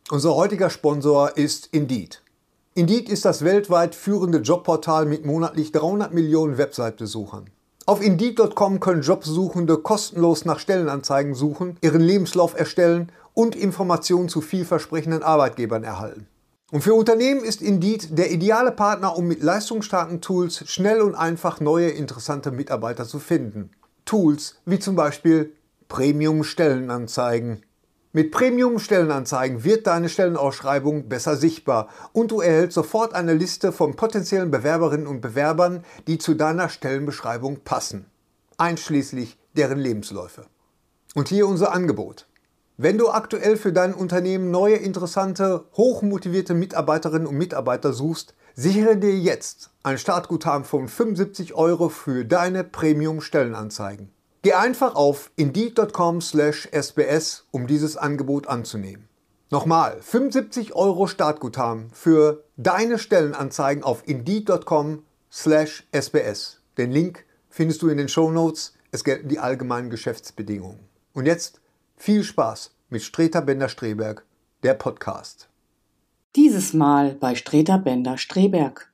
Unser heutiger Sponsor ist Indeed. Indeed ist das weltweit führende Jobportal mit monatlich 300 Millionen Website-Besuchern. Auf Indeed.com können Jobsuchende kostenlos nach Stellenanzeigen suchen, ihren Lebenslauf erstellen und Informationen zu vielversprechenden Arbeitgebern erhalten. Und für Unternehmen ist Indeed der ideale Partner, um mit leistungsstarken Tools schnell und einfach neue, interessante Mitarbeiter zu finden. Tools wie zum Beispiel Premium-Stellenanzeigen. Mit Premium-Stellenanzeigen wird deine Stellenausschreibung besser sichtbar und du erhältst sofort eine Liste von potenziellen Bewerberinnen und Bewerbern, die zu deiner Stellenbeschreibung passen, einschließlich deren Lebensläufe. Und hier unser Angebot. Wenn du aktuell für dein Unternehmen neue, interessante, hochmotivierte Mitarbeiterinnen und Mitarbeiter suchst, sichere dir jetzt ein Startguthaben von 75 € für deine Premium-Stellenanzeigen. Geh einfach auf Indeed.com/SBS, um dieses Angebot anzunehmen. Nochmal, 75 € Startguthaben für deine Stellenanzeigen auf Indeed.com/SBS. Den Link findest du in den Shownotes. Es gelten die allgemeinen Geschäftsbedingungen. Und jetzt viel Spaß mit Streter Bender-Streberg, der Podcast. Dieses Mal bei Streter Bender-Streberg.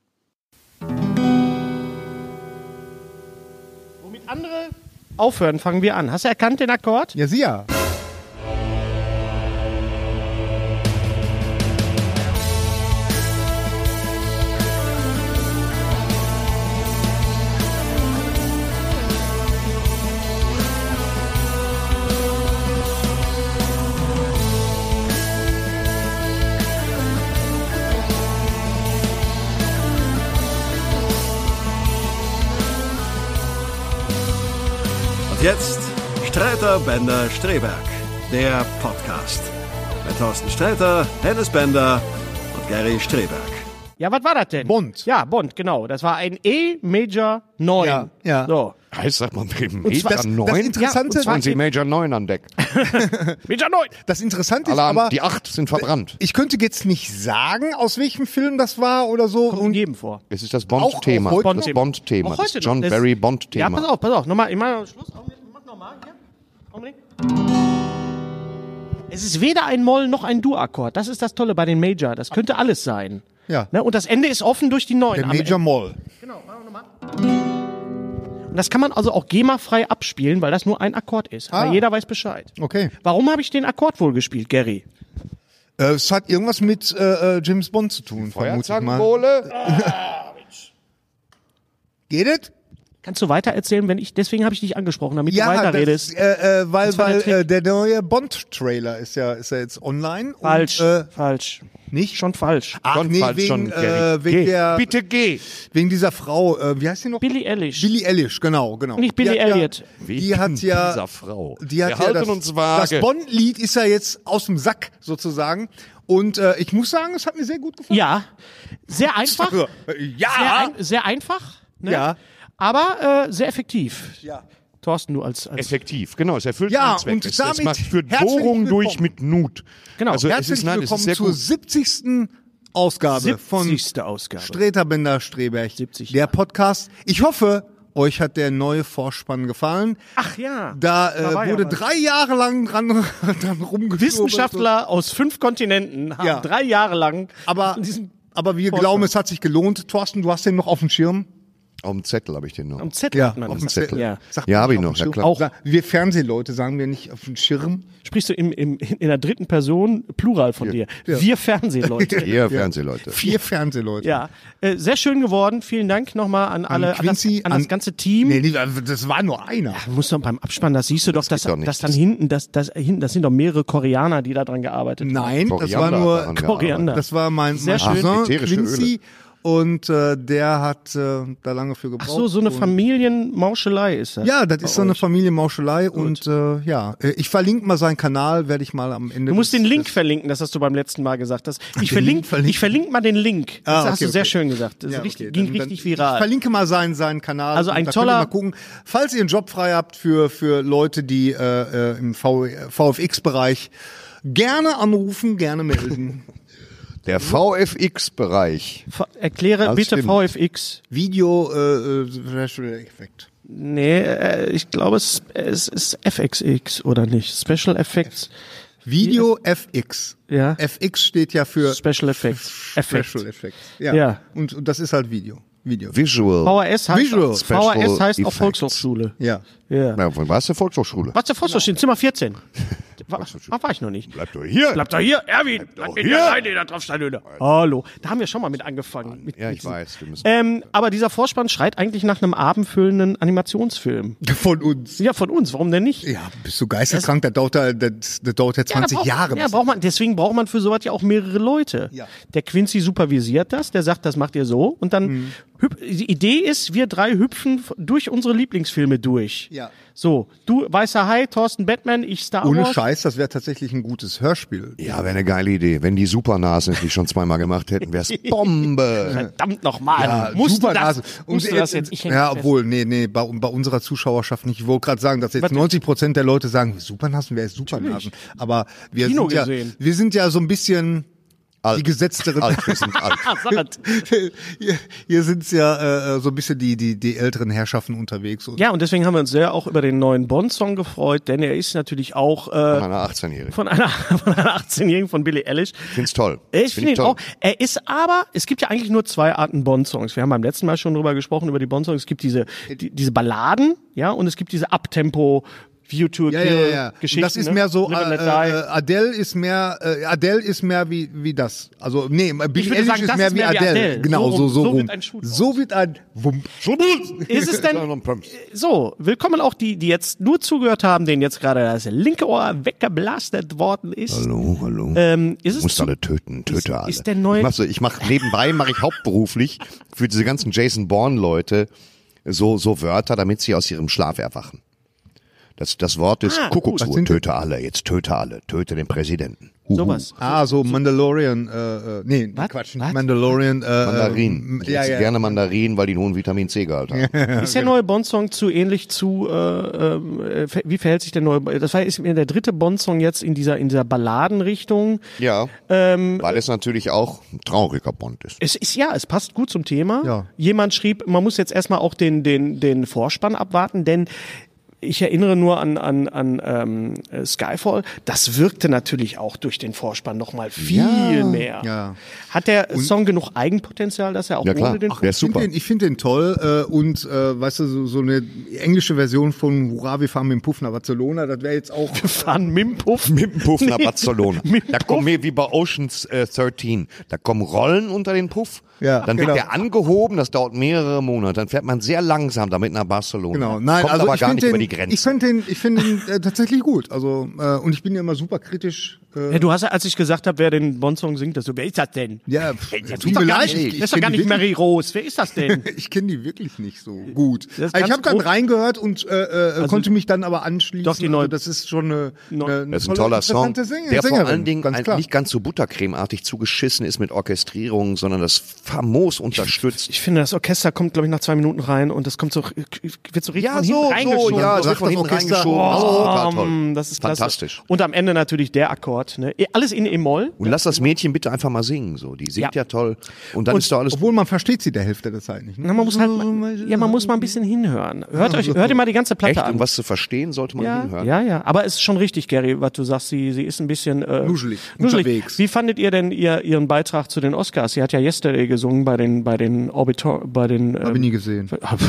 Womit andere aufhören, fangen wir an. Hast du erkannt den Akkord? Ja, sicher. Jetzt Streter Bender-Streberg, der Podcast. Mit Thorsten Sträter, Hennes Bender und Gary Streberg. Ja, was war das denn? Bond. Ja, Bond, genau. Das war ein E Major 9. Ja, ja. So. Heißt, sagt man zwar- Major das 9? Interessante- Ja, und Sie Major 9 an Deck. Major 9. Das Interessante ist Alarm, aber, die 8 sind verbrannt. ich könnte jetzt nicht sagen, aus welchem Film das war oder so. Kommt in jedem vor. Es ist das Auch Bond-Thema. heute Das noch? Bond-Thema. Auch Das heute John noch. Barry Ja, Bond-Thema. pass auf. Nochmal, ich mache Schluss. Mach nochmal hier. Augenblick. Es ist weder ein Moll noch ein Dur-Akkord. Das ist das Tolle bei den Major. Das könnte alles sein. Ja. Ne? Und das Ende ist offen durch die 9. Der Major Moll. Genau, machen wir nochmal. Und das kann man also auch GEMA-frei abspielen, weil das nur ein Akkord ist. Aber jeder weiß Bescheid. Okay. Warum habe ich den Akkord wohl gespielt, Gary? Es hat irgendwas mit James Bond zu tun, vermute ich mal. Feuerzangenbowle? Geht es? Kannst du weiter erzählen, deswegen habe ich dich angesprochen, damit du weiterredest. Weil Das war der Trick. der neue Bond-Trailer ist ja jetzt online. Falsch, Und, falsch. nicht? Schon falsch. Ach Schon nee, falsch, wegen, schon, Gary. wegen der, Bitte geh. wegen dieser Frau, wie heißt sie noch? Billie Eilish. Billie Eilish, genau. Nicht Billie Die hat Elliot. Die hat ja, dieser Frau. die hat Wir ja halten uns vage. das Bond-Lied ist ja jetzt aus dem Sack sozusagen. Und ich muss sagen, es hat mir sehr gut gefallen. Ja, sehr einfach. Ja. Sehr einfach. Ne? Ja. Aber sehr effektiv. Ja. Thorsten, du als Effektiv, genau. Es erfüllt Ja, den Zweck. und Es damit macht führt herzlich Bohrung durch willkommen. mit Nut. Genau. Also es Herzlich ist, nein, es willkommen ist sehr zur gut. 70. Ausgabe von 70. Ausgabe. Streter Bender-Streberg. 70 Der Jahre. Podcast. Ich hoffe, euch hat der neue Vorspann gefallen. Ach ja. Da war ja wurde was. 3 Jahre lang dran rumgeführt. Wissenschaftler aus 5 Kontinenten haben Ja. 3 Jahre lang Aber, an diesem aber wir Vorspann. glauben, es hat sich gelohnt. Thorsten, du hast den noch auf dem Schirm? Auf dem Zettel habe ich den noch. am Zettel. Ja, hat man auf das. dem Zettel. Ja. Sagt Ja, man hab ich auf dem noch, ja, Schirm? klar. Auch. Wir Fernsehleute sagen wir nicht auf dem Schirm. Sprichst du in der dritten Person Plural von dir. Ja. Wir Fernsehleute. Ihr Fernsehleute. 4 Fernsehleute. Ja, sehr schön geworden. Vielen Dank nochmal an alle, Quincy, an das ganze Team. Nee, das war nur einer. Du musst doch beim Abspann, das siehst du doch, dass geht doch nicht. dann hinten, das sind doch mehrere Koreaner, die da dran gearbeitet haben. Nein, das war Koriander nur daran Koriander. Das war mein Sehr schön. Cousin, Ätherische Quincy. Und der hat da lange für gebraucht. Ach so, so eine und Familienmauschelei ist das. Ja, das bei ist so eine euch. Familienmauschelei. Und ich verlinke mal seinen Kanal, werde ich mal am Ende. Du musst des- den Link des- verlinken, das hast du beim letzten Mal gesagt. Ich den Link verlinke mal den Link. Das Ah, hast du okay, sehr okay. schön gesagt. Das Ja, ist okay, ging dann- richtig Ich viral. verlinke mal seinen Kanal. Also ein und da könnt ihr toller- mal gucken. Falls ihr einen Job frei habt für Leute, die im VFX-Bereich gerne anrufen, gerne melden. Der VFX-Bereich. Erkläre Das bitte stimmt. VFX. Video Special Effect. Nee, ich glaube, es ist FXX oder nicht? Special Effects. Video FX. Ja. FX steht ja für Special Effects. Special Effects. Ja. Ja. Und das ist halt Video. Visual. VHS heißt, Visual. VHS Special heißt auch Effects. Volkshochschule. Ja. Ja. Ja, von was der Volkshochschule? Was der Volkshochschule? Zimmer 14. War ich noch nicht. Bleib doch hier. Bleib doch hier, Erwin. Bleib hier. alleine da drauf stehen. Hallo. Da haben wir schon mal mit angefangen. Ja, ich weiß. Wir müssen Aber dieser Vorspann schreit eigentlich nach einem abendfüllenden Animationsfilm. Von uns. Ja, von uns. Warum denn nicht? Ja, bist du geisteskrank? Das dauert ja 20 Jahre. Ja, deswegen braucht man für sowas ja auch mehrere Leute. Ja. Der Quincy supervisiert das, der sagt, das macht ihr so. Und dann, die Idee ist, wir drei hüpfen durch unsere Lieblingsfilme durch. Ja. So, du Weißer Hai, Thorsten Batman, ich Star Wars. Ohne Scheiß, das wäre tatsächlich ein gutes Hörspiel. ja, wäre eine geile Idee. Wenn die Supernasen es nicht schon zweimal gemacht hätten, wär's Bombe. Verdammt nochmal. Ja, Musst du super das, Nase. musst du das jetzt? Ich häng ja, fest. obwohl, nee, bei unserer Zuschauerschaft nicht. Ich wollte gerade sagen, dass jetzt 90% der Leute sagen, Supernasen, wer ist Supernasen? Aber wir Kino sind wir sind ja so ein bisschen Alt. die gesetzteren. Alt, wir sind alt. Sag es. Hier sind's ja so ein bisschen die älteren Herrschaften unterwegs. Und Ja, und deswegen haben wir uns sehr auch über den neuen Bond-Song gefreut, denn er ist natürlich auch Von einer 18-Jährigen. von einer 18-Jährigen von Billie Eilish. Find's toll. Ich finde ihn toll. auch. Er ist aber, es gibt ja eigentlich nur zwei Arten Bond-Songs. Wir haben beim letzten Mal schon drüber gesprochen, über die Bond-Songs. Es gibt diese Balladen, ja, und es gibt diese Uptempo View to a Kill Geschichten. Und das ist mehr so, Live and Let Die. Adele ist mehr wie das. Also, nee, Billie würde Eilish sagen, ist das mehr ist wie mehr wie Adele. Adele. Genau, So so wird rum. ein Schuh draus. So wird ein Wump. Ist es denn so? Willkommen auch die jetzt nur zugehört haben, denen jetzt gerade das linke Ohr weggeblastet worden ist. Hallo. Ist es Musst zu, alle töten, töte alle. ist der neue- Nebenbei mache ich hauptberuflich für diese ganzen Jason Bourne-Leute so Wörter, damit sie aus ihrem Schlaf erwachen. Das Wort ist Kuckucksuhr, gut. töte alle, jetzt töte alle, töte den Präsidenten. sowas? So Mandalorian, Was? Quatsch, Was? nicht Mandalorian, Mandarin. Ich esse gerne Mandarinen, weil die einen hohen Vitamin C-Gehalt haben. Ist der neue Bond-Song zu ähnlich zu, wie verhält sich der neue, das ist mir der dritte Bond-Song jetzt in dieser Balladenrichtung. Ja, weil es natürlich auch ein trauriger Bond ist. Es passt gut zum Thema. Ja. Jemand schrieb, man muss jetzt erstmal auch den Vorspann abwarten, denn ich erinnere nur an Skyfall. Das wirkte natürlich auch durch den Vorspann noch mal viel mehr. Ja. Hat der Song genug Eigenpotenzial, dass er auch Ja, klar. ohne den Der ist super. Ich finde den toll weißt du, so eine englische Version von Hurra, wir fahren mit dem Puff nach Barcelona, das wäre jetzt auch... Fahren mit dem Puff? Mit dem Puff nach Barcelona. mit dem Da kommen wir wie bei Oceans 13. Da kommen Rollen unter den Puff. Ja, dann genau. wird der angehoben, das dauert mehrere Monate. Dann fährt man sehr langsam damit nach Barcelona. Genau, nein, Kommt also aber ich gar nicht finde über die den, Grenze. ich finde ihn tatsächlich gut. Also und ich bin ja immer super kritisch. Ja, du hast ja, als ich gesagt habe, wer den Bond-Song singt, wer ist das denn? Ja, Das tut mir leid. Das ist doch gar nicht Mary Rose. Wer ist das denn? Ich kenne die wirklich nicht so gut. Das ist Ich ganz habe dann groß. reingehört und konnte mich dann aber anschließen. Doch, die neue- also das ist schon eine Das ist ein toller Song, interessante der vor Sängerin, allen Dingen ganz klar. nicht ganz so buttercremeartig zugeschissen ist mit Orchestrierung, sondern das famos unterstützt. Ich finde, das Orchester kommt, glaube ich, nach 2 Minuten rein und das kommt so, wird so richtig von hinten reingeschoben. ja, Sagt so von das hinten Orchester, reingeschoben. Das ist total toll. Das ist klasse. Fantastisch. Und am Ende natürlich der Akkord. Ne? Alles in E-Moll. Und lass das Mädchen bitte einfach mal singen, so. Die singt ja toll. Und dann ist doch alles Obwohl man versteht sie der Hälfte der Zeit nicht. Ne? Na, man muss halt, man muss mal ein bisschen hinhören. Hört ihr mal die ganze Platte echt, an. um was zu verstehen, sollte man hinhören. Ja. Aber es ist schon richtig, Gary, was du sagst. Sie ist ein bisschen Nuschelig, unterwegs. Wie fandet ihr denn ihren Beitrag zu den Oscars? Sie hat ja Yesterday gesungen bei den Habe ich nie gesehen.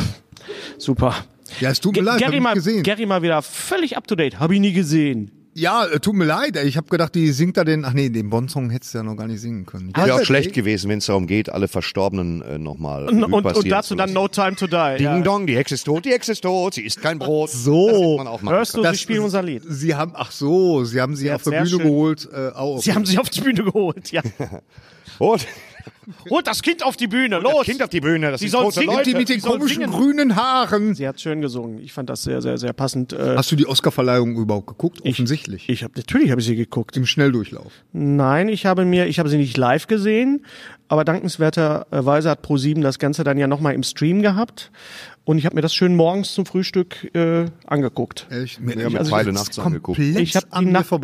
Super. Ja, es tut mir leid, habe ich nicht gesehen. Gary mal wieder völlig up to date. Habe ich nie gesehen. Ja, tut mir leid. Ich habe gedacht, die singt da den Bond-Song hättest du ja noch gar nicht singen können. Wäre auch schlecht gewesen, wenn es darum geht, alle Verstorbenen nochmal Und dazu dann No Time to Die. Ding Dong, die Hexe ist tot, sie isst kein Brot. So. Das hätte man auch machen Hörst du, können. sie spielen unser Lied. Sie haben sie auf hat's der sehr Bühne schön- geholt. Sie haben sie auf die Bühne geholt, ja. Und Holt das Kind auf die Bühne, los! Kind auf die Bühne, das Sie sind soll tote singen, Leute. die mit den Sie soll komischen singen. grünen Haaren. Sie hat schön gesungen. Ich fand das sehr, sehr, sehr passend. Hast du die Oscarverleihung überhaupt geguckt? Offensichtlich. Natürlich habe ich sie geguckt. Im Schnelldurchlauf. Nein, ich habe sie nicht live gesehen, aber dankenswerterweise hat ProSieben das Ganze dann ja nochmal im Stream gehabt und ich habe mir das schön morgens zum Frühstück angeguckt. Echt? Wir haben Also beide ich- nachts angeguckt. Ich habe die Nacht,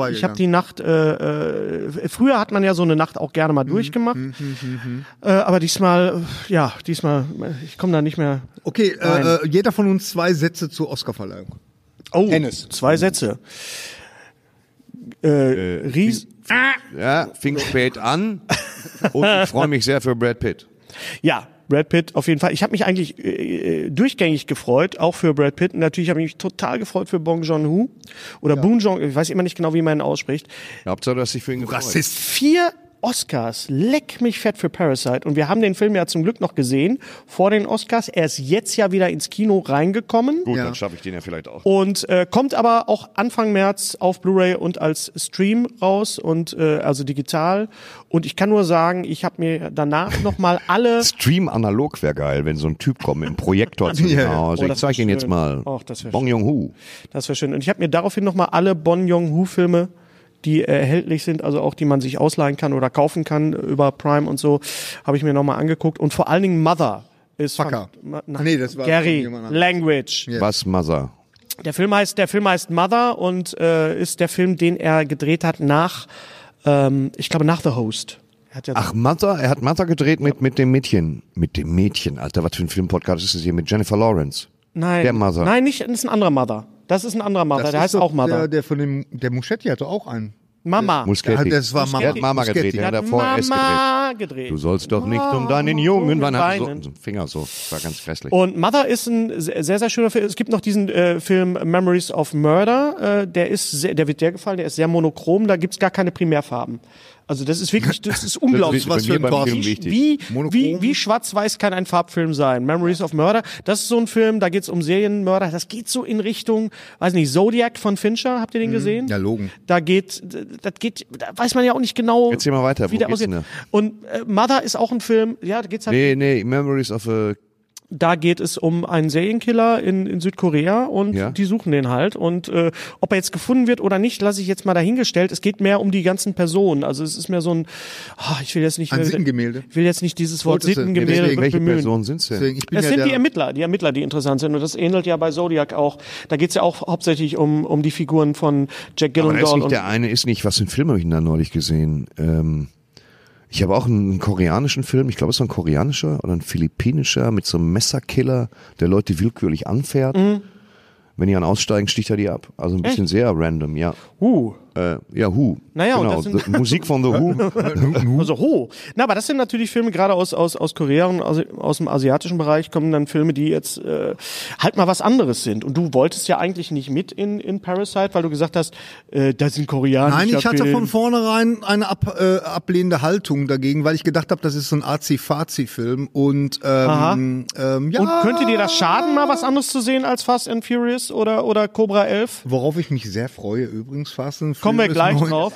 früher hat man ja so eine Nacht auch gerne mal durchgemacht, aber diesmal, ich komme da nicht mehr. Okay, jeder von uns 2 Sätze zur Oscarverleihung. Oh, Hennes. 2 Sätze. Fing spät an und ich freue mich sehr für Brad Pitt. Ja, Brad Pitt auf jeden Fall. Ich habe mich eigentlich durchgängig gefreut, auch für Brad Pitt. Und natürlich habe ich mich total gefreut für Bong Joon-ho oder Bong Joon, ich weiß immer nicht genau, wie man ihn ausspricht. Hauptsache, dass ich für ihn gefreut. Rassist. 4 Oscars, leck mich fett für Parasite. Und wir haben den Film ja zum Glück noch gesehen vor den Oscars. Er ist jetzt ja wieder ins Kino reingekommen. Gut, dann schaffe ich den ja vielleicht auch. Und kommt aber auch Anfang März auf Blu-ray und als Stream raus und also digital. Und ich kann nur sagen, ich habe mir danach nochmal alle... Stream analog wäre geil, wenn so ein Typ kommt mit einem Projektor zu mir aus. Oh, Ich das zeige wär ihn jetzt schön. mal. Och, das wär Bong Joon-ho. Das wäre schön. Und ich habe mir daraufhin nochmal alle Bong Joon-ho-Filme, die erhältlich sind, also auch die man sich ausleihen kann oder kaufen kann über Prime und so, habe ich mir nochmal angeguckt. Und vor allen Dingen Mother ist Fucker. Nee, das war Gary, jemand anderes. Language. Ja. Was, Mother? Der Film heißt Mother und ist der Film, den er gedreht hat nach, ich glaube nach The Host. Er hat ja Ach, Mother? Er hat Mother gedreht mit dem Mädchen. Mit dem Mädchen, Alter, was für ein Filmpodcast ist das hier? Mit Jennifer Lawrence. Nein, Der Mother. Nein, nicht, das ist ein anderer Mother. Das ist ein anderer Mother, der heißt doch auch Mother. Der von der Muschetti hatte auch einen. Mama. Muschetti. Das war Er hat Mama Muschetti. gedreht, Der er hat hat davor S gedreht. Mama gedreht. Du sollst doch nicht um deinen Jungen weinen. Hat so weinen. einen Finger so. War ganz grässlich. Und Mother ist ein sehr, sehr schöner Film. Es gibt noch diesen Film Memories of Murder. Der wird dir gefallen. Der ist sehr monochrom. Da gibt's gar keine Primärfarben. Also das ist wirklich, das ist unglaublich. Das ist bei mir beim Film wichtig. Wie schwarz-weiß kann ein Farbfilm sein? Memories of Murder. Das ist so ein Film, da geht's um Serienmörder. Das geht so in Richtung, weiß nicht, Zodiac von Fincher. Habt ihr den gesehen? Ja, Logan. Da weiß man ja auch nicht genau, Erzähl mal weiter, wie wo der geht's aussieht. denn Und Mother ist auch ein Film, ja, da geht's halt Nee, Memories of a... da geht es um einen Serienkiller in Südkorea und Ja. die suchen den halt. Und ob er jetzt gefunden wird oder nicht, lasse ich jetzt mal dahingestellt. Es geht mehr um die ganzen Personen. Also es ist mehr so ein, ich will jetzt nicht... Ein Sittengemälde. Ich will jetzt nicht dieses Wort Wolltest du- Sittengemälde deswegen, wird Welche bemühen. Personen sind's denn? Deswegen, ich bin Es ja sind der, die Ermittler, die interessant sind. Und das ähnelt ja bei Zodiac auch. Da geht's ja auch hauptsächlich um die Figuren von Jack Aber da ist Gyllenhaal. nicht der eine, ist nicht, was für einen Film habe ich denn da neulich gesehen? Ich habe auch einen koreanischen Film, ich glaube es ist ein koreanischer oder ein philippinischer mit so einem Messerkiller, der Leute willkürlich anfährt. Wenn die dann aussteigen, sticht er die ab. Also ein bisschen sehr random, ja. Who. Naja, und genau. das sind- Musik von The Who. Also Na, aber das sind natürlich Filme, gerade aus Korea und aus dem asiatischen Bereich kommen dann Filme, die jetzt halt mal was anderes sind. Und du wolltest ja eigentlich nicht mit in Parasite, weil du gesagt hast, das sind koreanischer Nein, ich hatte Film. von vornherein eine ablehnende Haltung dagegen, weil ich gedacht habe, das ist so ein Azi-Fazi-Film und ja. Und könnte dir das schaden, mal was anderes zu sehen als Fast and Furious oder Cobra 11? Worauf ich mich sehr freue, übrigens fast ein Film Kommen wir ist gleich neu. drauf.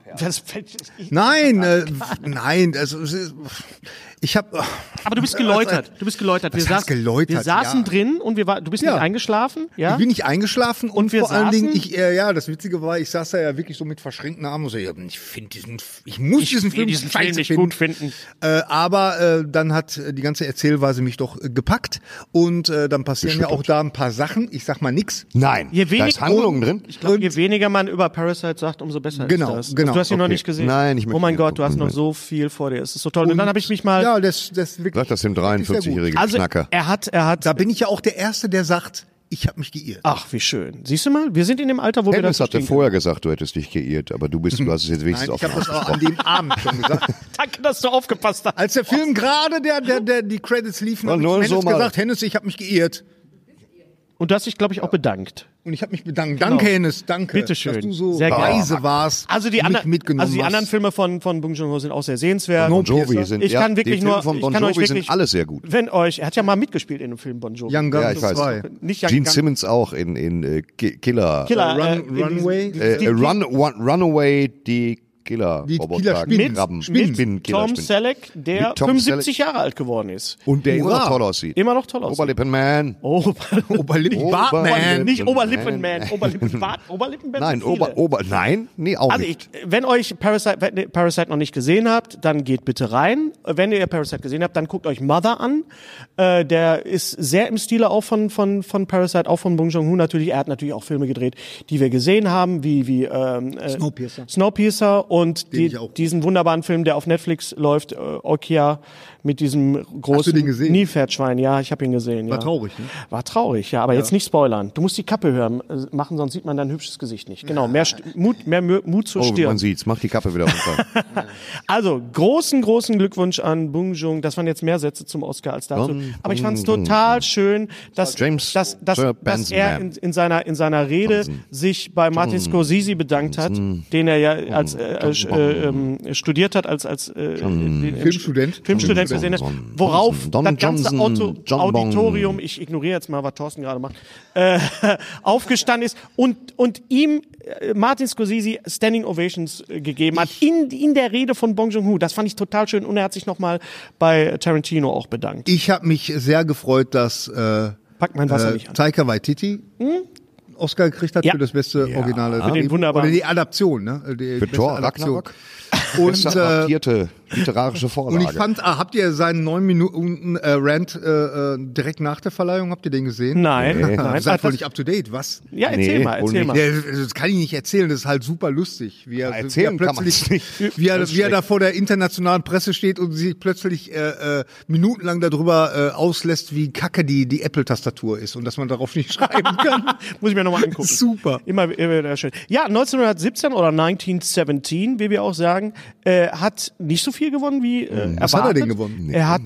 Nein, nein, also ich habe. Aber du bist geläutert. Was heißt geläutert? Wir saßen Ja. drin und du bist Ja. nicht eingeschlafen, ja? Ich bin nicht eingeschlafen und wir vor allen Dingen, saßen- das Witzige war, ich saß da ja wirklich so mit verschränkten Armen und so, ich muss diesen Film scheiße nicht finden. gut finden. Aber dann hat die ganze Erzählweise mich doch gepackt und dann passieren ja auch da ein paar Sachen. Ich sag mal nix. Nein, Je da wenig- ist Handlung drin. Ich glaube, je weniger man über Parasite sagt, umso besser Genau, ist das. genau. Du hast ihn noch Okay. nicht gesehen. Nein, ich möchte Oh mein ihn Gott, du hast gucken. noch so viel vor dir. Es ist so toll. Und dann habe ich mich mal... Ja, das wirklich. Sag das dem wirklich sehr gut. 43-jährigen also Knacker. er hat... Da bin ich ja auch der Erste, der sagt, ich habe mich geirrt. Ach, wie schön. Siehst du mal, wir sind in dem Alter, wo wir Dennis das hatte verstehen vorher gesagt, du hättest dich geirrt, aber du hast es jetzt wenigstens Nein, ich habe das auch an dem Abend schon gesagt. können. Danke, dass du aufgepasst hast. Als der Film gerade die Credits liefen, Und habe ich nur Hennes so mal. gesagt, Hennes, ich habe mich geirrt. Und du hast dich, glaube ich, auch bedankt. Und ich habe mich bedankt. Danke, Hennes, danke. Bitteschön. Dass du so Sehr gerne. weise warst. Also die, mich anderen, mitgenommen also die hast. anderen Filme von Bong Joon-ho sind auch sehr sehenswert. Bon Jovi sind, Ich kann wirklich die Filme nur, von ich Bon kann euch Jovi wirklich, sind alle sehr gut. wenn euch, er hat ja mal mitgespielt in dem Film Bon Jovi. Young Guns Ja, ich weiß. 2. Nicht Young Gene Guns. Simmons auch in Killer. Runway? Runaway, die Killer. Die Roboter, Killer-Spinnen. Krabben, mit Spinnen, Tom Killerspinnen. Selleck, der Mit Tom 75 Jahre alt geworden ist. Und der immer Hurra. noch toll aussieht. Immer noch toll aussieht. Oberlippenman. Oberlippen-Bartman. Nicht Oberlippenman, Oberlippenbart, Nein, nein, nee, auch Also nicht. wenn euch Parasite noch nicht gesehen habt, dann geht bitte rein. Wenn ihr Parasite gesehen habt, dann guckt euch Mother an. Der ist sehr im Stile auch von Parasite, auch von Bong Joon-ho natürlich. Er hat natürlich auch Filme gedreht, die wir gesehen haben, wie Snowpiercer. Snowpiercer und Den ich auch. diesen wunderbaren Film, der auf Netflix läuft, Okia, mit diesem Hast du großen den gesehen? Nilpferdschwein. Ja, ich habe ihn gesehen. War ja. traurig, ne? War traurig, ja, aber jetzt nicht spoilern. Du musst die Kappe hören, machen, sonst sieht man dein hübsches Gesicht nicht. Genau, mehr Mut zur Oh, Stirn. man sieht's. Mach die Kappe wieder runter. Also, großen Glückwunsch an Bong Joon. Das waren jetzt mehr Sätze zum Oscar als dazu. Aber ich fand es total schön, dass er in seiner Rede sich bei Martin Scorsese bedankt hat, den er ja als studiert hat, als Filmstudent gesehen hat, worauf das ganze Auditorium, ich ignoriere jetzt mal, was Thorsten gerade macht, aufgestanden ist und ihm Martin Scorsese Standing Ovations gegeben hat in der Rede von Bong Joon-ho. Das fand ich total schön und er hat sich nochmal bei Tarantino auch bedankt. Ich habe mich sehr gefreut, dass Pack mein Wasser nicht an. Taika Waititi Oscar gekriegt hat für das beste originale den wunderbaren- oder die Adaption, ne? Die Für beste Thor Adaption. Ragnarok. Und, Adaptierte literarische Vorlage. und ich fand, habt ihr seinen 9 Minuten Rant direkt nach der Verleihung, habt ihr den gesehen? Nein. Ihr seid voll nicht up to date, was? Ja, erzähl Nee, mal. wohl nicht. Ja, das kann ich nicht erzählen, das ist halt super lustig. Wie er erzählen kann man's nicht. wie er da vor der internationalen Presse steht und sich plötzlich minutenlang darüber auslässt, wie kacke die Apple-Tastatur ist und dass man darauf nicht schreiben kann. Muss ich mir nochmal angucken. Super. Immer wieder schön. Ja, 1917 oder 1917, wie wir auch sagen, hat nicht so viel gewonnen wie erwartet. Was hat er denn gewonnen? Er hat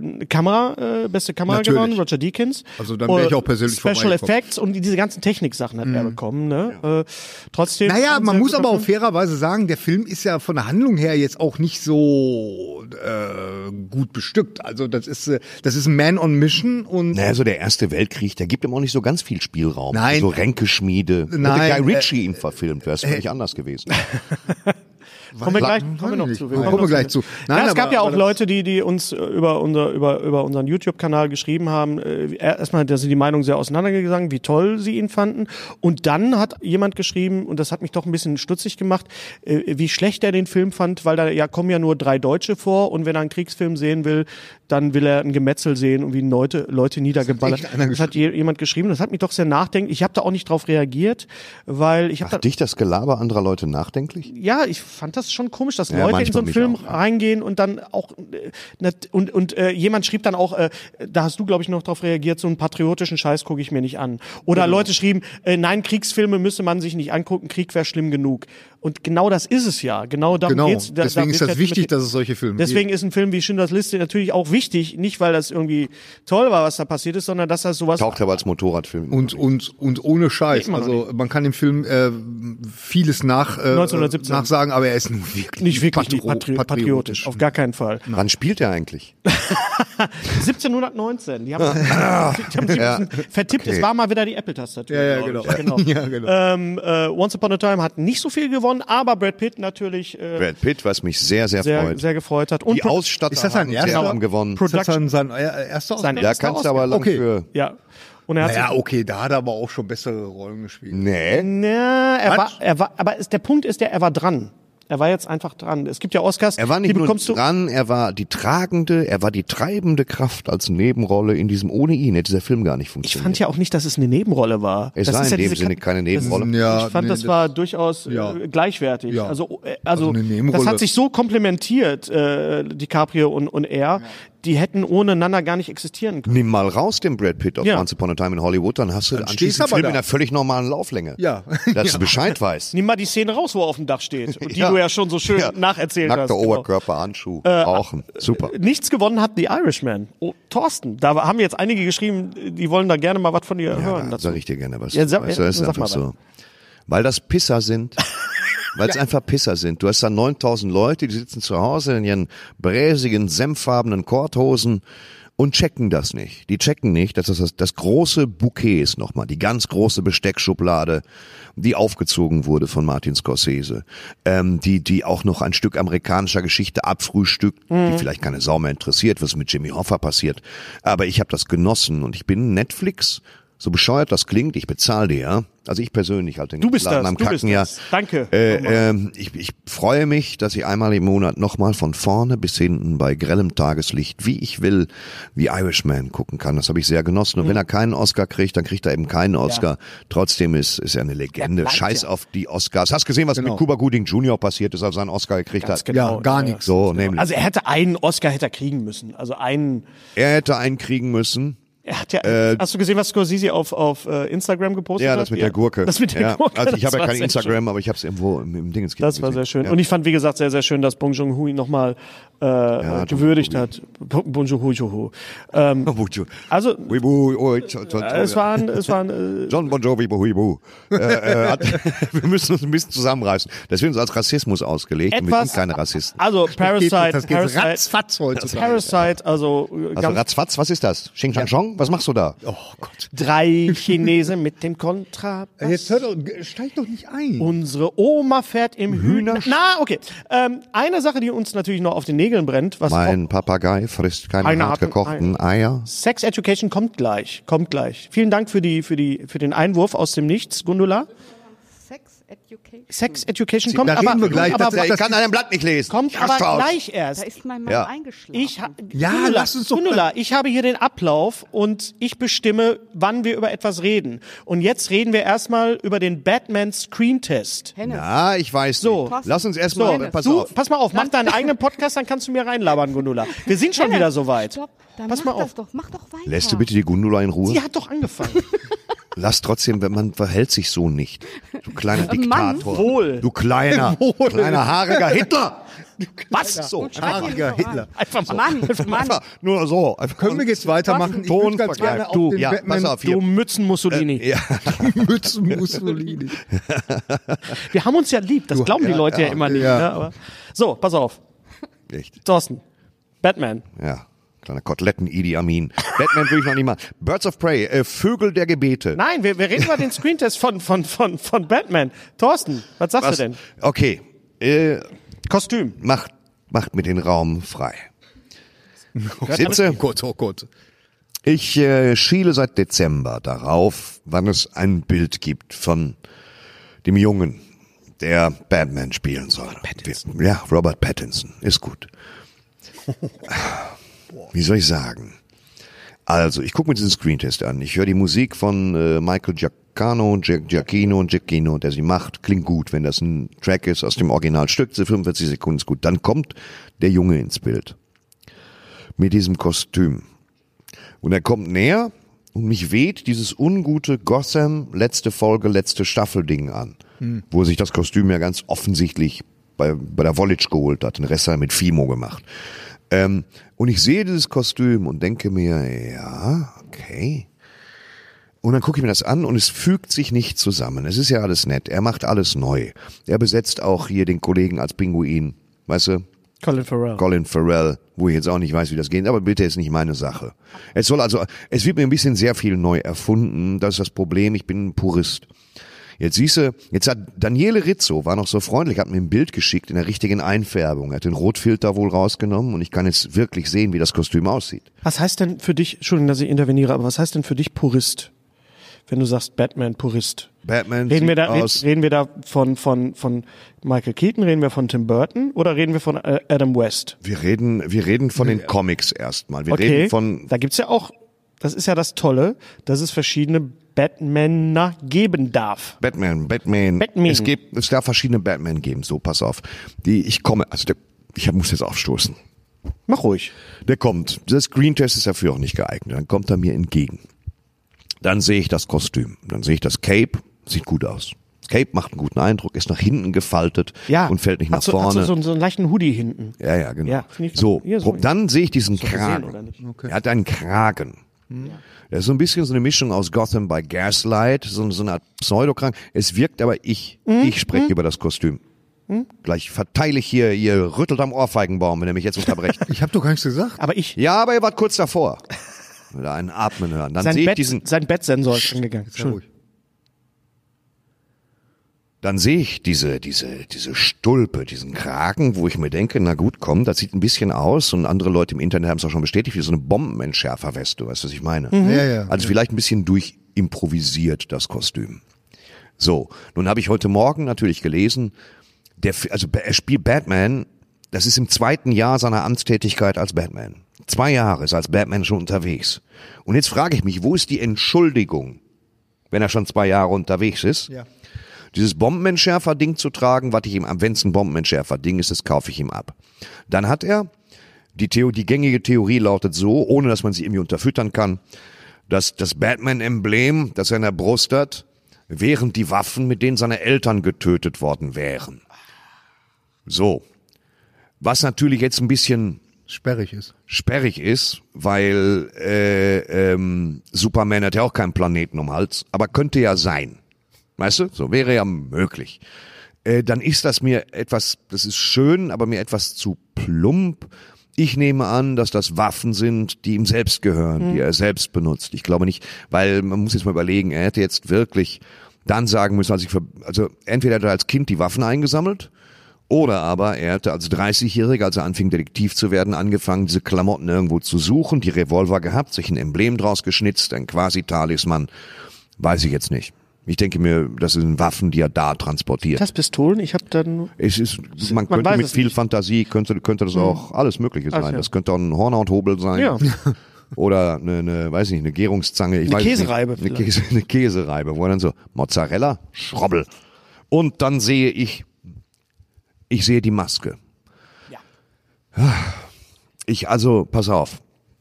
beste Kamera Natürlich. gewonnen, Roger Deakins. Also dann wäre ich auch persönlich Special vorbeigekommen. Effects und diese ganzen Techniksachen hat er bekommen. Ne? Trotzdem. Naja, man sehr muss guter aber auch Film. fairerweise sagen, der Film ist ja von der Handlung her jetzt auch nicht so gut bestückt. Also das ist ein Man on Mission und Naja, so der Erste Weltkrieg, der gibt ihm auch nicht so ganz viel Spielraum. Nein. So Ränkeschmiede. Nein, Hätte Guy Ritchie ihn verfilmt, wäre es völlig anders gewesen. Kommen wir noch zu. Kommen wir gleich zu. Nein, Ja, es gab aber- ja auch aber Leute, die uns über unseren YouTube-Kanal geschrieben haben. Erstmal, da sind die Meinungen sehr auseinandergegangen, wie toll sie ihn fanden. Und dann hat jemand geschrieben, und das hat mich doch ein bisschen stutzig gemacht, wie schlecht er den Film fand, weil da kommen ja nur 3 Deutsche vor und wenn er einen Kriegsfilm sehen will, dann will er ein Gemetzel sehen und wie Leute niedergeballert. Das hat jemand geschrieben. Das hat mich doch sehr nachdenklich. Ich habe da auch nicht drauf reagiert, weil ich habe Macht dich das Gelaber anderer Leute nachdenklich? ja, ich fand das schon komisch, dass Ja, Leute in manchmal so einen mich Film auch, ja. reingehen und dann auch jemand schrieb dann auch, da hast du glaube ich noch drauf reagiert, so einen patriotischen Scheiß gucke ich mir nicht an. Oder Leute schrieben, nein, Kriegsfilme müsse man sich nicht angucken, Krieg wäre schlimm genug. Und genau das ist es ja. Genau darum Genau, geht's. deswegen ist geht's das wichtig, dass es solche Filme Deswegen gibt. ist ein Film wie Schindlers Liste natürlich auch wichtig, nicht weil das irgendwie toll war, was da passiert ist, sondern dass das sowas Taucht aber als Motorradfilm. Und ohne Scheiß. Immer noch Also man kann dem Film vieles 1917 nachsagen, aber er ist nun wirklich nicht patriotisch. Auf gar keinen Fall. Wann spielt er eigentlich? 1719. Die haben sich ein bisschen vertippt. Okay. Es war mal wieder die Apple-Tastatur. Ja, glaub genau. ich. Ja, genau. Once Upon a Time hat nicht so viel gewonnen, aber Brad Pitt natürlich Brad Pitt, was mich sehr, sehr freut. sehr gefreut hat. Und Die Ausstatter Ist das sein haben erster? sehr haben gewonnen. Ist das dann sein erster Sein Oscar? Da erster kannst du aber lang Okay. für... ja. Und er hat Naja, okay, da hat er aber auch schon bessere Rollen gespielt. Nee. Na, Was? aber der Punkt ist, er war dran. Er war jetzt einfach dran. Es gibt ja Oscars, Er war die nicht nur bekommst du. dran, er war die treibende Kraft als Nebenrolle in diesem, ohne ihn hätte dieser Film gar nicht Ich funktioniert. fand ja auch nicht, dass es eine Nebenrolle war. Es das war ist in ja dem diese Sinne keine Nebenrolle. Ja, Ich fand, nee, das war durchaus ja. gleichwertig. Ja. Also Also eine Nebenrolle. das hat sich so komplementiert, DiCaprio und er. Die hätten ohne einander gar nicht existieren können. Nimm mal raus den Brad Pitt auf Ja. Once Upon a Time in Hollywood, dann hast du stehst anschließend aber Film da. in einer völlig normalen Lauflänge. Ja. Dass du Bescheid weißt. Nimm mal die Szene raus, wo er auf dem Dach steht. Und die Ja. du ja schon so schön Ja. nacherzählt hast. Nackter Genau. Oberkörper, Handschuh, rauchen. Super. Nichts gewonnen hat The Irishman. Oh, Thorsten, da haben jetzt einige geschrieben, die wollen da gerne mal was von dir hören. Da dazu. sag ich dir gerne was. Ja, sag- Weißt du, das ist sag einfach mal so. Weil das Pisser sind. Weil es einfach Pisser sind. Du hast da 9000 Leute, die sitzen zu Hause in ihren bräsigen, senffarbenen Korthosen und checken das nicht. Die checken nicht, dass das große Bouquet ist nochmal, die ganz große Besteckschublade, die aufgezogen wurde von Martin Scorsese, die auch noch ein Stück amerikanischer Geschichte abfrühstückt, die vielleicht keine Sau mehr interessiert, was mit Jimmy Hoffa passiert. Aber ich habe das genossen und ich bin Netflix So bescheuert das klingt, ich bezahle dir, ja. Also ich persönlich halt den Du bist Laden das, am du bist Kacken, ja. das. Danke. Ich freue mich, dass ich einmal im Monat nochmal von vorne bis hinten bei grellem Tageslicht, wie ich will, wie Irishman gucken kann. Das habe ich sehr genossen. Und wenn er keinen Oscar kriegt, dann kriegt er eben keinen Oscar. Trotzdem ist er eine Legende. Scheiß auf die Oscars. Hast gesehen, was mit Cuba Gooding Jr. passiert ist, als er einen Oscar gekriegt hat? Genau. Ja, gar nichts. So, nämlich. Also er hätte einen Oscar kriegen müssen. Also einen. Er hätte einen kriegen müssen. Er hat ja, hast du gesehen, was Scorsese auf Instagram gepostet hat? Ja, das mit der Gurke. Das mit der Gurke. Also ich habe ja das war kein sehr Instagram, schön. aber ich habe es irgendwo im Dingens Das war sehr schön. Ja. Und ich fand, wie gesagt, sehr, sehr schön, dass Bong Joon-ho ihn nochmal gewürdigt hat. Bong Joon-ho. Also, es waren John Bon Jovi, Bohuibu. Wir müssen uns ein bisschen zusammenreißen. Das wird uns als Rassismus ausgelegt. Und wir sind keine Rassisten. Also Das geht ratzfatz heutzutage. Parasite, also ganz Ratzfatz, was ist das? Xing Shang Chong? Was machst du da? Oh Gott. 3 Chinesen mit dem Kontrabass. Jetzt steig doch nicht ein. Unsere Oma fährt im Hühner. Na, okay. Eine Sache, die uns natürlich noch auf den Nägeln brennt, was Mein Papagei frisst keine Eine hart gekochten Eier. Sex Education kommt gleich. Vielen Dank für den Einwurf aus dem Nichts, Gundula. Sex Education kommt, da reden wir gleich. aber Ich kann ein Blatt nicht lesen. kommt aber gleich erst. Da ist mein Mann Ja. eingeschlafen. Lass uns doch Gundula, ich habe hier den Ablauf und ich bestimme, wann wir über etwas reden. Und jetzt reden wir erstmal über den Batman Screen Test. Hennes. Ja, ich weiß So. nicht. Lass uns erstmal, pass Du, auf. pass mal auf, mach deinen eigenen Podcast, dann kannst du mir reinlabern, Gundula. Wir sind schon wieder soweit. Stopp, dann Pass mach mal auf. das doch. Mach doch weiter. Lässt du bitte die Gundula in Ruhe? Sie hat doch angefangen. Lass trotzdem, wenn man verhält sich so nicht. Du kleiner Diktator. Wohl. Du kleiner haariger Hitler. Was? So. Haariger Hitler. Einfach so. Mann. Einfach nur so. Einfach Können wir jetzt weitermachen? Ich Ton würde ganz gerne vergleicht. auf Du, den ja, Batman pass auf, hier. Du Mützen-Mussolini. Ja. Mützen Mussolini. Wir haben uns ja lieb, das glauben die Leute ja immer nicht. ja. Ne? Aber so, pass auf. Echt. Thorsten. Batman. Ja. Kleiner Koteletten, Idi Amin. Batman will ich noch nicht mal. Birds of Prey, Vögel der Gebete. Nein, wir reden über den Screentest von Batman. Thorsten, was sagst du denn? Okay. Kostüm. Macht mir den Raum frei. Sitze. Oh Gott. Ich schiele seit Dezember darauf, wann es ein Bild gibt von dem Jungen, der Batman spielen soll. Ja, Robert Pattinson. Ist gut. Wie soll ich sagen? Also, ich gucke mir diesen Screentest an. Ich höre die Musik von Michael Giacchino, der sie macht. Klingt gut, wenn das ein Track ist aus dem Originalstück. 45 Sekunden ist gut. Dann kommt der Junge ins Bild. Mit diesem Kostüm. Und er kommt näher und mich weht dieses ungute Gotham letzte Folge, letzte Staffel-Ding an. Wo sich das Kostüm ja ganz offensichtlich bei der Wollitsch geholt hat. Den Rest hat er mit Fimo gemacht. Und ich sehe dieses Kostüm und denke mir, ja, okay. Und dann gucke ich mir das an und es fügt sich nicht zusammen. Es ist ja alles nett. Er macht alles neu. Er besetzt auch hier den Kollegen als Pinguin. Weißt du? Colin Farrell, wo ich jetzt auch nicht weiß, wie das geht, aber bitte ist nicht meine Sache. Es wird mir ein bisschen sehr viel neu erfunden. Das ist das Problem. Ich bin ein Purist. Jetzt hat Daniele Rizzo, war noch so freundlich, hat mir ein Bild geschickt in der richtigen Einfärbung. Er hat den Rotfilter wohl rausgenommen und ich kann jetzt wirklich sehen, wie das Kostüm aussieht. Was heißt denn für dich, Entschuldigung, dass ich interveniere, aber was heißt denn für dich Purist? Wenn du sagst Batman, Purist. Batman Reden wir sieht da von Michael Keaton, reden wir von Tim Burton oder reden wir von Adam West? Wir reden von den Comics erstmal. Wir Okay, reden von, da gibt's ja auch, das ist ja das Tolle, dass es verschiedene Batmaner geben darf. Batman. Es darf verschiedene Batman geben, so, pass auf. Ich muss jetzt aufstoßen. Mach ruhig. Der kommt. Das Screentest ist dafür auch nicht geeignet. Dann kommt er mir entgegen. Dann sehe ich das Kostüm. Dann sehe ich das Cape. Sieht gut aus. Das Cape macht einen guten Eindruck, ist nach hinten gefaltet und fällt nicht nach vorne. Hat so einen leichten Hoodie hinten. Ja, genau. Ja, finde ich so, hier so. dann sehe ich diesen Hast du gesehen, oder Kragen. nicht? Okay. Er hat einen Kragen. Das ist so ein bisschen so eine Mischung aus Gotham by Gaslight, so eine Art Pseudokragen. Es wirkt aber ich spreche über das Kostüm. Gleich verteile ich hier, ihr rüttelt am Ohrfeigenbaum, wenn ihr mich jetzt unterbrecht. Ich habe doch gar nichts gesagt. Aber ich, Ja, aber ihr wart kurz davor. Oder einen Atmen hören. Dann sehe ich sein Bettsensor ist angegangen. Entschuldigung. Dann sehe ich diese Stulpe, diesen Kragen, wo ich mir denke, na gut, komm, das sieht ein bisschen aus und andere Leute im Internet haben es auch schon bestätigt, wie so eine Bombenentschärferweste, weißt du, was ich meine? Ja. Also vielleicht ein bisschen improvisiert, das Kostüm. So, nun habe ich heute Morgen natürlich gelesen, er spielt Batman, das ist im 2. Jahr seiner Amtstätigkeit als Batman. 2 Jahre ist als Batman schon unterwegs. Und jetzt frage ich mich, wo ist die Entschuldigung, wenn er schon 2 Jahre unterwegs ist? Ja. Dieses Bombenentschärfer-Ding zu tragen, was ich ihm, wenn es ein Bombenentschärfer-Ding ist, das kaufe ich ihm ab. Dann hat er, die gängige Theorie lautet so, ohne dass man sie irgendwie unterfüttern kann, dass das Batman-Emblem, das er in der Brust hat, wären die Waffen, mit denen seine Eltern getötet worden wären. So. Was natürlich jetzt ein bisschen sperrig ist, weil Superman hat ja auch keinen Planeten um den Hals, aber könnte ja sein. Weißt du? So wäre ja möglich. Dann ist das ist schön, aber mir etwas zu plump. Ich nehme an, dass das Waffen sind, die ihm selbst gehören, die er selbst benutzt. Ich glaube nicht, weil man muss jetzt mal überlegen, er hätte jetzt wirklich dann sagen müssen, also entweder hat er als Kind die Waffen eingesammelt, oder aber er hatte als 30-Jähriger, als er anfing Detektiv zu werden, angefangen, diese Klamotten irgendwo zu suchen, die Revolver gehabt, sich ein Emblem draus geschnitzt, ein Quasi-Talisman, weiß ich jetzt nicht. Ich denke mir, das sind Waffen, die er da transportiert. Das Pistolen? Ich habe dann... Man könnte mit viel Fantasie, könnte das auch alles Mögliche sein. Ja. Das könnte auch ein Hornhauthobel sein. Ja. Oder eine Gärungszange. Eine Käsereibe. Eine Käsereibe, wo er dann so Mozzarella, Schrobbel. Und dann sehe ich sehe die Maske. Ja. Pass auf.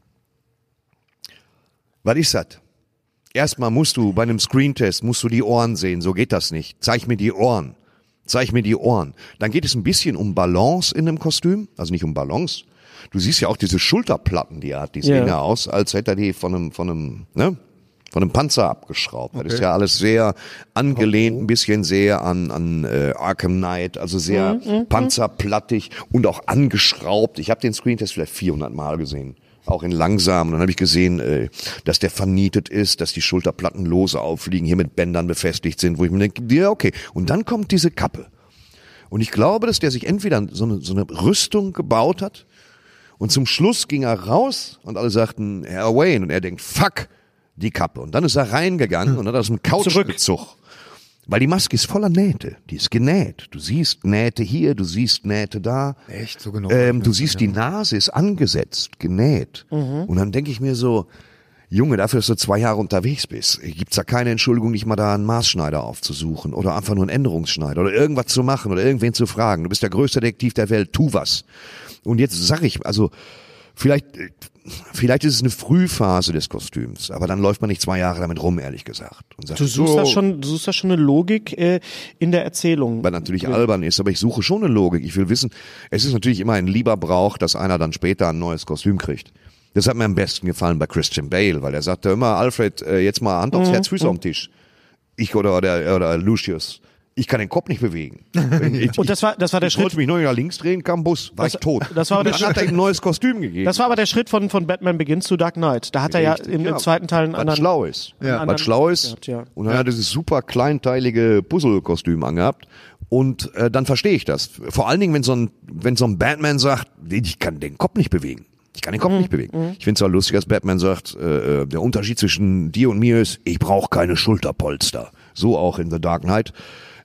Was ist das? Erstmal musst du bei einem Screentest die Ohren sehen, so geht das nicht. Zeig mir die Ohren. Dann geht es ein bisschen um Balance in einem Kostüm, also nicht um Balance. Du siehst ja auch diese Schulterplatten, die er hat, die sehen ja aus, als hätte er die von einem Panzer abgeschraubt. Okay. Das ist ja alles sehr angelehnt, ein bisschen sehr an Arkham Knight, also sehr panzerplattig und auch angeschraubt. Ich habe den Screentest vielleicht 400 Mal gesehen. Auch in langsam. Und dann habe ich gesehen, dass der vernietet ist, dass die Schulterplatten lose aufliegen, hier mit Bändern befestigt sind, wo ich mir denke, ja, okay. Und dann kommt diese Kappe. Und ich glaube, dass der sich entweder so eine Rüstung gebaut hat und zum Schluss ging er raus und alle sagten, Herr Wayne. Und er denkt, fuck, die Kappe. Und dann ist er reingegangen und hat aus dem Couchbezug. Weil die Maske ist voller Nähte, die ist genäht. Du siehst Nähte hier, du siehst Nähte da. Echt, so genau. Du siehst, die Nase ist angesetzt, genäht. Und dann denke ich mir so, Junge, dafür, dass du 2 Jahre unterwegs bist, gibt's da keine Entschuldigung, nicht mal da einen Maßschneider aufzusuchen oder einfach nur einen Änderungsschneider oder irgendwas zu machen oder irgendwen zu fragen. Du bist der größte Detektiv der Welt, tu was. Und jetzt sag ich, also vielleicht ist es eine Frühphase des Kostüms, aber dann läuft man nicht 2 Jahre damit rum, ehrlich gesagt. Und sagt, du suchst da schon eine Logik in der Erzählung. Weil natürlich albern ist, aber ich suche schon eine Logik. Ich will wissen, es ist natürlich immer ein lieber Brauch, dass einer dann später ein neues Kostüm kriegt. Das hat mir am besten gefallen bei Christian Bale, weil er sagte immer, Alfred, jetzt mal Hand aufs Herz, Füße auf den Tisch. Ich oder Lucius. Ich kann den Kopf nicht bewegen. Und das war der Schritt. Ich wollte mich nur nach links drehen, kam Bus, war ich tot. Das war aber dann hat er ihm ein neues Kostüm gegeben. Das war aber der Schritt von Batman Begins zu Dark Knight. Da hat er ja im zweiten Teil einen anderen... schlau ist. Was schlau ist. Und dann hat er dieses super kleinteilige Puzzle-Kostüm angehabt. Und dann verstehe ich das. Vor allen Dingen, wenn so ein Batman sagt, ich kann den Kopf nicht bewegen. Ich kann den Kopf nicht bewegen. Ich finde es auch lustig, dass Batman sagt, der Unterschied zwischen dir und mir ist, ich brauche keine Schulterpolster. So auch in The Dark Knight.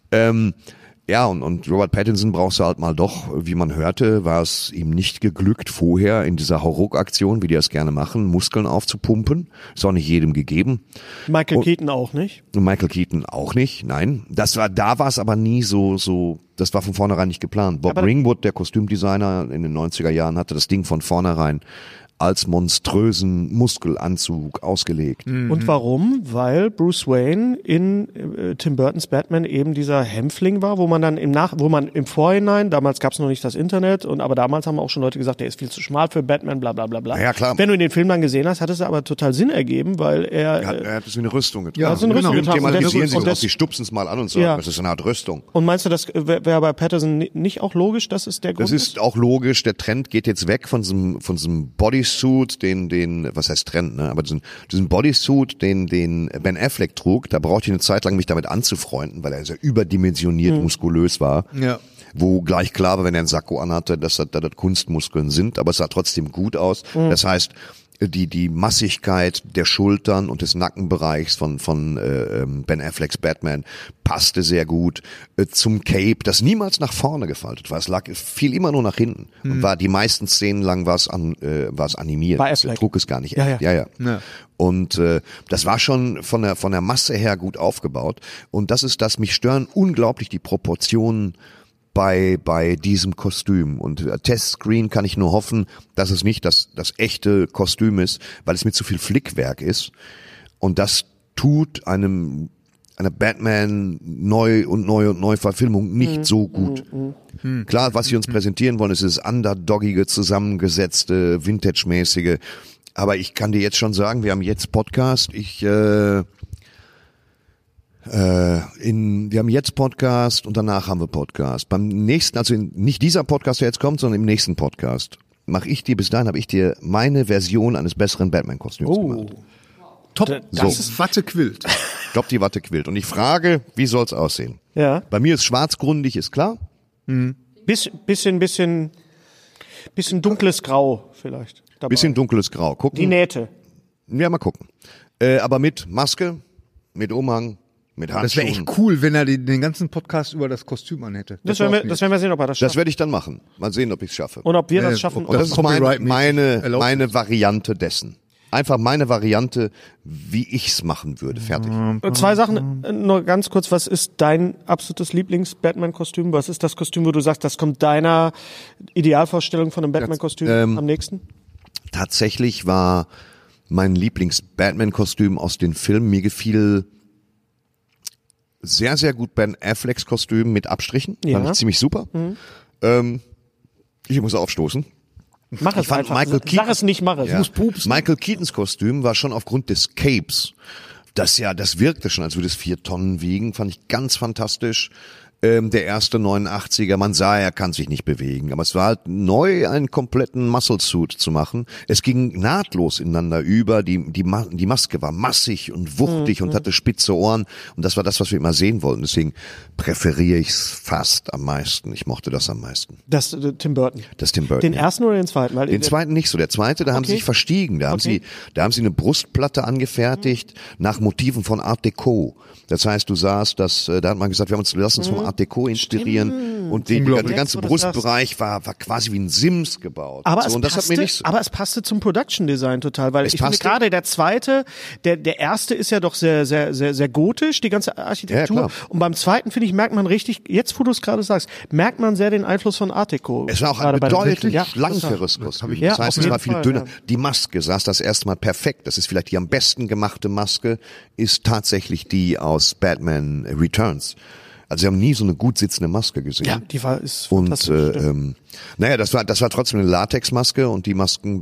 Und Robert Pattinson brauchst du halt mal doch, wie man hörte, war es ihm nicht geglückt, vorher in dieser Hauruck-Aktion, wie die das gerne machen, Muskeln aufzupumpen. Ist auch nicht jedem gegeben. Michael Keaton auch nicht? Michael Keaton auch nicht, nein. Da war es aber nie so, das war von vornherein nicht geplant. Bob Ringwood, der Kostümdesigner in den 90er Jahren, hatte das Ding von vornherein als monströsen Muskelanzug ausgelegt. Und warum? Weil Bruce Wayne in Tim Burtons Batman eben dieser Hämpfling war, wo man dann im Vorhinein, damals gab es noch nicht das Internet, aber damals haben auch schon Leute gesagt, der ist viel zu schmal für Batman, bla bla bla bla. Ja, klar. Wenn du den Film dann gesehen hast, hat es aber total Sinn ergeben, weil er hat es wie eine Rüstung getragen. Ja, so eine Rüstung getragen. Die stupsen es mal an und sagen, das ist eine Art Rüstung. Und meinst du, das wäre bei Patterson nicht auch logisch, dass es der Grund ist? Das ist auch logisch. Der Trend geht jetzt weg von so einem Bodysuit, was heißt Trend, ne? Aber diesen Bodysuit, den Ben Affleck trug, da brauchte ich eine Zeit lang, mich damit anzufreunden, weil er sehr überdimensioniert muskulös war. Ja. Wo gleich klar war, wenn er einen Sakko anhatte, dass das Kunstmuskeln sind, aber es sah trotzdem gut aus. Das heißt, die Massigkeit der Schultern und des Nackenbereichs von Ben Afflecks Batman passte sehr gut. Zum Cape, das niemals nach vorne gefaltet war. Es fiel immer nur nach hinten. Und war die meisten Szenen lang war es animiert. Bei Affleck. Trug es gar nicht. Ja. Ja. Und das war schon von der Masse her gut aufgebaut. Und das ist das, mich stören unglaublich die Proportionen bei diesem Kostüm. Und Testscreen kann ich nur hoffen, dass es nicht das echte Kostüm ist, weil es mit zu viel Flickwerk ist. Und das tut einer Batman Neuverfilmung nicht so gut. Klar, was sie uns präsentieren wollen, ist das underdoggige, zusammengesetzte, vintage-mäßige. Aber ich kann dir jetzt schon sagen, wir haben jetzt Podcast. Wir haben jetzt Podcast und danach haben wir Podcast. Beim nächsten, also nicht dieser Podcast, der jetzt kommt, sondern im nächsten Podcast, habe ich dir meine Version eines besseren Batman-Kostüms gemacht. Top. Das ist Watte quillt. Ich glaube, die Watte quillt. Und ich frage, wie soll's aussehen? Ja. Bei mir ist schwarzgründig, ist klar. Bisschen dunkles Grau vielleicht. Dabei. Bisschen dunkles Grau. Gucken. Die Nähte. Ja, mal gucken. Aber mit Maske, mit Umhang, mit Das Handschuhen. wäre echt cool, wenn er den ganzen Podcast über das Kostüm anhätte. Das werden wir sehen, ob er das schafft. Das werde ich dann machen. Mal sehen, ob ich es schaffe. Und ob wir das schaffen. Und das ist meine Variante dessen. Einfach meine Variante, wie ich's machen würde. Fertig. 2 Sachen, nur ganz kurz. Was ist dein absolutes Lieblings-Batman-Kostüm? Was ist das Kostüm, wo du sagst, das kommt deiner Idealvorstellung von einem Batman-Kostüm am nächsten? Tatsächlich war mein Lieblings-Batman-Kostüm aus den Filmen. Mir gefiel sehr, sehr gut Ben Afflecks Kostüm mit Abstrichen. Ja. Fand ich ziemlich super. Ich muss aufstoßen. Mach es Ich fand einfach. Sag es nicht, mach es. Ja. Muss pupsen. Michael Keatons Kostüm war schon aufgrund des Capes, das wirkte schon, als würde es 4 Tonnen wiegen, fand ich ganz fantastisch. Der erste 89er, man sah, er kann sich nicht bewegen, aber es war halt neu, einen kompletten Muscle Suit zu machen. Es ging nahtlos ineinander über, die Maske war massig und wuchtig und hatte spitze Ohren und das war das, was wir immer sehen wollten. Deswegen präferiere ich es fast am meisten. Ich mochte das am meisten. Das Tim Burton. Das Tim Burton. Den ersten oder den zweiten? Weil Den zweiten nicht so. Der zweite, da haben sie sich verstiegen. Da haben sie eine Brustplatte angefertigt nach Motiven von Art Deco. Das heißt, du sahst, da hat man gesagt, lass uns vom Art Deco inspirieren. Und der ganze Brustbereich war quasi wie ein Sims gebaut. Aber, so. Und das hat mir nicht so. Aber es passte zum Production Design total, weil ich finde gerade der zweite, der erste ist ja doch sehr, sehr, sehr, sehr gotisch, die ganze Architektur. Ja, und beim zweiten, finde ich, merkt man richtig, jetzt wo du es gerade sagst, merkt man sehr den Einfluss von Art Deco. Es war auch ein deutlich schlankeres Kostüm. Ja, das heißt, auf es war jeden viel Fall, dünner. ja. Die Maske saß das erste Mal perfekt. Das ist vielleicht die am besten gemachte Maske, ist tatsächlich die aus Batman Returns. Also sie haben nie so eine gut sitzende Maske gesehen. Ja, ist und fantastisch. das war trotzdem eine Latexmaske und die Masken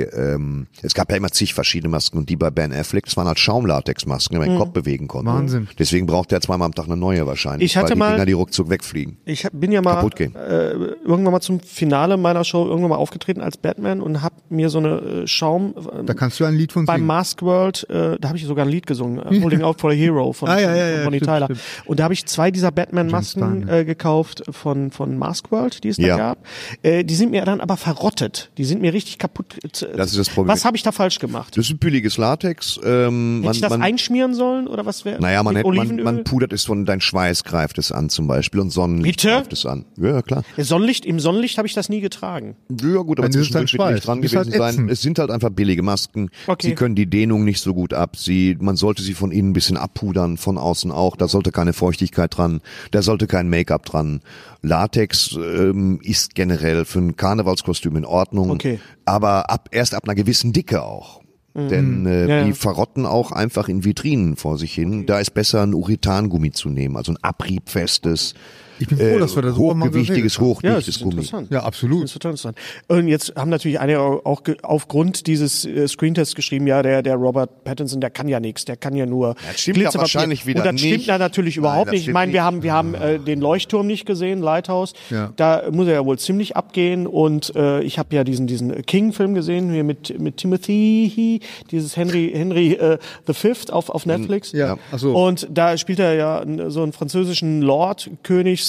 es gab ja immer zig verschiedene Masken und die bei Ben Affleck, das waren halt Schaumlatexmasken, die man den Kopf bewegen konnte. Wahnsinn. Deswegen braucht er zweimal am Tag eine neue wahrscheinlich, weil die Dinger, die ruckzuck wegfliegen. Ich bin ja mal kaputt gehen. irgendwann mal zum Finale meiner Show irgendwann mal aufgetreten als Batman und hab mir so eine Schaum Da kannst du ein Lied von beim singen. Mask World, da habe ich sogar ein Lied gesungen, Holding Out for a Hero von Bonnie stimmt, Tyler. stimmt. Und da habe ich 2 dieser Batman-Masken gekauft von Mask World, die es da gab. Die sind mir dann aber verrottet. Die sind mir richtig kaputt. Das ist das Problem. Was habe ich da falsch gemacht? Das ist ein billiges Latex. Hätte ich das einschmieren sollen oder was wäre? Naja, mit Olivenöl? man pudert es dein Schweiß greift es an zum Beispiel und Sonnenlicht Bitte? greift es an. Ja, klar. Im Sonnenlicht habe ich das nie getragen. Ja gut, aber Dann ist es dein zwischendurch wird Schweiß. nicht dran Du bist gewesen halt sein. ätzend. Es sind halt einfach billige Masken. Okay. Sie können die Dehnung nicht so gut ab. Man sollte sie von innen ein bisschen abpudern, von außen auch. Da sollte keine Feuchtigkeit dran. Da sollte kein Make-up dran. Latex ist generell für ein Karnevalskostüm in Ordnung. Okay. Aber erst ab einer gewissen Dicke auch. Denn die verrotten auch einfach in Vitrinen vor sich hin. Da ist besser ein Uretangummi zu nehmen, also ein abriebfestes, Ich bin froh, dass wir das hochgewichtiges, Ja, das hochdichtes ist Gummi. interessant. Ja, absolut. Das ist total interessant. Und jetzt haben natürlich einige auch aufgrund dieses Screentests geschrieben, ja, der Robert Pattinson, der kann ja nichts, der kann ja nur Das stimmt ja Glitzerpapier. wahrscheinlich wieder Und das nicht. stimmt da natürlich überhaupt das nicht. Ich stimmt meine, nicht. wir haben den Leuchtturm nicht gesehen, Lighthouse. Ja. Da muss er ja wohl ziemlich abgehen. Und ich habe ja diesen King-Film gesehen, hier mit Timothy, dieses Henry V auf Netflix. Ja, ach so. Und da spielt er ja so einen französischen Lord, Königs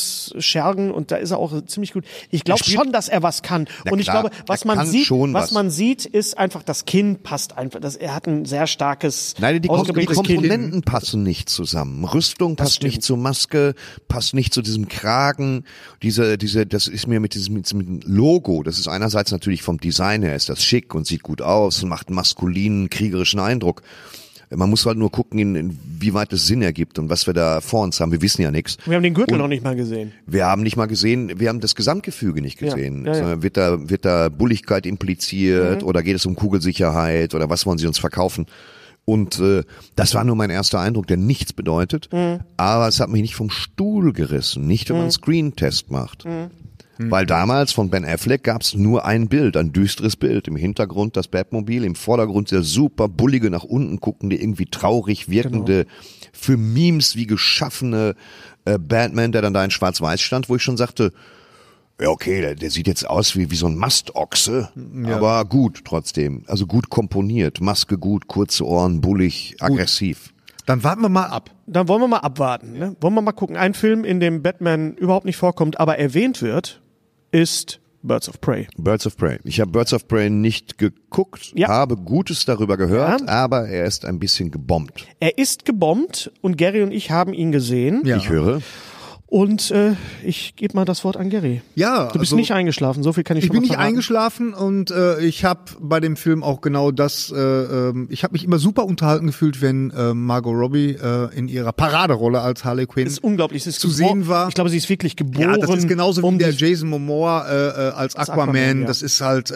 muss schergen und da ist er auch ziemlich gut. Ich glaube schon, dass er was kann. Und ich glaube, was man sieht, ist einfach, das Kinn passt einfach. Er hat ein sehr starkes, die ausgeprägtes Komponenten Kinn. passen nicht zusammen. Rüstung passt nicht zur Maske, passt nicht zu diesem Kragen. Das ist mir mit diesem Logo, das ist einerseits natürlich vom Design her, ist das schick und sieht gut aus und macht einen maskulinen, kriegerischen Eindruck. Man muss halt nur gucken, inwieweit es Sinn ergibt und was wir da vor uns haben. Wir wissen ja nichts. Wir haben den Gürtel noch nicht mal gesehen. Wir haben das Gesamtgefüge nicht gesehen. Ja. Wird da Bulligkeit impliziert oder geht es um Kugelsicherheit oder was wollen sie uns verkaufen? Und das war nur mein erster Eindruck, der nichts bedeutet. Aber es hat mich nicht vom Stuhl gerissen. Nicht, wenn man einen Screen-Test macht. Weil damals von Ben Affleck gab es nur ein Bild, ein düsteres Bild. Im Hintergrund das Batmobil, im Vordergrund der super bullige, nach unten guckende, irgendwie traurig wirkende, für Memes wie geschaffene Batman, der dann da in Schwarz-Weiß stand, wo ich schon sagte, ja okay, der sieht jetzt aus wie so ein Mastochse, aber gut trotzdem. Also gut komponiert, Maske gut, kurze Ohren, bullig, aggressiv. Dann warten wir mal ab. Dann wollen wir mal abwarten. Ne? Wollen wir mal gucken. Ein Film, in dem Batman überhaupt nicht vorkommt, aber erwähnt wird, ist Birds of Prey. Birds of Prey. Ich habe Birds of Prey nicht geguckt, habe Gutes darüber gehört, aber er ist ein bisschen gebombt. Er ist gebombt und Gary und ich haben ihn gesehen. Ja. Ich höre. Und ich gebe mal das Wort an Gary. Ja, du bist nicht eingeschlafen, so viel kann ich schon mal verraten. Ich bin nicht eingeschlafen und ich habe bei dem Film auch genau das, ich habe mich immer super unterhalten gefühlt, wenn Margot Robbie in ihrer Paraderolle als Harley Quinn das ist unglaublich. zu sehen war. Ich glaube, sie ist wirklich geboren. Ja, das ist genauso wie der Jason Momoa als Aquaman. Ja. Das ist halt,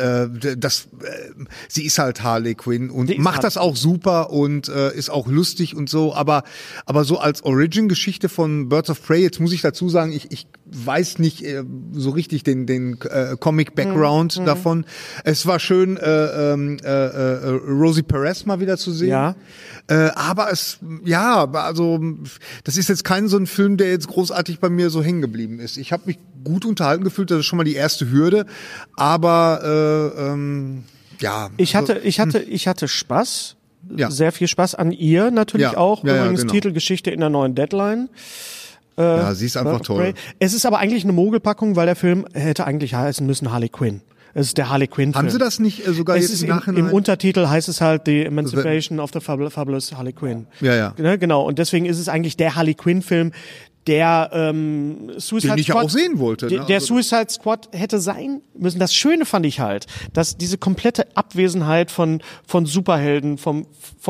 sie ist halt Harley Quinn und macht das auch super und ist auch lustig und so, aber so als Origin-Geschichte von Birds of Prey, jetzt muss ich dazu sagen, ich weiß nicht so richtig den Comic-Background davon. Es war schön, Rosie Perez mal wieder zu sehen. Ja. Aber also das ist jetzt kein so ein Film, der jetzt großartig bei mir so hängen geblieben ist. Ich habe mich gut unterhalten gefühlt, das ist schon mal die erste Hürde. Aber Ich hatte Spaß. Ja. Sehr viel Spaß an ihr natürlich auch. Übrigens genau. Titelgeschichte in der neuen Deadline. Sie ist einfach toll. Es ist aber eigentlich eine Mogelpackung, weil der Film hätte eigentlich heißen müssen Harley Quinn. Es ist der Harley Quinn-Film. Haben sie das nicht sogar jetzt im Nachhinein? Im Untertitel heißt es halt The Emancipation of the Fabulous Harley Quinn. Ja. Genau, und deswegen ist es eigentlich der Harley Quinn-Film, der Suicide den ich Squad auch sehen wollte. Ne? Der Suicide Squad hätte sein müssen. Das Schöne fand ich halt, dass diese komplette Abwesenheit von Superhelden, vom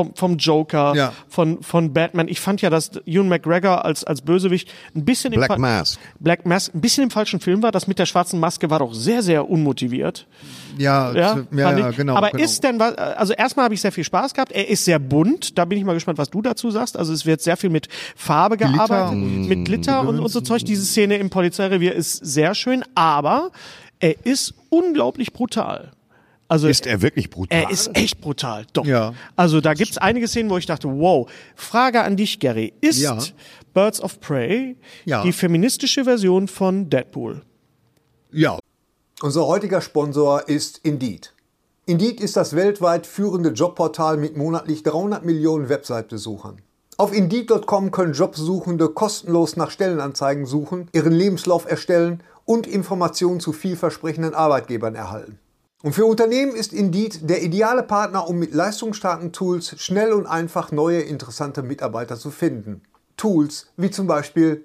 Joker, von Batman. Ich fand ja, dass Ewan McGregor als Bösewicht ein bisschen Black Mask ein bisschen im falschen Film war. Das mit der schwarzen Maske war doch sehr, sehr unmotiviert. Ja, genau. Aber ist denn was? Also erstmal habe ich sehr viel Spaß gehabt. Er ist sehr bunt. Da bin ich mal gespannt, was du dazu sagst. Also es wird sehr viel mit Farbe gearbeitet, mit Glitter und so Zeug. Diese Szene im Polizeirevier ist sehr schön, aber er ist unglaublich brutal. Also ist er wirklich brutal? Er ist echt brutal, doch. Ja. Also da gibt's einige Szenen, wo ich dachte, wow. Frage an dich, Gary. Ist Birds of Prey die feministische Version von Deadpool? Ja. Unser heutiger Sponsor ist Indeed. Indeed ist das weltweit führende Jobportal mit monatlich 300 Millionen Website-Besuchern. Auf Indeed.com können Jobsuchende kostenlos nach Stellenanzeigen suchen, ihren Lebenslauf erstellen und Informationen zu vielversprechenden Arbeitgebern erhalten. Und für Unternehmen ist Indeed der ideale Partner, um mit leistungsstarken Tools schnell und einfach neue, interessante Mitarbeiter zu finden. Tools wie zum Beispiel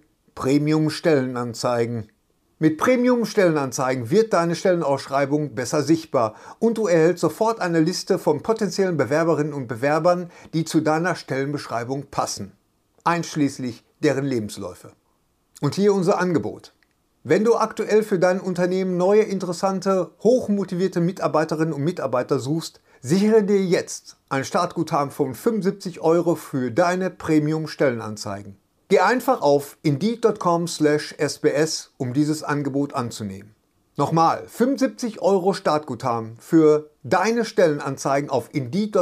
Premium-Stellenanzeigen. Mit Premium-Stellenanzeigen wird deine Stellenausschreibung besser sichtbar und du erhältst sofort eine Liste von potenziellen Bewerberinnen und Bewerbern, die zu deiner Stellenbeschreibung passen, einschließlich deren Lebensläufe. Und hier unser Angebot. Wenn du aktuell für dein Unternehmen neue, interessante, hochmotivierte Mitarbeiterinnen und Mitarbeiter suchst, sichere dir jetzt ein Startguthaben von 75 € für deine Premium-Stellenanzeigen. Geh einfach auf Indeed.com/SBS, um dieses Angebot anzunehmen. Nochmal, 75 € Startguthaben für deine Stellenanzeigen auf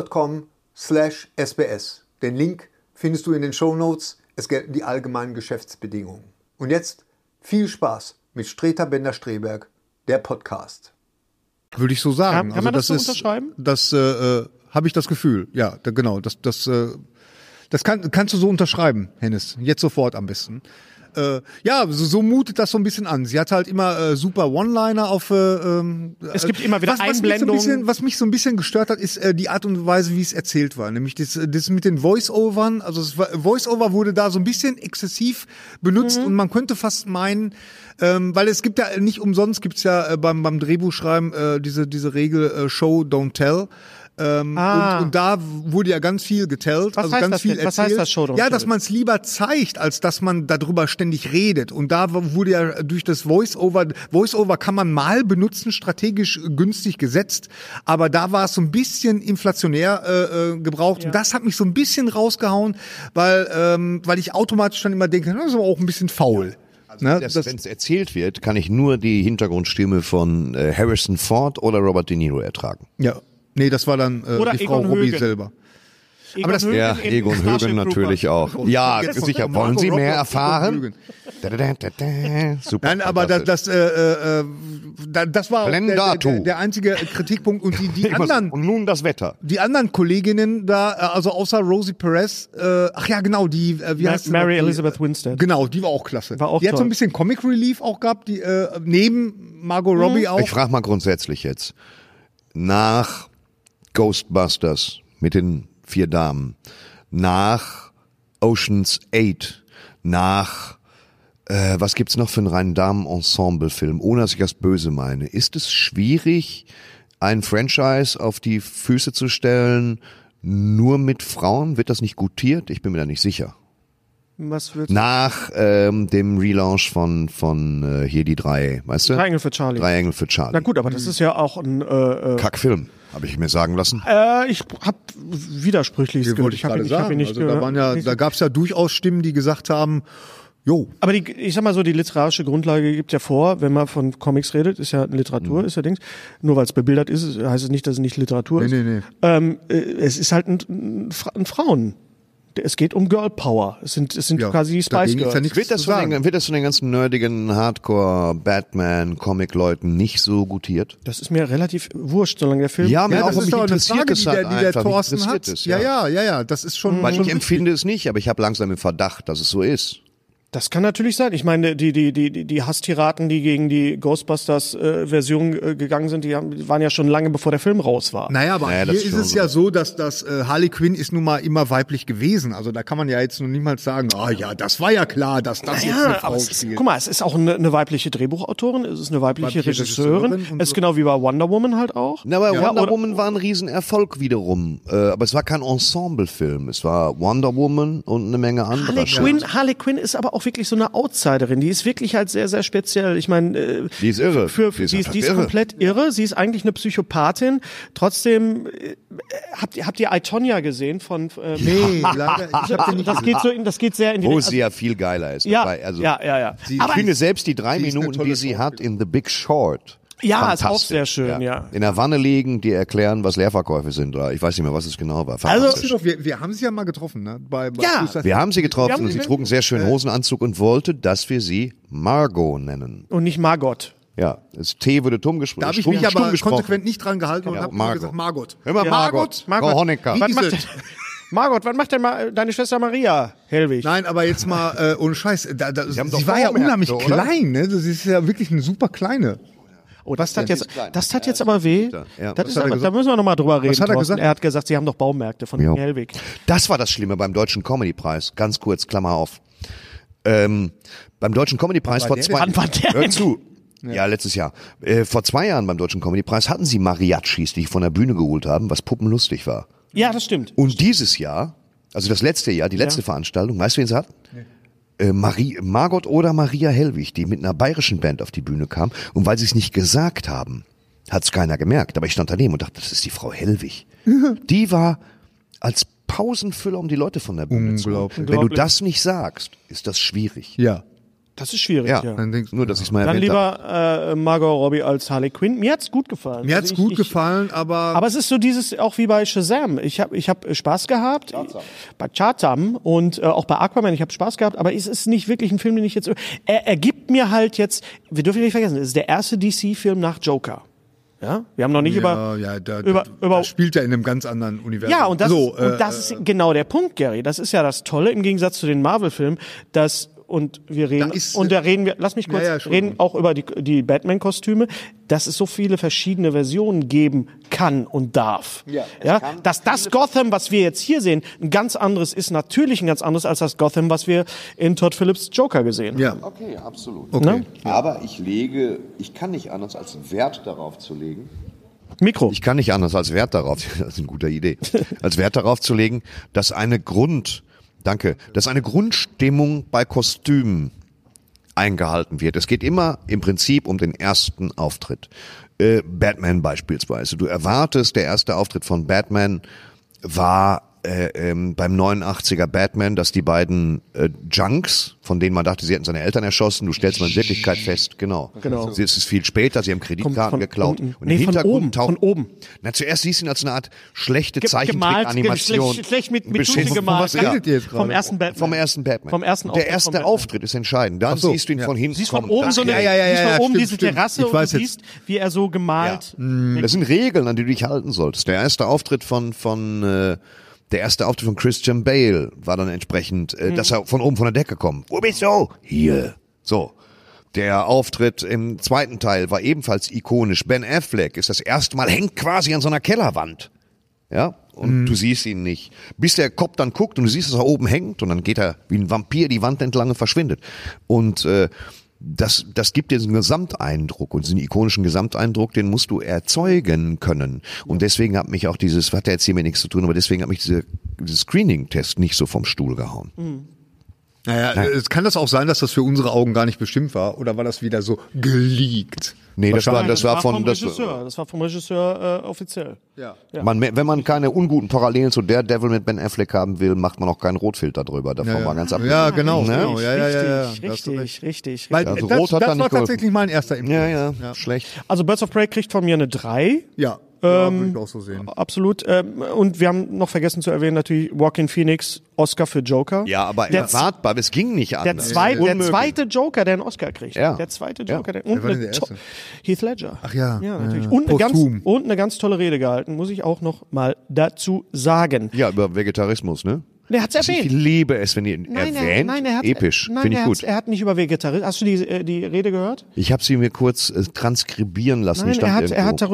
Indeed.com/SBS. Den Link findest du in den Shownotes. Es gelten die allgemeinen Geschäftsbedingungen. Und jetzt viel Spaß mit Streter Bender-Streberg, der Podcast. Würde ich so sagen. Kann man das so unterschreiben? Das habe ich das Gefühl. Ja, genau. Das kannst du so unterschreiben, Hennes. Jetzt sofort am besten. so mutet das so ein bisschen an. Sie hat halt immer super One-Liner auf. Es gibt immer wieder Einblendungen. Was mich so ein bisschen gestört hat, ist die Art und Weise, wie es erzählt war. Nämlich das mit den Voice-Overn. Also Voice-Over wurde da so ein bisschen exzessiv benutzt und man könnte fast meinen, weil es gibt ja nicht umsonst gibt's ja beim Drehbuchschreiben diese Regel Show, don't tell. Und da wurde ja ganz viel getellt, Was also heißt ganz das viel denn? Was erzählt. heißt das Show, don't ja, tell? dass man es lieber zeigt, als dass man darüber ständig redet. Und da wurde ja durch das Voice-Over kann man mal benutzen, strategisch günstig gesetzt, aber da war es so ein bisschen inflationär gebraucht. Und das hat mich so ein bisschen rausgehauen, weil ich automatisch dann immer denke, das ist aber auch ein bisschen faul. Wenn es erzählt wird, kann ich nur die Hintergrundstimme von Harrison Ford oder Robert De Niro ertragen. Ja. Nee, das war dann Oder die Frau Egon Robbie Högen. selber. Egon Högen Ja, in Egon Starship Högen natürlich Troopers. auch. Ja, sicher. Wollen Sie mehr erfahren? Super. Nein, aber das war auch der einzige Kritikpunkt. Und die anderen, Und nun das Wetter. die anderen Kolleginnen da, also außer Rosie Perez, wie heißt sie? Mary Elizabeth Winstead. Genau, die war auch klasse. War auch die hat so toll. ein bisschen Comic Relief auch gehabt, die neben Margot Robbie auch. Ich frage mal grundsätzlich jetzt. Nach Ghostbusters mit den 4 Damen, nach Ocean's 8, nach was gibt's noch für einen reinen Damen-Ensemble-Film, ohne dass ich das Böse meine. Ist es schwierig, ein Franchise auf die Füße zu stellen, nur mit Frauen? Wird das nicht gutiert? Ich bin mir da nicht sicher. Was wird's? Nach dem Relaunch von hier die 3, weißt du? 3 Engel für Charlie. 3 Engel für Charlie. Na gut, aber das ist ja auch ein Kackfilm, habe ich mir sagen lassen. ich habe Widersprüchliches Wollte ich gerade sagen. Da gab es ja durchaus Stimmen, die gesagt haben, jo. Aber ich sag mal so, die literarische Grundlage gibt ja vor, wenn man von Comics redet, ist ja Literatur, ist ja Dings. Nur weil es bebildert ist, heißt es nicht, dass es nicht Literatur ist. Nee. Es ist halt ein Frauen. Es geht um Girl Power. Es sind quasi die Spice dagegen ist ja Girls. nichts Wird das von den ganzen nerdigen Hardcore-Batman-Comic-Leuten nicht so gutiert? Das ist mir relativ wurscht, solange der Film... Ja, Ja, auch das ist mich doch eine interessiert Frage, es die halt der einfach, mich Thorsten hat. interessiert es, Ja, das ist schon. Weil schon ich empfinde es nicht, aber ich habe langsam den Verdacht, dass es so ist. Das kann natürlich sein. Ich meine, die Hasstiraden, die gegen die Ghostbusters-Version gegangen sind, waren ja schon lange bevor der Film raus war. Naja, aber Naja, hier das ist schon es so. ja so, dass Harley Quinn ist nun mal immer weiblich gewesen. Also da kann man ja jetzt noch niemals sagen, das war ja klar, dass das jetzt eine Ja, aber Frau es ist, spielt. guck mal, es ist auch eine weibliche Drehbuchautorin, es ist eine weibliche Weibliche Regisseurin, Regisseurin und es ist so. genau wie bei Wonder Woman halt auch. Na, aber Wonder oder- Woman war ein Riesenerfolg wiederum. Aber es war kein Ensemble-Film. Es war Wonder Woman und eine Menge anderer. Harley Quinn ist aber auch wirklich so eine Outsiderin. Die ist wirklich halt sehr, sehr speziell. Ich meine, Die ist irre. Die ist komplett irre. Sie ist eigentlich eine Psychopathin. Trotzdem, habt ihr I, Tonya gesehen von? Nee, leider. Ich hab den nicht gesehen. Das geht sehr in die Wo Richtung. sie ja viel geiler ist. Ja, dabei. Also, ja. Ich finde selbst die 3 sie ist eine Minuten, tolle die sie hat Schauspielerin. in The Big Short. Ja, ist auch fantastisch. sehr schön, ja. In der Wanne liegen, die erklären, was Leerverkäufe sind. Oder ich weiß nicht mehr, was es genau war. Also- Fantastisch. Wir haben sie ja mal getroffen, ne? Bei Ja. Suicide Wir haben sie getroffen Wir haben und sie sie- trug einen sehr schönen Hosenanzug und wollte, dass wir sie Margot nennen. Und nicht Margot. Ja, das T wurde dumm gesprochen. Da habe ich mich aber konsequent nicht dran gehalten und habe Margot. gesagt, Margot. Hör mal, Ja. Margot. Frau Honecker. Wie Was ist macht es? denn, Margot, was macht denn mal deine Schwester Maria, Hellwig? Nein, aber jetzt mal ohne Scheiß. haben doch Sie war ja Baumärkte, unheimlich oder? klein, ne? Sie ist ja wirklich eine super kleine. Oh, das tat Ja, jetzt, sie ist klein. das tat jetzt aber weh. Ja. Das Was ist hat er aber, gesagt? da müssen wir noch mal drüber reden. hat er Thorsten. gesagt? Er hat gesagt, sie haben doch Baumärkte von Ja. Hellwig. Das war das Schlimme beim Deutschen Comedy-Preis. Ganz kurz, Klammer auf. Beim Deutschen Comedy-Preis vor der 2 denn? Wann war der Hör denn? zu. Ja, letztes Jahr. Vor 2 Jahren beim Deutschen Comedy-Preis hatten sie Mariachis, die ich von der Bühne geholt haben, was puppenlustig war. Ja, das stimmt. Und dieses Jahr, also das letzte Jahr, die letzte Veranstaltung, weißt du, wen sie hatten? Margot oder Maria Hellwig, die mit einer bayerischen Band auf die Bühne kam. Und weil sie es nicht gesagt haben, hat es keiner gemerkt. Aber ich stand daneben und dachte, das ist die Frau Hellwig. Die war als Pausenfüller, um die Leute von der Bühne zu holen. Unglaublich. Wenn du das nicht sagst, ist das schwierig. Ja. Das ist schwierig, Ja, ja. Dann denkst du, nur, dass ich es mal Dann erwähnt habe. lieber Margot Robbie als Harley Quinn. Mir hat's gut gefallen. mir hat's Also gut gefallen, Aber es ist so dieses, auch wie bei Shazam. Ich hab Spaß gehabt. Bei Shazam und auch bei Aquaman, ich habe Spaß gehabt, aber es ist nicht wirklich ein Film, den ich jetzt... Er gibt mir halt jetzt, wir dürfen nicht vergessen, es ist der erste DC-Film nach Joker. Ja, wir haben noch nicht da spielt ja in einem ganz anderen Universum. Ja, und das, so, und das ist genau der Punkt, Gary. Das ist ja das Tolle im Gegensatz zu den Marvel-Filmen, dass und wir reden, ist, und da reden wir, lass mich kurz, ja, reden auch über die Batman-Kostüme, dass es so viele verschiedene Versionen geben kann und darf. Ja, dass das Gotham, was wir jetzt hier sehen, ein ganz anderes ist, natürlich ein ganz anderes als das Gotham, was wir in Todd Phillips Joker gesehen haben. Ja. Okay, absolut. Okay. Aber ich kann nicht anders als Wert darauf zu legen. Mikro. Ich kann nicht anders als Wert darauf, das ist eine gute Idee, als Wert darauf zu legen, dass eine Grundstimmung bei Kostümen eingehalten wird. Es geht immer im Prinzip um den ersten Auftritt. Batman beispielsweise. Du erwartest, der erste Auftritt von Batman war beim 89er Batman, dass die beiden Junks, von denen man dachte, sie hätten seine Eltern erschossen, du stellst mal in Wirklichkeit fest, genau. Es ist viel später, sie haben Kreditkarten geklaut. Unten. Und im Hintergrund von oben. Na, zuerst siehst du ihn als eine Art schlechte Gemalt, Zeichentrick-Animation. schlecht mit Tute Beschissen. gemalt. Was redet ihr jetzt gerade? Vom ersten Batman. Vom ersten Batman. Vom ersten Der Auftritt erste vom Batman. Auftritt ist entscheidend. Dann so, siehst du ihn von hinten. Siehst von kommen. oben so eine, siehst von oben stimmt, diese stimmt. Terrasse Ich und weiß du jetzt. siehst, wie er so gemalt. Das sind Regeln, an die du dich halten solltest. Der erste Auftritt von Christian Bale war dann entsprechend, dass er von oben von der Decke kommt. Wo bist du? Hier. So. Der Auftritt im zweiten Teil war ebenfalls ikonisch. Ben Affleck ist das erste Mal, hängt quasi an so einer Kellerwand. Ja? Und du siehst ihn nicht. Bis der Kopf dann guckt und du siehst, dass er oben hängt und dann geht er wie ein Vampir die Wand entlang und verschwindet. Und das gibt dir so einen Gesamteindruck und diesen ikonischen Gesamteindruck, den musst du erzeugen können. Und deswegen hat mich auch hat ja jetzt hiermit nichts zu tun, aber deswegen hat mich dieser Screening-Test nicht so vom Stuhl gehauen. Naja, es kann das auch sein, dass das für unsere Augen gar nicht bestimmt war, oder war das wieder so geleakt? Nee, das war vom Regisseur. Das war vom Regisseur offiziell. Ja. Wenn man keine unguten Parallelen zu Daredevil mit Ben Affleck haben will, macht man auch keinen Rotfilter drüber. Davon war ganz abgesehen. Ja, genau. Ne? Genau. Ja. Richtig. Weil Also das Rot hat da nicht war geholfen. tatsächlich mein erster Impuls. Ja, schlecht. Also Birds of Prey kriegt von mir eine 3. Ja, würde ich auch so sehen. Absolut. Und wir haben noch vergessen zu erwähnen, natürlich Joaquin Phoenix, Oscar für Joker. Ja, aber erwartbar, es ging nicht Der anders. zweite Joker, der einen Oscar kriegt. Ja. Der zweite Ja. Joker, Wer war denn der erste? Heath Ledger. Ach ja. Ja, natürlich. Ja. Und Posthum. eine ganz tolle Rede gehalten, muss ich auch noch mal dazu sagen. Ja, über Vegetarismus, ne? Der hat's Ich erwähnt. liebe es, wenn ihr erwähnt. Episch, finde ich gut. Er hat nicht über Vegetarismus. Hast du die Rede gehört? Ich habe sie mir kurz transkribieren lassen. Nein, Die stand er hat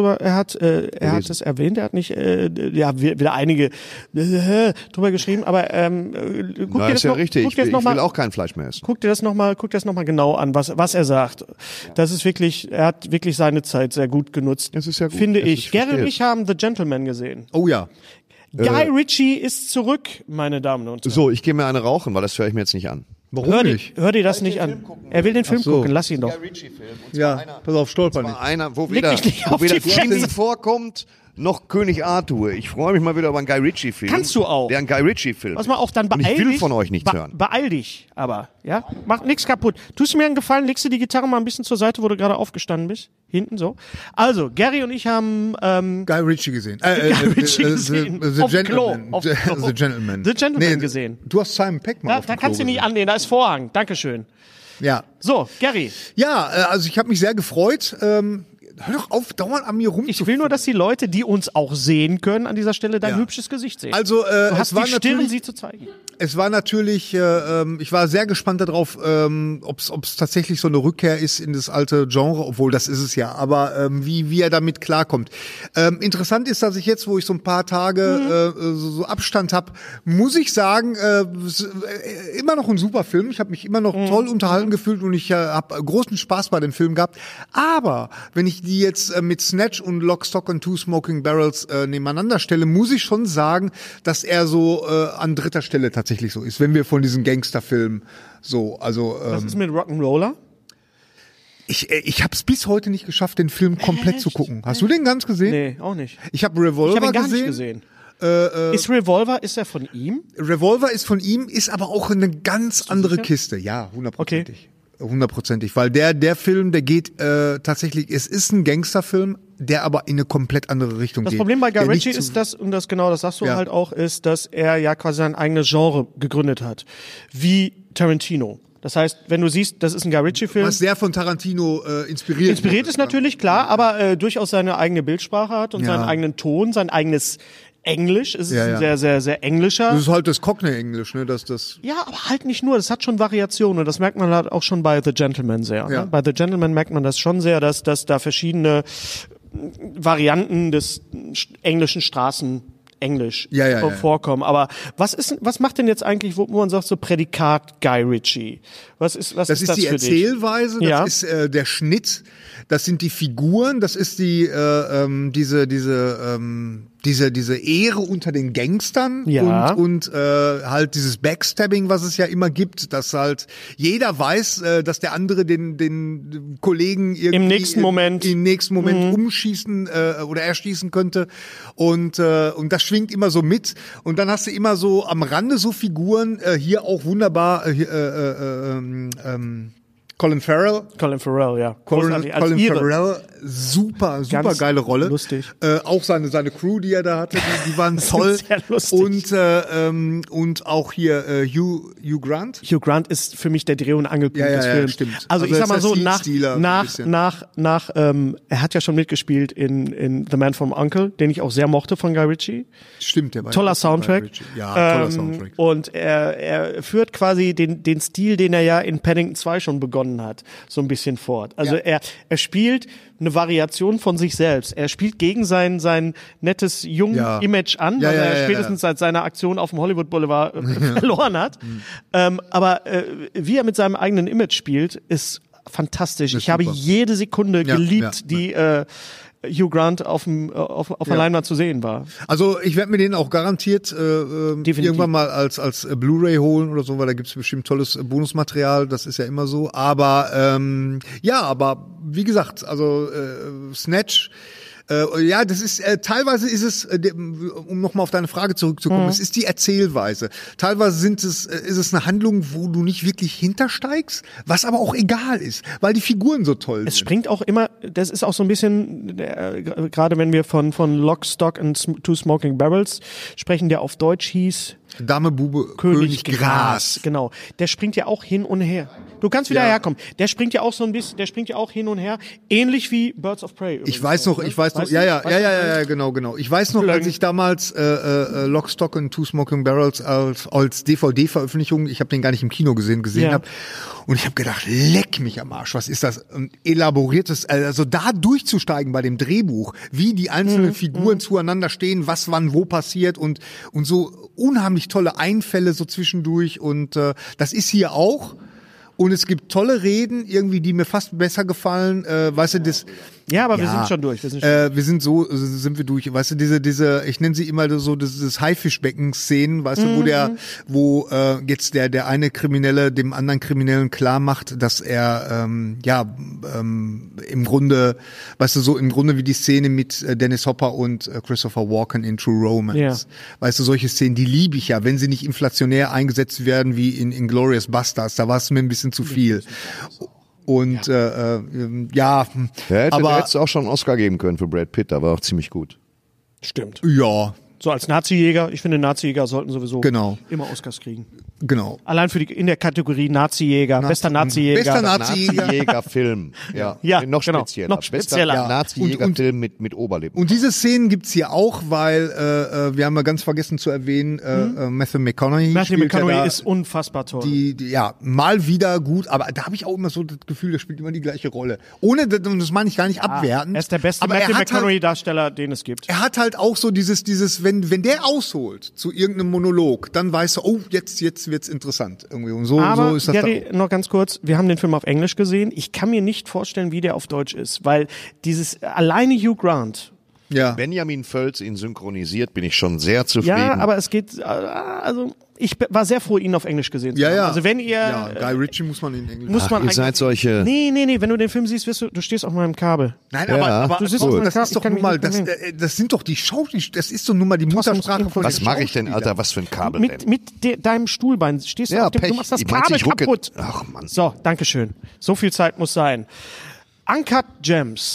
es erwähnt. Er hat nicht, wieder einige drüber geschrieben, aber guck Na, dir ist ja richtig. Guck dir das Ich noch mal, will auch kein Fleisch mehr essen. guck dir das noch mal genau an, was er sagt. Das ist wirklich, er hat wirklich seine Zeit sehr gut genutzt. Es ist ja gut. Finde Es ich. ist Gary und versteht. ich haben The Gentleman gesehen. Oh ja. Guy Ritchie ist zurück, meine Damen und Herren. So, ich gehe mir eine rauchen, weil das höre ich mir jetzt nicht an. Warum nicht? Hör dir das nicht an. Er will den Film so. gucken, lass ihn doch. Ja, pass auf, stolper nicht. Einer, wo Leg weder mich nicht auf die Genie Fresse. vorkommt, noch König Arthur. Ich freue mich mal wieder über einen Guy Ritchie-Film. Kannst du auch. Wäre ein Guy Ritchie-Film. Pass mal auf, dann beeil Und dich. ich will von euch nichts hören. Beeil dich, aber, ja? Mach nichts kaputt. Tust du mir einen Gefallen, legst du die Gitarre mal ein bisschen zur Seite, wo du gerade aufgestanden bist. Hinten so. Also, Gary und ich haben, Guy Ritchie gesehen. Guy Ritchie gesehen. The Auf dem Gentleman. Klo. Auf dem Klo. The Gentleman. The Gentleman gesehen. Du hast Simon Peck mal da auf dem kannst du Klo nicht gesehen. anlehnen, da ist Vorhang. Dankeschön. Ja. So, Gary, Ja, also ich habe mich sehr gefreut. Hör doch auf, dauernd an mir rum. ich will nur, dass die Leute, die uns auch sehen können, an dieser Stelle dein Ja. hübsches Gesicht sehen. Also, du es hast war die Stirn, natürlich, sie zu zeigen. ich war sehr gespannt darauf, ob es tatsächlich so eine Rückkehr ist in das alte Genre, obwohl das ist es ja, aber wie er damit klarkommt. Interessant ist, dass ich jetzt, wo ich so ein paar Tage so Abstand habe, muss ich sagen, immer noch ein super Film. Ich habe mich immer noch toll unterhalten gefühlt und ich habe großen Spaß bei dem Film gehabt. Aber wenn ich die jetzt mit Snatch und Lock, Stock and Two Smoking Barrels nebeneinander stelle, muss ich schon sagen, dass er so an dritter Stelle tatsächlich so ist, wenn wir von diesen Gangsterfilmen so, also Was ist mit Rock'n'Roller? ich habe es bis heute nicht geschafft, den Film komplett zu gucken. Hast du den ganz gesehen? Nee, auch nicht. Ich habe Revolver Ich habe ihn gar gesehen. nicht gesehen. Ist Revolver, ist er von ihm? Revolver ist von ihm, ist aber auch eine ganz andere Kiste. Ja, 100%ig. 100%ig, weil der Film, der geht tatsächlich, es ist ein Gangsterfilm, der aber in eine komplett andere Richtung geht. Das Problem bei Guy Der nicht Ritchie zu- ist das, und das genau, das sagst du Ja. halt auch, ist, dass er ja quasi sein eigenes Genre gegründet hat. Wie Tarantino. Das heißt, wenn du siehst, das ist ein Guy Ritchie-Film. was sehr von Tarantino inspiriert Inspiriert wurde. ist natürlich, klar, aber durchaus seine eigene Bildsprache hat und Ja. seinen eigenen Ton, sein eigenes Englisch. Es ist ein sehr, sehr, sehr englischer. Das ist halt das Cockney-Englisch, ne? Ja, aber halt nicht nur. Das hat schon Variationen. Und das merkt man halt auch schon bei The Gentleman sehr. Ja. Ne? Bei The Gentleman merkt man das schon sehr, dass da verschiedene Varianten des englischen Straßen-Englisch vorkommen. Aber was macht denn jetzt eigentlich, wo man sagt, so Prädikat Guy Ritchie? Was ist das ist die Erzählweise, das ist der Schnitt, das sind die Figuren, das ist die diese Ehre unter den Gangstern und halt dieses Backstabbing, was es ja immer gibt, dass halt jeder weiß, dass der andere den Kollegen irgendwie im nächsten Moment umschießen oder erschießen könnte und das schwingt immer so mit und dann hast du immer so am Rande so Figuren, hier auch wunderbar Colin Farrell, ja. Colin Farrell, super geile Rolle. Lustig. Auch seine Crew, die er da hatte, die waren toll. Sehr lustig. Und auch hier Hugh Grant. Hugh Grant ist für mich der Dreh- und Angelpunkt des Films. Stimmt. Also ich sag mal so, er hat ja schon mitgespielt in The Man from U.N.C.L.E., den ich auch sehr mochte von Guy Ritchie. Stimmt, der war toller Soundtrack. Toller Soundtrack. Und er führt quasi den Stil, den er ja in Paddington 2 schon begonnen hat, so ein bisschen fort. Also er spielt eine Variation von sich selbst. Er spielt gegen sein nettes Jung-Image an, was er spätestens seit seiner Aktion auf dem Hollywood Boulevard verloren hat. Aber wie er mit seinem eigenen Image spielt, ist fantastisch. Ich habe jede Sekunde geliebt, die Hugh Grant auf der Leinwand zu sehen war. Also ich werde mir den auch garantiert irgendwann mal als Blu-ray holen oder so, weil da gibt's bestimmt tolles Bonusmaterial, das ist ja immer so. Aber aber wie gesagt, also Snatch, das ist teilweise ist es, um nochmal auf deine Frage zurückzukommen, es ist die Erzählweise. Teilweise ist es eine Handlung, wo du nicht wirklich hintersteigst, was aber auch egal ist, weil die Figuren so toll sind. Es springt auch immer, das ist auch so ein bisschen, gerade wenn wir von Lock, Stock and Two Smoking Barrels sprechen, der auf Deutsch hieß Dame, Bube, König, Gras. Genau. Der springt ja auch hin und her. Du kannst wieder herkommen. Der springt ja auch so ein bisschen, der springt ja auch hin und her. Ähnlich wie Birds of Prey. Ich weiß noch, genau. Ich weiß noch, als ich damals Lock, Stock and Two Smoking Barrels als DVD-Veröffentlichung, ich habe den gar nicht im Kino gesehen habe. Und ich habe gedacht, leck mich am Arsch, was ist das? Ein elaboriertes, also da durchzusteigen bei dem Drehbuch, wie die einzelnen Figuren zueinander stehen, was wann wo passiert und so unheimlich tolle Einfälle so zwischendurch und das ist hier auch. Und es gibt tolle Reden, irgendwie, die mir fast besser gefallen. Weißt du, das. Ja, aber wir sind schon durch. Sind wir durch. Weißt du, diese, ich nenne sie immer so, dieses Haifischbecken-Szenen, weißt du, wo jetzt der eine Kriminelle dem anderen Kriminellen klar macht, dass er, im Grunde, weißt du, so im Grunde wie die Szene mit Dennis Hopper und Christopher Walken in True Romance. Ja. Weißt du, solche Szenen, die liebe ich ja, wenn sie nicht inflationär eingesetzt werden wie in Inglourious Basterds. Da war es mir ein bisschen zu viel. Und aber hättest du auch schon einen Oscar geben können für Brad Pitt, da war auch ziemlich gut. Stimmt. Ja. So als Nazi-Jäger, ich finde, Nazi-Jäger sollten sowieso immer Oscars kriegen. Genau. Allein in der Kategorie Nazi-Jäger, bester Nazi-Jäger. Nazi-Jäger-Film. Ja, noch spezieller. Noch spezieller. Bester Nazi-Jäger-Film mit Oberlippen. Und diese Szenen gibt's hier auch, weil wir haben ja ganz vergessen zu erwähnen, Matthew McConaughey ist unfassbar toll. Mal wieder gut, aber da habe ich auch immer so das Gefühl, der spielt immer die gleiche Rolle. Ohne, das meine ich gar nicht abwertend. Er ist der beste Matthew McConaughey-Darsteller, den es gibt. Er hat halt auch so dieses, wenn der ausholt zu irgendeinem Monolog, dann weißt du, oh, jetzt wird's interessant irgendwie. Und so ist das. Gary, noch ganz kurz, wir haben den Film auf Englisch gesehen. Ich kann mir nicht vorstellen, wie der auf Deutsch ist, weil alleine Hugh Grant. Ja. Benjamin Völz ihn synchronisiert, bin ich schon sehr zufrieden. Ja, aber es geht, ich war sehr froh, ihn auf Englisch gesehen zu haben. Ja. Also wenn ihr... Ja, Guy Ritchie muss man in Englisch... Ihr seid solche... Nee, wenn du den Film siehst, du stehst auf meinem Kabel. Nein, aber du sitzt auf meinem Kabel. Das ist doch nun mal, das sind doch die das ist doch nun mal die Muttersprache von Was mache ich denn, Alter, was für ein Kabel denn? Mit deinem Stuhlbein stehst du auf dem, du machst das Kabel kaputt. Ach Mann. So, dankeschön. So viel Zeit muss sein. Uncut Gems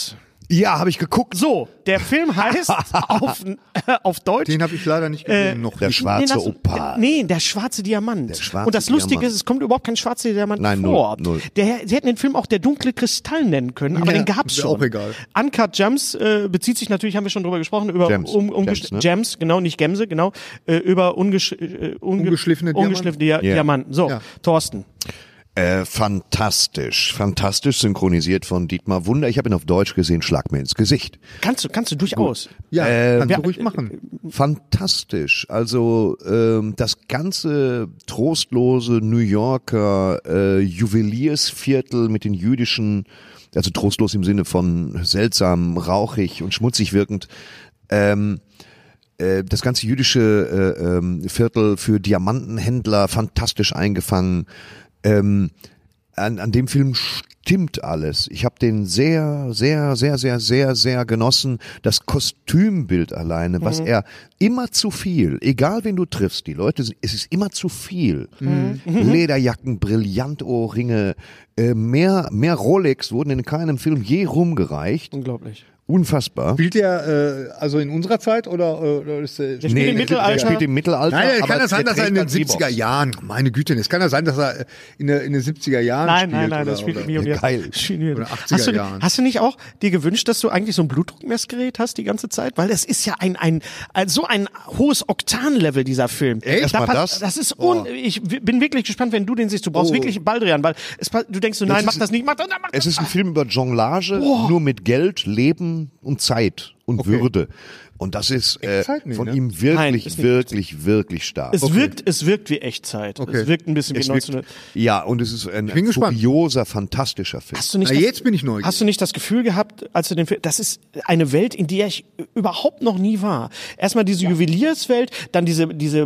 Ja, habe ich geguckt. So, der Film heißt auf Deutsch. Den habe ich leider nicht gesehen. Noch Der nicht. schwarze Nee, Opal. Nee, der schwarze Diamant. Der schwarze und das Lustige Diamant. ist, es kommt überhaupt kein schwarzer Diamant Nein, vor. null. Sie hätten den Film auch der dunkle Kristall nennen können, aber Ja, den gab's ist schon. auch egal. Uncut Gems bezieht sich natürlich, haben wir schon drüber gesprochen, über Gems, Gems, ne? Gems, genau, nicht Gemse, genau, über Ungeschliffene Diamanten. So, Ja. Thorsten. Fantastisch. Fantastisch synchronisiert von Dietmar Wunder. Ich habe ihn auf Deutsch gesehen, Schlag mir ins Gesicht. Kannst du durchaus. Ja, kannst du ruhig machen. Fantastisch. Also das ganze trostlose New Yorker Juweliersviertel mit den jüdischen, also trostlos im Sinne von seltsam, rauchig und schmutzig wirkend, das ganze jüdische Viertel für Diamantenhändler fantastisch eingefangen. An dem Film stimmt alles. Ich habe den sehr, sehr, sehr, sehr, sehr, sehr genossen. Das Kostümbild alleine, was er immer zu viel, egal wen du triffst, die Leute, es ist immer zu viel. Lederjacken, Brillantohrringe, mehr Rolex wurden in keinem Film je rumgereicht. Unglaublich. Unfassbar. Spielt der also in unserer Zeit oder ist der spielt im Mittelalter. Er spielt im Mittelalter. Nein, aber kann das sein, dass er in den trägt 70er Jahren, meine Güte, es kann ja sein, dass er in den 70er Jahren spielt. Nein, das spielt nie und jetzt. Geil. Oder 80er Jahren. Hast du nicht auch dir gewünscht, dass du eigentlich so ein Blutdruckmessgerät hast die ganze Zeit? Weil das ist ja so ein hohes Oktanlevel, dieser Film. Echt? Erstmal Das ist ich bin wirklich gespannt, wenn du den siehst. Du brauchst wirklich Baldrian, weil du denkst so, nein, mach das nicht, mach das. Es ist ein Film über Jonglage, nur mit Geld, Leben und Zeit und Würde. Und das ist Echtzeit nicht, von ne? ihm wirklich, Nein, ist nicht wirklich stark. Es wirkt wie Echtzeit. Okay. Es wirkt ein bisschen wie Es wirkt, 1900. ja, und es ist ein bin gespannt. furioser, fantastischer Film. Hast du nicht Na, jetzt bin ich neugierig. Hast du nicht das Gefühl gehabt, als du den Film, das ist eine Welt, in der ich überhaupt noch nie war. Erstmal diese Juwelierswelt, dann diese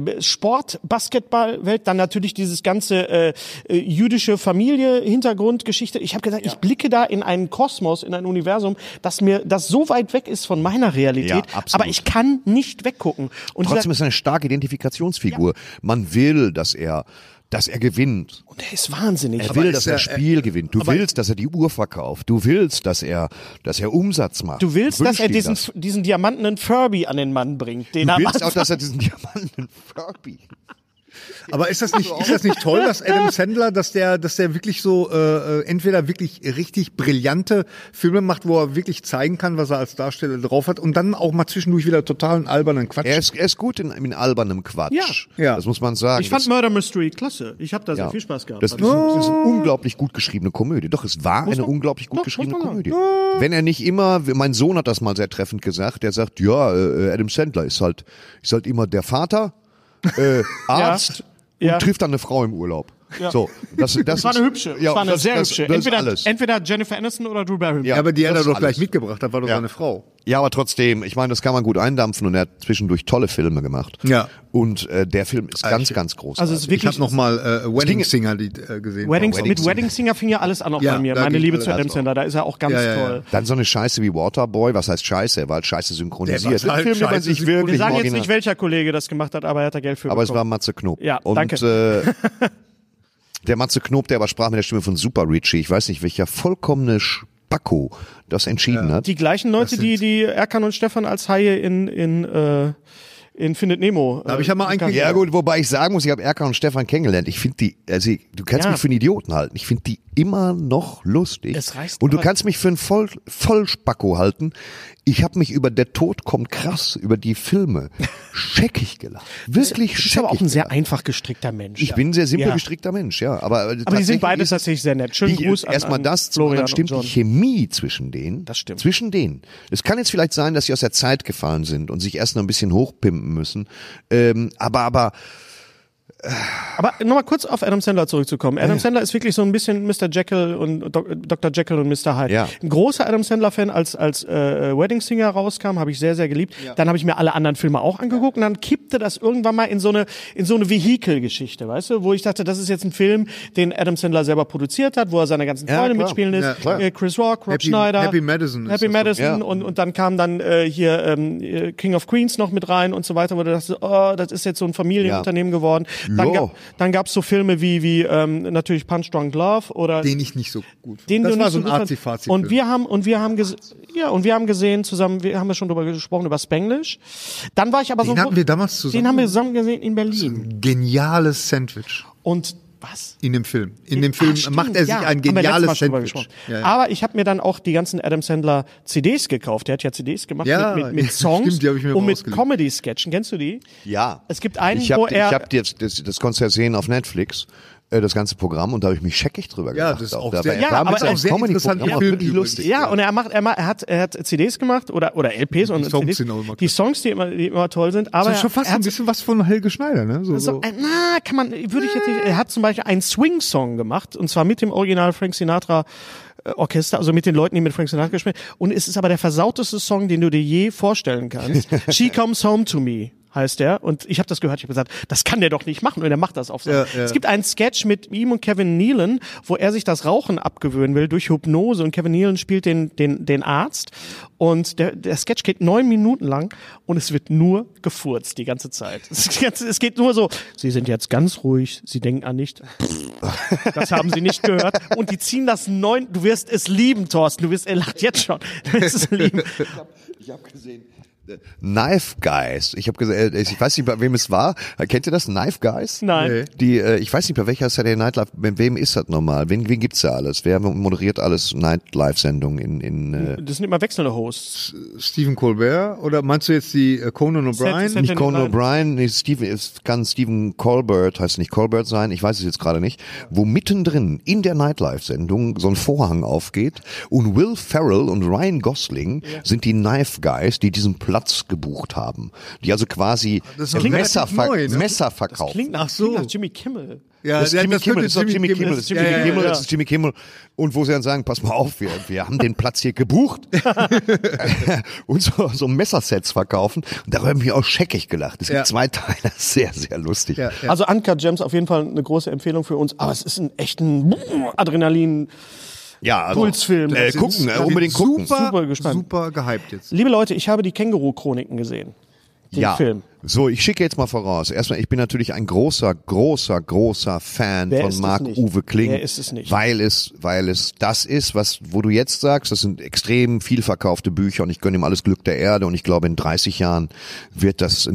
Sport-Basketball-Welt, dann natürlich dieses ganze jüdische Familie, Hintergrundgeschichte. Ich habe gesagt, ich blicke da in einen Kosmos, in ein Universum, das so weit weg ist von meiner Realität, Ja, absolut. aber ich kann nicht weggucken. Und Trotzdem ist er eine starke Identifikationsfigur. Man will, dass er gewinnt. und er ist wahnsinnig. Er will, ist dass er er- das Spiel gewinnt. Du willst, dass er die Uhr verkauft. Du willst, dass er Umsatz macht. Du willst, dass er Wünsch dir diesen diamantenen Furby an den Mann bringt. Den Du er willst am auch, dass er diesen Diamanten Furby. Aber ist das nicht toll, dass Adam Sandler, dass der wirklich so entweder wirklich richtig brillante Filme macht, wo er wirklich zeigen kann, was er als Darsteller drauf hat, und dann auch mal zwischendurch wieder totalen albernen Quatsch. Er ist gut in albernem Quatsch. Ja. Das muss man sagen. Ich fand Das- Murder Mystery klasse. Ich habe da sehr ja. viel Spaß gehabt. Das ist eine unglaublich gut geschriebene Komödie. Doch, es war eine unglaublich gut geschriebene muss man Komödie. Wenn er nicht immer, mein Sohn hat das mal sehr treffend gesagt, der sagt, ja, Adam Sandler ist halt immer der Vater, Arzt Ja. und trifft dann eine Frau im Urlaub. Ja. So, das Das war eine hübsche. Ja, das war eine sehr das, hübsche. Das ist alles. Entweder Jennifer Aniston oder Drew Barrymore. Ja. Ja, aber die hat er das doch ist gleich alles. mitgebracht, das war doch Ja. seine Frau. Ja, aber trotzdem, ich meine, das kann man gut eindampfen und er hat zwischendurch tolle Filme gemacht. Ja. Und der Film ist ganz großartig. Also es ist Ich wirklich habe noch mal Wedding Ding- Singer gesehen. Mit Wedding Singer fing ja alles an auch Ja, bei mir. da Meine ging Liebe alles zu Adam auch. Sandler, da ist er auch ganz Ja. toll. Dann so eine Scheiße wie Waterboy, was heißt Scheiße? Er war halt scheiße synchronisiert. Der war halt Ein Film, den man scheiße sich Wir wirklich sagen jetzt original- nicht, welcher Kollege das gemacht hat, aber er hat da Geld für Aber es war bekommen. Matze Knob. Ja, und, danke. Der Matze Knob, der aber sprach mit der Stimme von Super Richie. Ich weiß nicht, welcher vollkommene Spacko das entschieden hat. Die gleichen Leute, die Erkan und Stefan als Haie in Findet Nemo. Da hab ich ja mal einen Ja gut, wobei ich sagen muss, ich habe Erkan und Stefan kennengelernt. Ich finde die, also du kannst Ja. mich für einen Idioten halten. Ich finde die immer noch lustig. Es reißt und du aber- kannst mich für einen Vollspacko halten. Ich habe mich über Der Tod kommt krass, über die Filme scheckig gelacht. Wirklich Du bist aber auch scheckig ein sehr gelacht. einfach gestrickter Mensch. Ich bin ein sehr simpel Ja. gestrickter Mensch, ja. Aber Aber die sind beide tatsächlich sehr nett. Schönen Gruß an erstmal das, Florian dann stimmt und die John. Chemie zwischen denen. Das stimmt. Zwischen denen. Es kann jetzt vielleicht sein, dass sie aus der Zeit gefallen sind und sich erst noch ein bisschen hochpimpen müssen. Aber Aber nochmal kurz auf Adam Sandler zurückzukommen. Adam Sandler ist wirklich so ein bisschen Mr. Jekyll und Dr. Jekyll und Mr. Hyde. Ja. Ein großer Adam Sandler-Fan, als Wedding Singer rauskam, habe ich sehr, sehr geliebt. Dann habe ich mir alle anderen Filme auch angeguckt und dann kippte das irgendwann mal in so eine Vehikelgeschichte, weißt du, wo ich dachte, das ist jetzt ein Film, den Adam Sandler selber produziert hat, wo er seine ganzen Ja, Freunde klar. mitspielen lässt. Ja, klar. Chris Rock, Rob Happy- Schneider. Happy Madison ist Happy das Madison doch. Ja. und dann kam dann hier King of Queens noch mit rein und so weiter, wo du dachtest, oh, das ist jetzt so ein Familienunternehmen geworden. Dann gab's so Filme wie natürlich Punch Drunk Love oder Den ich nicht so gut fand. den Das du war nicht so ein gut Arzi-Fazi. und wir haben gesehen zusammen, wir haben ja schon drüber gesprochen über Spanglish. Dann war ich aber Den hatten wir damals zusammen. Den haben wir zusammen gesehen in Berlin. Geniales Sandwich. Und was? In dem Film. In dem Film stimmt, macht er sich ein geniales Sandwich. Ja, ja. Aber ich habe mir dann auch die ganzen Adam Sandler CDs gekauft. Der hat ja CDs gemacht mit Songs stimmt, die hab ich mir und mit ausgeliehen. Comedy-Sketchen. Kennst du die? Ja. Es gibt einen, ich wo hab das konntest du ja sehen auf Netflix, das ganze Programm, und da habe ich mich scheckig drüber Ja, gemacht. das ist auch Da sehr- war- ja, war aber mit seinem auch sehr Comedy-Programm interessanter auch Film wirklich übrigens. lustig. Ja, und er hat CDs gemacht oder LPs und Songs CDs. sind auch immer Die Songs, die immer toll sind. Aber Das ist schon fast er ein hat bisschen was von Helge Schneider, ne? würde ich jetzt nicht. Er hat zum Beispiel einen Swing-Song gemacht, und zwar mit dem Original Frank Sinatra Orchester, also mit den Leuten, die mit Frank Sinatra gespielt haben. Und es ist aber der versauteste Song, den du dir je vorstellen kannst. She Comes Home to Me heißt der. Und ich habe das gehört, ich habe gesagt, das kann der doch nicht machen. Und er macht das auf seinem. Ja. Es gibt einen Sketch mit ihm und Kevin Nealon, wo er sich das Rauchen abgewöhnen will durch Hypnose, und Kevin Nealon spielt den Arzt. Und der Sketch geht 9 Minuten lang und es wird nur gefurzt die ganze Zeit. Es geht nur so, Sie sind jetzt ganz ruhig, Sie denken an nicht. Das haben Sie nicht gehört. Und die ziehen das du wirst es lieben, Thorsten. Er lacht jetzt schon. Du wirst es lieben. Ich habe gesehen, Knife Guys. Ich habe gesehen, ich weiß nicht, bei wem es war. Kennt ihr das? Knife Guys? Nein. Die, ich weiß nicht, bei welcher Saturday Night Live, bei wem ist das nochmal? Wen gibt's da alles? Wer moderiert alles Nightlife-Sendungen in Das sind immer wechselnde Hosts. Stephen Colbert? Oder meinst du jetzt die Conan O'Brien? Set- nicht Conan Night- O'Brien, nee, es kann Stephen Colbert, heißt nicht Colbert sein, ich weiß es jetzt gerade nicht, wo mittendrin in der Nightlife-Sendung so ein Vorhang aufgeht und Will Ferrell und Ryan Gosling sind die Knife Guys, die diesen Platz gebucht haben. Die also quasi Das ist doch Messer, relativ neu, ne? Messer verkaufen. Klingt nach Jimmy Kimmel. Ja, Das ist Jimmy Kimmel, könnte das ist doch Jimmy Kimmel, das ist Jimmy Kimmel, ja. das ist Jimmy Kimmel. Und wo sie dann sagen, pass mal auf, wir haben den Platz hier gebucht und so Messersets verkaufen. Und darüber habe ich mich auch scheckig gelacht. Es gibt Ja. 2 Teile, sehr, sehr lustig. Ja. Also Uncut Gems auf jeden Fall eine große Empfehlung für uns. Aber es ist ein echten Adrenalin. Ja, also, Pulsfilm. gucken, unbedingt gucken. Super gespannt. Super gehypt jetzt. Liebe Leute, ich habe die Känguru-Chroniken gesehen. Den Film. So, ich schicke jetzt mal voraus. Erstmal, ich bin natürlich ein großer Fan Wer von ist es Marc-Uwe nicht? Kling. Wer ist es nicht? Weil es das ist, wo du jetzt sagst, das sind extrem viel verkaufte Bücher und ich gönne ihm alles Glück der Erde und ich glaube, in 30 Jahren wird das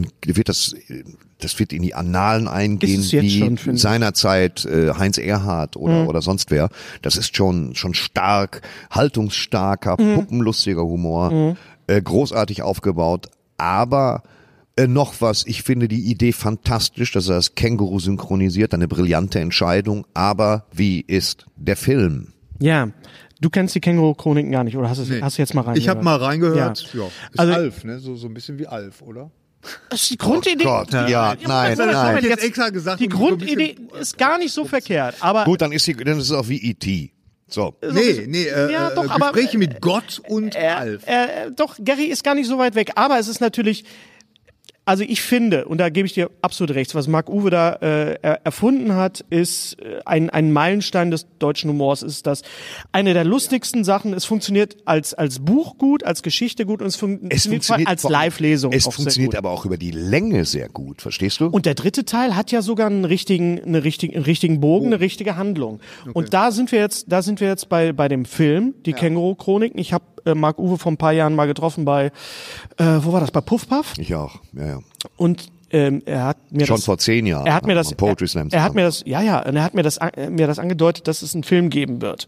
wird in die Annalen eingehen, Ist es jetzt wie schon, finde ich. seinerzeit Heinz Erhardt oder sonst wer. Das ist schon stark, haltungsstarker, puppenlustiger Humor, großartig aufgebaut, aber noch was, ich finde die Idee fantastisch, dass er das Känguru synchronisiert, eine brillante Entscheidung, aber wie ist der Film? Ja. Du kennst die Känguru-Chroniken gar nicht, oder hast du jetzt mal reingehört? Ich habe mal reingehört. Ja. Ja. Ist Also- Alf, ne? So ein bisschen wie Alf, oder? Das ist die Grundidee. Gott, ja, nein. Ich jetzt extra gesagt, Die um so ein Grundidee bisschen- ist gar nicht so verkehrt, aber Gut, dann ist es auch wie E.T. So. Nee, Ja, doch, aber- Gespräche mit Gott und Alf. doch, Gary ist gar nicht so weit weg, aber es ist natürlich, also ich finde, und da gebe ich dir absolut recht, was Marc-Uwe da erfunden hat, ist ein Meilenstein des deutschen Humors, ist das eine der lustigsten Sachen. Es funktioniert als Buch gut, als Geschichte gut und es funktioniert vor allem als Live-Lesung Es auch sehr funktioniert gut. aber auch über die Länge sehr gut, verstehst du? Und der dritte Teil hat ja sogar einen richtigen Bogen, eine richtige Handlung. Und da sind wir jetzt bei dem Film, die Känguru-Chroniken. Ich habe Marc-Uwe vor ein paar Jahren mal getroffen bei, wo war das, bei Puff Puff? Ich auch, ja. Und er hat mir Schon das, vor 10 Jahren. er hat mir das, am Poetry Slam er hat mir das, und er hat mir das angedeutet, dass es einen Film geben wird.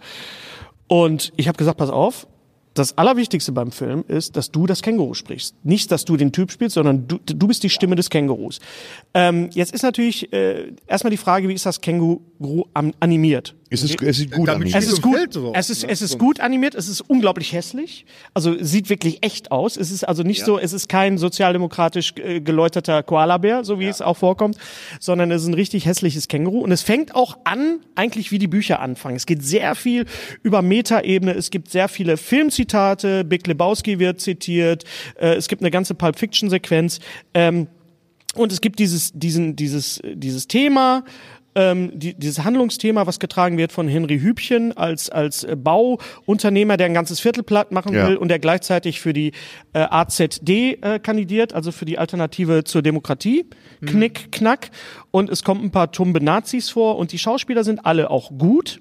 Und ich habe gesagt, pass auf, das Allerwichtigste beim Film ist, dass du das Känguru sprichst. Nicht, dass du den Typ spielst, sondern du bist die Stimme des Kängurus. Jetzt ist natürlich erstmal die Frage, wie ist das Känguru animiert? Es ist gut Damit animiert. Es ist so gut, Feld so. es ist gut animiert, es ist unglaublich hässlich, also sieht wirklich echt aus. Es ist also nicht so, es ist kein sozialdemokratisch geläuterter Koalabär, so wie es auch vorkommt, sondern es ist ein richtig hässliches Känguru und es fängt auch an, eigentlich wie die Bücher anfangen. Es geht sehr viel über Metaebene, es gibt sehr viele Filmzitate, Big Lebowski wird zitiert, es gibt eine ganze Pulp Fiction Sequenz, und es gibt dieses Thema, dieses Handlungsthema, was getragen wird von Henry Hübchen als Bauunternehmer, der ein ganzes Viertel platt machen will und der gleichzeitig für die AZD kandidiert, also für die Alternative zur Demokratie. Knick, knack. Und es kommen ein paar tumbe Nazis vor und die Schauspieler sind alle auch gut.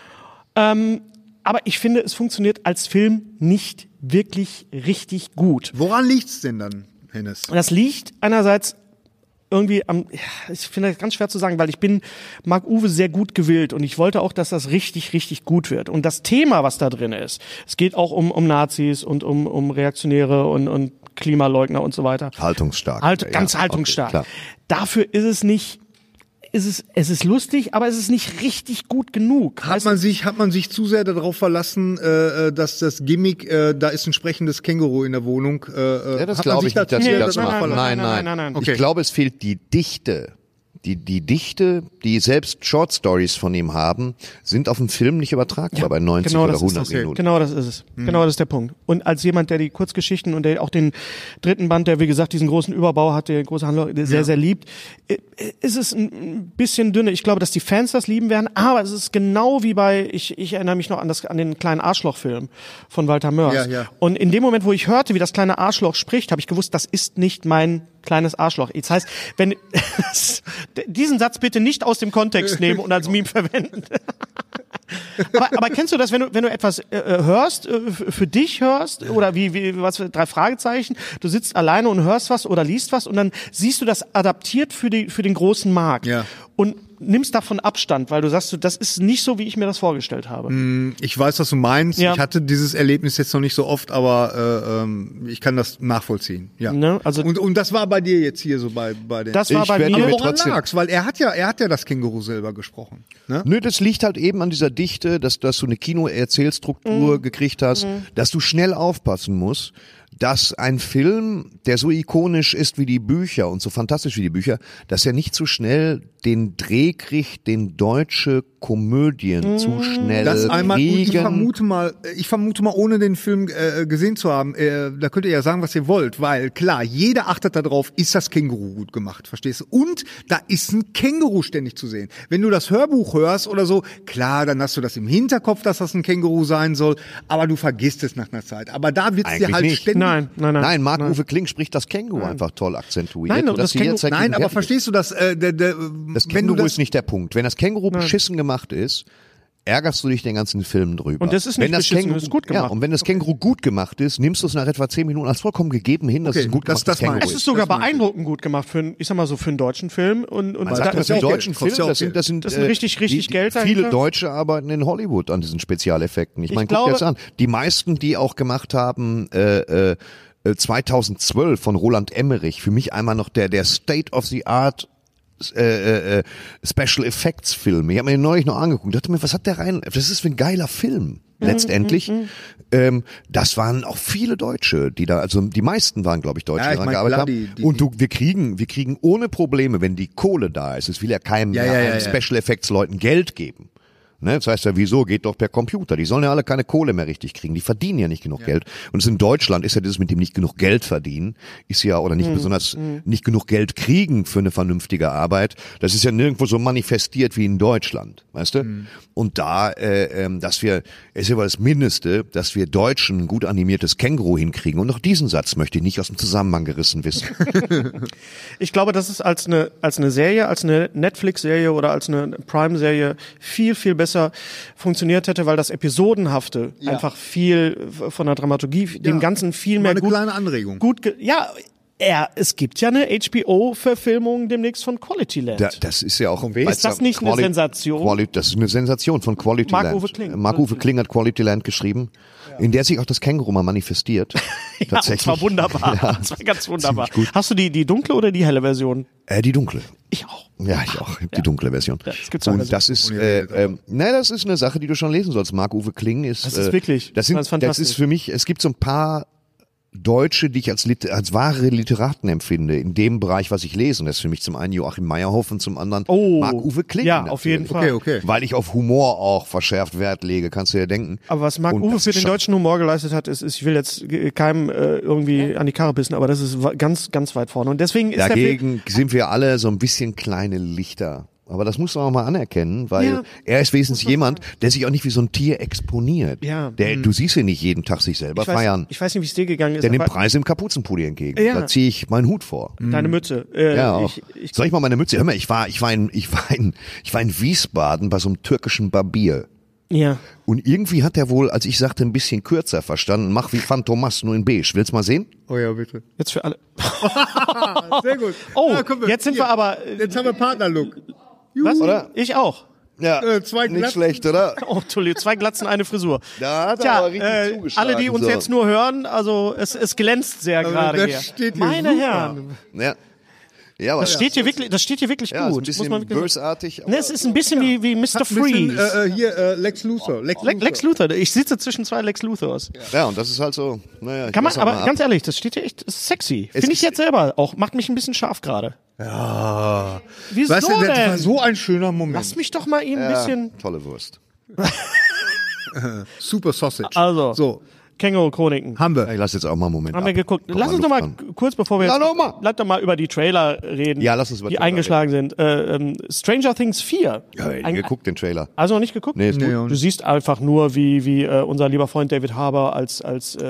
Aber ich finde, es funktioniert als Film nicht wirklich richtig gut. Woran liegt's denn dann, Hennes? Das liegt einerseits irgendwie ich finde das ganz schwer zu sagen, weil ich bin Marc-Uwe sehr gut gewillt und ich wollte auch, dass das richtig, richtig gut wird. Und das Thema, was da drin ist, es geht auch um Nazis und um Reaktionäre und Klimaleugner und so weiter. Haltungsstark. Ganz haltungsstark. Okay, dafür ist es nicht, es ist lustig, aber es ist nicht richtig gut genug. Hat man sich zu sehr darauf verlassen, dass das Gimmick, da ist ein sprechendes Känguru in der Wohnung. Ja, das glaube ich nicht, dass sie das machen. Nein. Okay. Ich glaube, es fehlt die Dichte. Die Dichte, die selbst Short Stories von ihm haben, sind auf den Film nicht übertragbar bei 90 oder 100 Minuten. Genau, das ist es. Genau, das ist der Punkt. Und als jemand, der die Kurzgeschichten und der auch den dritten Band, der wie gesagt diesen großen Überbau hat, der große Handlung sehr, sehr liebt, ist es ein bisschen dünne. Ich glaube, dass die Fans das lieben werden, aber es ist genau wie ich erinnere mich noch an den kleinen Arschloch-Film von Walter Mörs. Ja. Und in dem Moment, wo ich hörte, wie das kleine Arschloch spricht, habe ich gewusst, das ist nicht mein kleines Arschloch. Das heißt, wenn diesen Satz bitte nicht aus dem Kontext nehmen und als Meme verwenden. aber kennst du das, wenn du etwas hörst, für dich hörst oder was 3 Fragezeichen, du sitzt alleine und hörst was oder liest was und dann siehst du das adaptiert für den großen Markt und nimmst davon Abstand, weil du sagst, das ist nicht so, wie ich mir das vorgestellt habe. Ich weiß, was du meinst. Ja. Ich hatte dieses Erlebnis jetzt noch nicht so oft, aber ich kann das nachvollziehen. Ja. Ne? Also und das war bei dir jetzt hier so bei den. das war bei mir. Aber woran lag's? Weil er hat ja das Känguru selber gesprochen. Ne? Nö, das liegt halt eben an dieser Dichte, dass du eine Kino-Erzählstruktur gekriegt hast, dass du schnell aufpassen musst, dass ein Film, der so ikonisch ist wie die Bücher und so fantastisch wie die Bücher, dass er nicht zu schnell den Dreh kriegt, den deutsche Komödien zu schnell Das einmal, kriegen. ich vermute mal, ohne den Film gesehen zu haben, da könnt ihr ja sagen, was ihr wollt, weil klar, jeder achtet darauf, ist das Känguru gut gemacht, verstehst du? Und da ist ein Känguru ständig zu sehen. Wenn du das Hörbuch hörst oder so, klar, dann hast du das im Hinterkopf, dass das ein Känguru sein soll, aber du vergisst es nach einer Zeit. Aber da wird's dir halt nicht. ständig... Nein, Marc-Uwe Kling spricht das Känguru einfach toll akzentuiert. Nein, das Nein, aber verstehst du, dass das Känguru ist nicht der Punkt. Wenn das Känguru beschissen gemacht ist, ärgerst du dich den ganzen Film drüber. Und das ist nicht beschissen, das ist gut gemacht. Ja, und wenn das Känguru gut gemacht ist, nimmst du es nach etwa 10 Minuten als vollkommen gegeben hin, dass es ein gut gemachtes Känguru Es ist sogar beeindruckend gut gemacht für einen deutschen Film und Man sagt das für deutschen Film, das sind richtig Geld dahinter. Viele Deutsche arbeiten in Hollywood an diesen Spezialeffekten. Ich meine, guck dir das an. Die meisten, die auch gemacht haben, 2012 von Roland Emmerich, für mich einmal noch der State of the Art Special Effects Film. Ich habe mir den neulich noch angeguckt und dachte mir, was hat der rein? Das ist für ein geiler Film. Letztendlich. Das waren auch viele Deutsche, die da, also die meisten waren, glaube ich, Deutsche, die daran gearbeitet haben. Und wir kriegen ohne Probleme, wenn die Kohle da ist. Es will ja keinem Special Effects Leuten Geld geben. Ne? Das heißt ja, wieso? Geht doch per Computer. Die sollen ja alle keine Kohle mehr richtig kriegen. Die verdienen ja nicht genug Geld. Und es in Deutschland ist ja dieses mit dem nicht genug Geld verdienen, ist ja, oder nicht besonders nicht genug Geld kriegen für eine vernünftige Arbeit. Das ist ja nirgendwo so manifestiert wie in Deutschland, weißt du? Und da, ist ja wohl das Mindeste, dass wir Deutschen ein gut animiertes Känguru hinkriegen. Und auch diesen Satz möchte ich nicht aus dem Zusammenhang gerissen wissen. Ich glaube, dass es als eine Serie, als eine Netflix-Serie oder als eine Prime-Serie viel, viel besser funktioniert hätte, weil das Episodenhafte einfach viel von der Dramaturgie, dem Ganzen viel mehr eine kleine Anregung. Es gibt ja eine HBO-Verfilmung demnächst von Quality Land. Das ist ja auch... Ist das nicht eine Sensation? Das ist eine Sensation von Quality Marc-Uwe Land. Kling. Marc-Uwe Kling hat Quality Land geschrieben, in der sich auch das Känguru mal manifestiert. Tatsächlich. Das war wunderbar. Ja, das war ganz wunderbar. Gut. Hast du die dunkle oder die helle Version? Die dunkle. Ich auch. Ja, ich auch. Die dunkle Version. Ja, das gibt's und das ist, das ist eine Sache, die du schon lesen sollst. Marc-Uwe Kling ist... Das ist wirklich, das ist für mich, es gibt so ein paar Deutsche, die ich als wahre Literaten empfinde, in dem Bereich, was ich lese. Und das ist für mich zum einen Joachim Meyerhoff und zum anderen Marc-Uwe Kling. Ja, auf jeden Fall. Okay. Weil ich auf Humor auch verschärft Wert lege, kannst du ja denken. Aber was Marc-Uwe für den deutschen Humor geleistet hat, ist, ich will jetzt keinem irgendwie an die Karre pissen, aber das ist ganz, ganz weit vorne. Und deswegen ist dagegen sind wir alle so ein bisschen kleine Lichter. Aber das muss man auch mal anerkennen, weil er ist wenigstens jemand, der sich auch nicht wie so ein Tier exponiert. Ja. Du siehst ihn nicht jeden Tag sich selber feiern. Ich weiß nicht, wie es dir gegangen ist. Der nimmt Preise im Kapuzenpulli entgegen. Ja. Da ziehe ich meinen Hut vor. Deine Mütze. Ja, auch. Soll ich mal meine Mütze? Hör mal, ich war in Wiesbaden bei so einem türkischen Barbier. Ja. Und irgendwie hat er wohl, als ich sagte, ein bisschen kürzer verstanden. Mach wie Phantomas, nur in beige. Willst du mal sehen? Oh ja, bitte. Jetzt für alle. Sehr gut. Oh, guck mal, jetzt sind wir aber. Jetzt haben wir Partnerlook. Was? Oder? Ich auch. Ja, zwei nicht Glatzen. schlecht, oder? Oh, Tulli, 2 Glatzen, eine Frisur. Da hat er Tja, aber richtig zugeschlagen. alle, die uns so. jetzt nur hören, also es glänzt sehr gerade das hier. steht hier Meine super. Herren, Ja, aber das steht hier wirklich ja, ist ein gut. bisschen bösartig. Ne, es ist ein bisschen wie Mr. Freeze. Lex Luthor. Lex Luthor. Ich sitze zwischen 2 Lex Luthors. Ja, und das ist halt so, naja. Kann man, aber ganz ehrlich, das steht hier echt, ist sexy. Finde ich ist- jetzt selber auch. Macht mich ein bisschen scharf gerade. Ja. Wieso Weißt du, das war denn? so ein schöner Moment. Lass mich doch mal ihn ein bisschen. Tolle Wurst. Super Sausage. Also, So, Känguru-Chroniken. haben wir. Ich lass jetzt auch mal einen Moment Haben wir ab. geguckt. Kommt Lass uns doch Luft mal dran. kurz, bevor wir Ja, jetzt, noch mal. bleib doch mal über die Trailer reden, Ja, lass uns über die Trailer eingeschlagen sind. Stranger Things 4. Ja, geguckt den Trailer. Also noch nicht geguckt? Nee, ist gut. Du siehst einfach nur, wie unser lieber Freund David Harbour als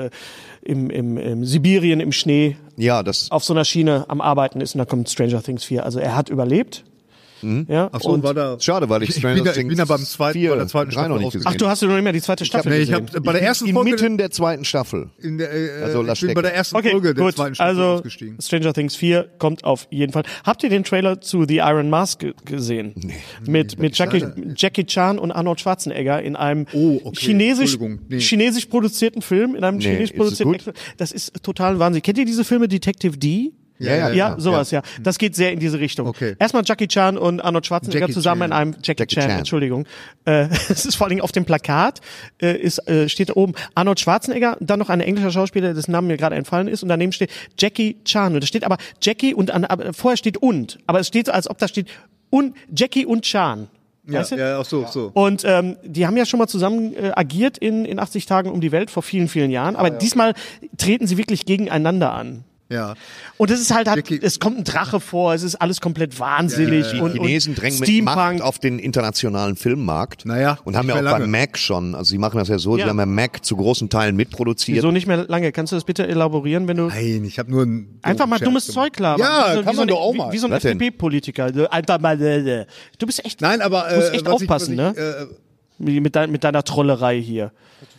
im Sibirien im Schnee Ja, das, auf so einer Schiene am Arbeiten ist und da kommt Stranger Things 4. Also er hat überlebt. Ja, Ach so, und war da. schade, weil ich bin da beim zweiten, 4, bei der zweiten 3 Staffel noch nicht rausgekommen. gesehen. ach, du hast ja noch nicht mehr die zweite Staffel Nee, ich gesehen. habe bei der ersten Folge Inmitten der zweiten Staffel. ich Also bin Laschek. bei der ersten Okay, Folge der gut. zweiten Staffel Also ausgestiegen. Stranger Things 4 kommt auf jeden Fall. Habt ihr den Trailer zu The Iron Mask gesehen? Nee. Mit Jackie Chan und Arnold Schwarzenegger in einem Oh, okay. Entschuldigung. Nee. chinesisch produzierten Film, in einem Nee, chinesisch ist es produzierten gut? Action. Das ist total Wahnsinn. Kennt ihr diese Filme Detective D? Ja, sowas, ja. Das geht sehr in diese Richtung. Okay. Erstmal Jackie Chan und Arnold Schwarzenegger Jackie zusammen Chan. in einem Jackie Chan, Chan. Entschuldigung. Es ist vor allen Dingen auf dem Plakat, steht da oben Arnold Schwarzenegger, dann noch ein englischer Schauspieler, dessen Name mir gerade entfallen ist, und daneben steht Jackie Chan. Und da steht aber Jackie und vorher steht und. Aber es steht so, als ob da steht Jackie und Chan. Ja, Weißt du? ja, auch so. Und die haben ja schon mal zusammen agiert in 80 Tagen um die Welt vor vielen, vielen Jahren. Aber diesmal treten sie wirklich gegeneinander an. Ja. Und es ist halt, Jackie- es kommt ein Drache vor, es ist alles komplett wahnsinnig. Die und Chinesen drängen mit Steampunk. Macht auf den internationalen Filmmarkt. Naja, Und haben nicht ja auch mehr bei lange. Mac schon, also sie machen das ja so, Ja. sie haben ja Mac zu großen Teilen mitproduziert. Wieso nicht mehr lange? Kannst du das bitte elaborieren, wenn du Nein, ich habe nur einen einfach mal Scherz dummes gemacht. Zeug labern? Ja, Wie kann man eine- doch auch mal. Wie so ein Was denn? FDP-Politiker. Einfach mal, du bist echt, Nein, aber du musst echt was aufpassen, was ne? Mit deiner Trollerei hier.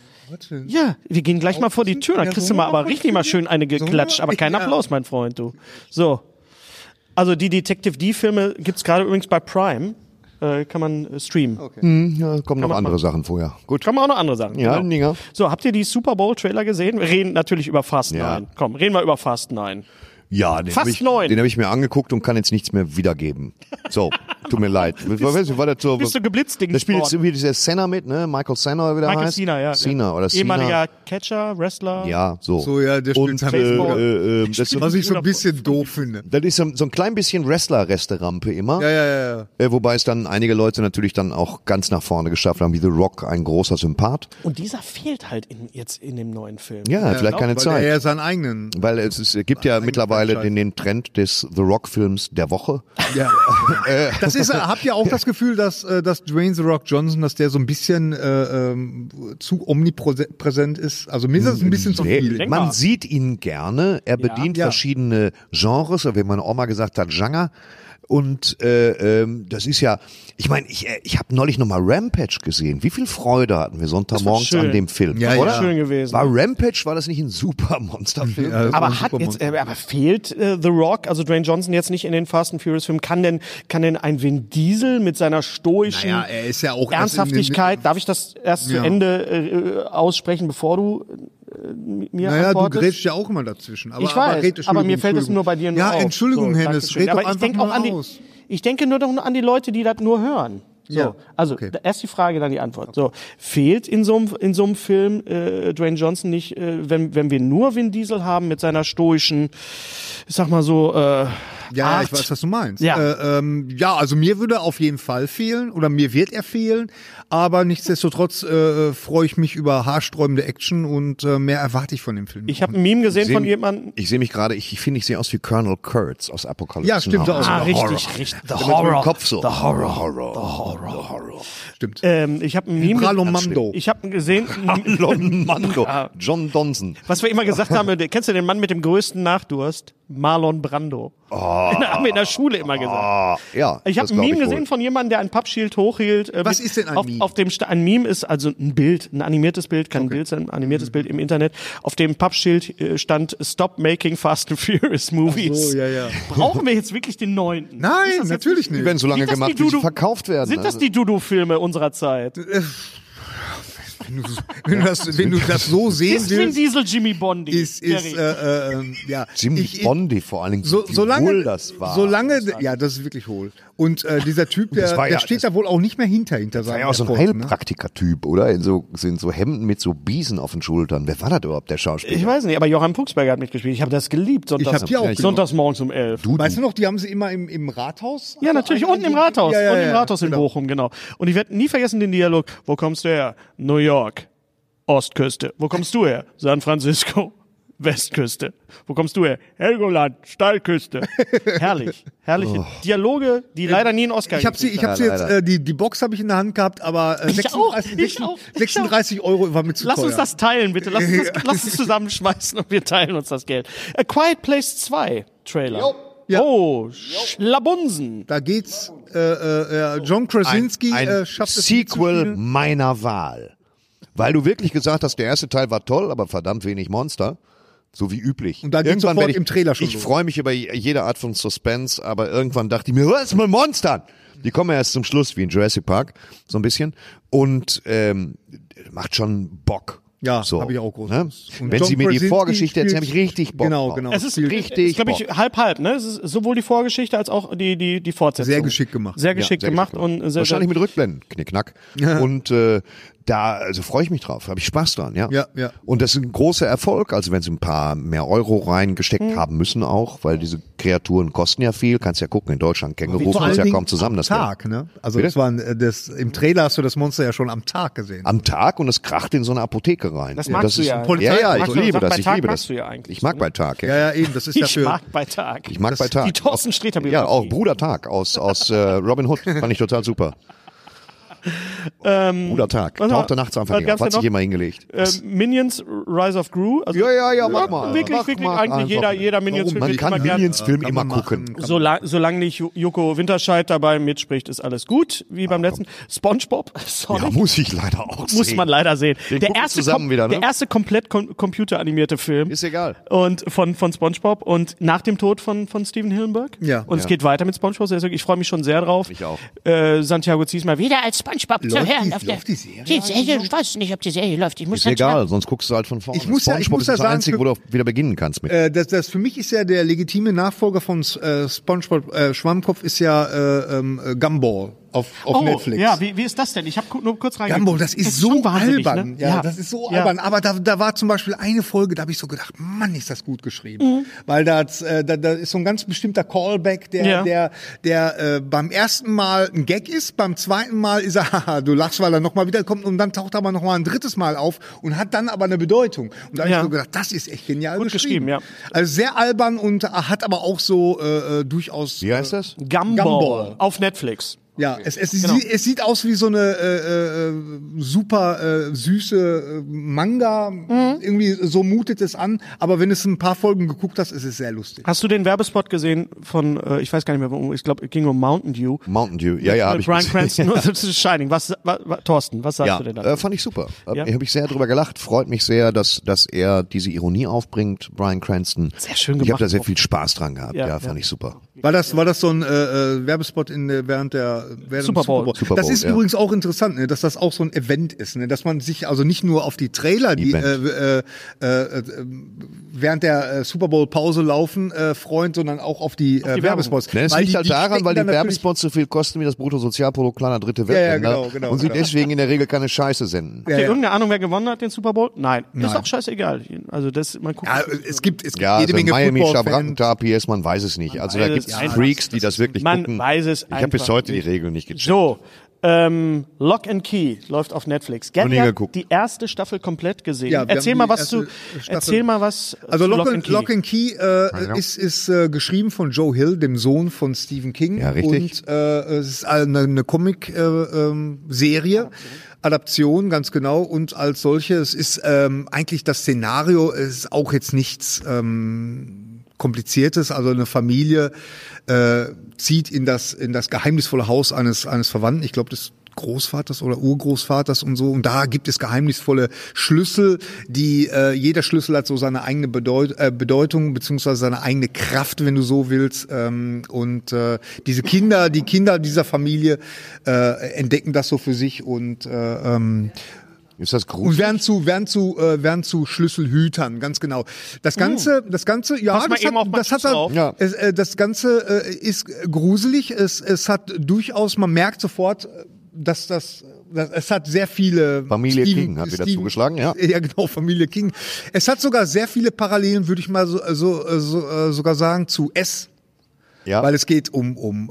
Ja, wir gehen gleich mal vor die Tür, dann Ja, kriegst so du mal machen aber wir richtig mal schön eine geklatscht, aber kein ja. Applaus, mein Freund, du. So. Also die Detective D-Filme gibt's gerade übrigens bei Prime. Kann man streamen. Ja, kommen noch man andere Sachen vorher. Gut. Kann man auch noch andere sagen. Ja, genau. Dinger. So, habt ihr die Super Bowl-Trailer gesehen? Wir reden natürlich über Fast Ja. 9. Komm, reden wir über Fast 9. Ja, den Fast hab ich, 9. Den habe ich mir angeguckt und kann jetzt nichts mehr wiedergeben. So, tut mir leid. War das so, Bist du geblitzt, da spielt jetzt irgendwie dieser Senna mit, ne? Michael Senna wieder Michael heißt. Cena, ja. Cena oder Cena. Ehemaliger Catcher, Wrestler. Ja, so. So, ja, der spielt Und Baseball. das ist so, Was ich so ein bisschen doof finde. das ist so ein klein bisschen Wrestler-Resterampe immer. Ja. Wobei es dann einige Leute natürlich dann auch ganz nach vorne geschafft haben, wie The Rock, ein großer Sympath. Und dieser fehlt halt jetzt in dem neuen Film. Ja, vielleicht keine Weil Zeit. er seinen eigenen. Weil es gibt ja mittlerweile Franchise. den Trend des The Rock-Films der Woche. Ja. Das ist, habt ihr auch das Gefühl, dass Dwayne The Rock Johnson, dass der so ein bisschen zu omnipräsent ist? Also mir ist das ein bisschen zu viel. Denkbar. Man sieht ihn gerne, er bedient Ja. verschiedene Genres, oder wie meine Oma gesagt hat, Genre. Und das ist ja, ich meine, ich habe neulich nochmal Rampage gesehen. Wie viel Freude hatten wir Sonntagmorgens schön. an dem Film? Ja, oder? ja. Schön gewesen. War Rampage, war das nicht ein super Monsterfilm? Ja, das war Aber ein super Monster. aber fehlt The Rock, also Dwayne Johnson jetzt nicht in den Fast and Furious Filmen? Kann denn ein Vin Diesel mit seiner stoischen Naja, er ist ja auch Ernsthaftigkeit, darf ich das erst zu Ja. Ende aussprechen, bevor du mir Naja, du antwortest? grätst ja auch immer dazwischen. Aber, Ich weiß, red, aber mir Entschuldigung, fällt es nur bei dir nur Ja, auf. Entschuldigung, So, Hennes, Dankeschön. red doch Aber ich einfach denke auch mal an die, aus. ich denke nur doch an die Leute, die das nur hören. So, Ja, also okay. erst die Frage, dann die Antwort. So, fehlt in so einem Film Dwayne Johnson nicht, wenn wir nur Vin Diesel haben mit seiner stoischen, ich sag mal so, Ja, Art. ich weiß, was du meinst. Ja. Ja, also mir würde auf jeden Fall fehlen oder mir wird er fehlen, aber nichtsdestotrotz freue ich mich über haarsträubende Action und mehr erwarte ich von dem Film. Ich habe ein Meme gesehen von jemandem. Ich sehe mich gerade, ich finde, ich sehe aus wie Colonel Kurtz aus Apokalypse. Ja, stimmt auch. Ah, The richtig. The Mit dem Horror. Kopf so. The Horror. Stimmt. Ich habe ein Meme Bralomando. Ich habe gesehen. Marlon Mando, John Donson. Was wir immer gesagt haben, kennst du den Mann mit dem größten Nachdurst? Marlon Brando. Haben wir in der Schule immer gesagt. Ja, Ich habe das ein glaub Meme wohl. gesehen von jemandem, der ein Pappschild hochhielt. Was ist denn ein Meme? Auf dem ein Meme ist also ein Bild, ein animiertes Bild, kann ein Bild sein, ein animiertes Bild im Internet. Auf dem Pappschild stand Stop making Fast and Furious Movies. so, ja. Brauchen wir jetzt wirklich den 9.? Nein, natürlich Die nicht. werden so lange Sind das gemacht, die wie sie Dudu- verkauft werden. Sind das die Dudu-Filme unserer Zeit? Wenn du das so sehen Ist Vin willst, Diesel Jimmy Bondi? ja. Jimmy Bondi vor allen Dingen, wie Solange hohl das war. Ja, das ist wirklich hohl. Und dieser Typ, Das war der ja- steht da wohl auch nicht mehr hinter war seinem ja auch so ein Erfolg, ne? Heilpraktiker-Typ, oder? Sind so Hemden mit so Biesen auf den Schultern. Wer war das überhaupt, der Schauspieler? Ich weiß nicht, aber Johann Fuchsberger hat mitgespielt. Ich habe das geliebt. Ich hab die auch geliebt. Sonntags morgens um 11. Weißt du noch, die haben sie immer im Rathaus? Ja, natürlich, unten im Rathaus. Ja, unten im Rathaus in genau. Bochum, genau. Und ich werde nie vergessen den Dialog. Wo kommst du her? New York. Ostküste. Wo kommst du her? San Francisco. Westküste. Wo kommst du her? Helgoland, Steilküste. Herrlich. Herrliche Dialoge, die leider nie einen Oscar Ich habe sie gekriegt haben. jetzt, die Box habe ich in der Hand gehabt, aber Ich auch, ich auch. 36 Euro war mir zu Lass teuer. uns das teilen, bitte. Lass uns zusammenschmeißen und wir teilen uns das Geld. A Quiet Place 2 Trailer. Ja. Oh, Schlabunsen. Da geht's, John Krasinski ein schafft es Sequel mitzuspielen. meiner Wahl. Weil du wirklich gesagt hast, der erste Teil war toll, aber verdammt wenig Monster. So wie üblich. Und da geht's sofort werd ich, im Trailer schon Ich los. freue mich über jede Art von Suspense, aber irgendwann dachte ich mir, was ist mit Monstern? Die kommen ja erst zum Schluss, wie in Jurassic Park, so ein bisschen. Und macht schon Bock. Ja, so, habe ich auch groß. ne? Und Wenn John sie mir die Krasinski Vorgeschichte erzählen, habe ich spielt- richtig Bock Genau, drauf. genau. Es ist Richtig glaube ich, Bock. halb, ne? Es ist sowohl die Vorgeschichte als auch die Fortsetzung. Sehr geschickt gemacht. Sehr geschickt sehr gemacht geschickt und sehr, Wahrscheinlich sehr, mit Rückblenden, knickknack. Und da, also freue ich mich drauf, habe ich Spaß dran, ja. Ja, ja. Und das ist ein großer Erfolg, also wenn sie ein paar mehr Euro reingesteckt haben müssen auch, weil diese Kreaturen kosten ja viel, kannst ja gucken, in Deutschland Kängurus Vor kommt allen ja Dingen kaum zusammen. am Das Tag, ne? Also Bitte? das war im Trailer hast du das Monster ja schon am Tag gesehen. am Tag und es kracht in so eine Apotheke rein. Das Und magst du ist, ja. Ja, ja, ich Magst du- liebe sag, das, bei ich Tag liebe magst das. du ja eigentlich, Ich mag ne? bei Tag, Ja, eben, das ist ja Ich für... mag bei Tag. Ich mag bei Tag. Die Thorsten Sträter Ja, auch Biografie. Brudertag aus Robin Hood, fand ich total super. Brudertag, warte mal, tauchte nachts einfach was nicht auf, gab's hat denn sich noch? immer hingelegt. Minions Rise of Gru. Also Ja, mach mal. Wirklich, Mach wirklich, mal eigentlich einfach. jeder Minions-Film Man will kann immer gern. Minions-Film Kann immer man gucken. machen. Solange nicht Joko Winterscheid dabei mitspricht, ist alles gut, wie beim letzten. SpongeBob, Sonic, Ja, muss ich leider auch sehen. muss man leider sehen. Den gucken wir zusammen wieder, ne? Der erste komplett computeranimierte Film. Ist egal. Und von SpongeBob und nach dem Tod von Steven Hillenburg. Ja. Und es geht weiter mit SpongeBob. Ich freue mich schon sehr drauf. Ich auch. Santiago Ziesmer wieder als SpongeBob zu hören. Läuft die Serie? Die Serie, ich weiß nicht, ob die Serie läuft. Ich muss Ist egal, sonst guckst du halt von vorne. Ich muss ja SpongeBob ist das sagen, Einzige, wo du wieder beginnen kannst mit. Das für mich ist ja der legitime Nachfolger von SpongeBob Schwammkopf ist ja Gumball auf Netflix. Ja, wie ist das denn? Ich habe nur kurz reingeguckt. Gumball, das ist so schon wahnsinnig, albern. ne? Ja, das ist so Ja. albern. Aber da war zum Beispiel eine Folge, da habe ich so gedacht, Mann, ist das gut geschrieben. Weil da ist so ein ganz bestimmter Callback, der beim ersten Mal ein Gag ist, beim zweiten Mal ist er, haha, du lachst, weil er nochmal wiederkommt und dann taucht er aber nochmal ein drittes Mal auf und hat dann aber eine Bedeutung. Und da habe Ja. ich so gedacht, das ist echt genial Gut geschrieben, ja. Also sehr albern und hat aber auch so durchaus... Wie heißt das? Gumball auf Netflix. Ja, es Genau. sieht aus wie so eine super süße Manga. Irgendwie so mutet es an. Aber wenn es ein paar Folgen geguckt hast, ist es sehr lustig. Hast du den Werbespot gesehen von, ich weiß gar nicht mehr, worum, ich glaube, es ging um Mountain Dew. Mountain Dew. Ja, habe ich Bryan gesehen. Cranston und das ist Shining. Thorsten, was sagst du denn da? Ja, fand ich super. Ja. Habe ich sehr drüber gelacht. Freut mich sehr, dass er diese Ironie aufbringt, Bryan Cranston. Sehr schön Ich habe gemacht da sehr auch. viel Spaß dran gehabt. Ja, Ja, ja. fand ich super. War das so ein Werbespot während dem Super Bowl. Super Das Bowl, ist ja. übrigens auch interessant, ne, dass das auch so ein Event ist, ne, dass man sich also nicht nur auf die Trailer, die während der Super Bowl Pause laufen, freut, sondern auch auf die Werbespots. Ne, es Weil liegt halt daran, stecken weil die dann natürlich- Werbespots so viel kosten wie das Bruttosozialprodukt kleiner dritte ja, Weltländer genau, und sie genau. deswegen in der Regel keine Scheiße senden. Habt ihr irgendeine Ahnung, wer gewonnen hat, den Super Bowl? Nein. Ist Nein. auch scheißegal. Also man guckt. Ja, es gibt Ja, jede also Menge Miami, Football-Fans. Schabrackentar, PS, man weiß es nicht. Also da Das es einfach. Freaks, die das wirklich Man gucken. weiß es Ich habe bis einfach heute nicht. die Regeln nicht gecheckt. So, Lock and Key läuft auf Netflix. Gerd nie hat geguckt. die erste Staffel komplett gesehen. Ja, wir Erzähl haben mal die was erste zu. Staffel. Erzähl mal was. Also zu Lock and Key ist geschrieben von Joe Hill, dem Sohn von Stephen King. Ja, richtig. Und es ist eine Comic-Serie. Adaption, ganz genau. Und als solche, es ist eigentlich das Szenario, es ist auch jetzt nichts Kompliziertes. Also eine Familie zieht in das geheimnisvolle Haus eines Verwandten. Ich glaube, des Großvaters oder Urgroßvaters und so. Und da gibt es geheimnisvolle Schlüssel, die jeder Schlüssel hat so seine eigene Bedeutung beziehungsweise seine eigene Kraft, wenn du so willst. Und die Kinder dieser Familie entdecken das so für sich und Ist das und gruselig? werden zu Schlüsselhütern, ganz genau. Das Ganze, ja, Pass mal eben auf das hat drauf. Ja. das Ganze ist gruselig. Es hat durchaus, man merkt sofort, dass es hat sehr viele Familie King hat wieder zugeschlagen, ja. Ja, genau, Familie King. Es hat sogar sehr viele Parallelen, würde ich mal sogar sagen, zu S. Ja. Weil es geht um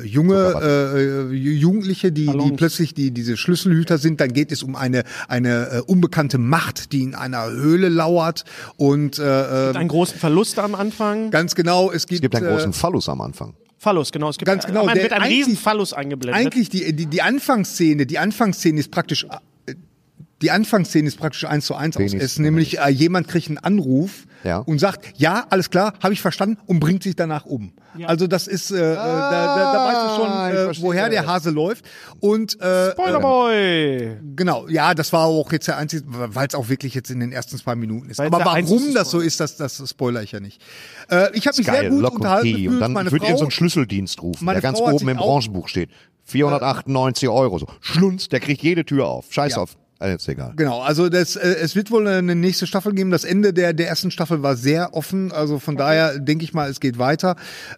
junge Jugendliche, die plötzlich diese Schlüsselhüter sind. Dann geht es um eine unbekannte Macht, die in einer Höhle lauert. Und einen großen Verlust am Anfang. ganz genau, Es gibt einen großen Phallus am Anfang. Phallus, genau. Es gibt Ganz genau, am Ende wird ein eigentlich- riesen Phallus eingeblendet. eigentlich die Anfangsszene ist praktisch. Die Anfangsszene ist praktisch 1:1 aus Penis. S, nämlich jemand kriegt einen Anruf Ja. und sagt, ja, alles klar, habe ich verstanden und bringt sich danach um. Ja. Also das ist, da weißt du ich schon, verstehe. woher der Hase läuft. Und Spoilerboy! genau, ja, das war auch jetzt der einzige, weil es auch wirklich jetzt in den ersten 2 Minuten ist. Weil Aber der warum einzige das so ist, das spoiler ich ja nicht. Ich habe mich Geil, sehr gut Lock und unterhalten Key. gefühlt. Und dann Meine wird Frau, ihr so einen Schlüsseldienst rufen, meine der ganz Frau hat oben sich im auch- Branchenbuch steht. 498 €. So. Schlunz, der kriegt jede Tür auf. Scheiß auf. Ist egal. Genau, also es wird wohl eine nächste Staffel geben. Das Ende der ersten Staffel war sehr offen, also von daher denke ich mal, es geht weiter.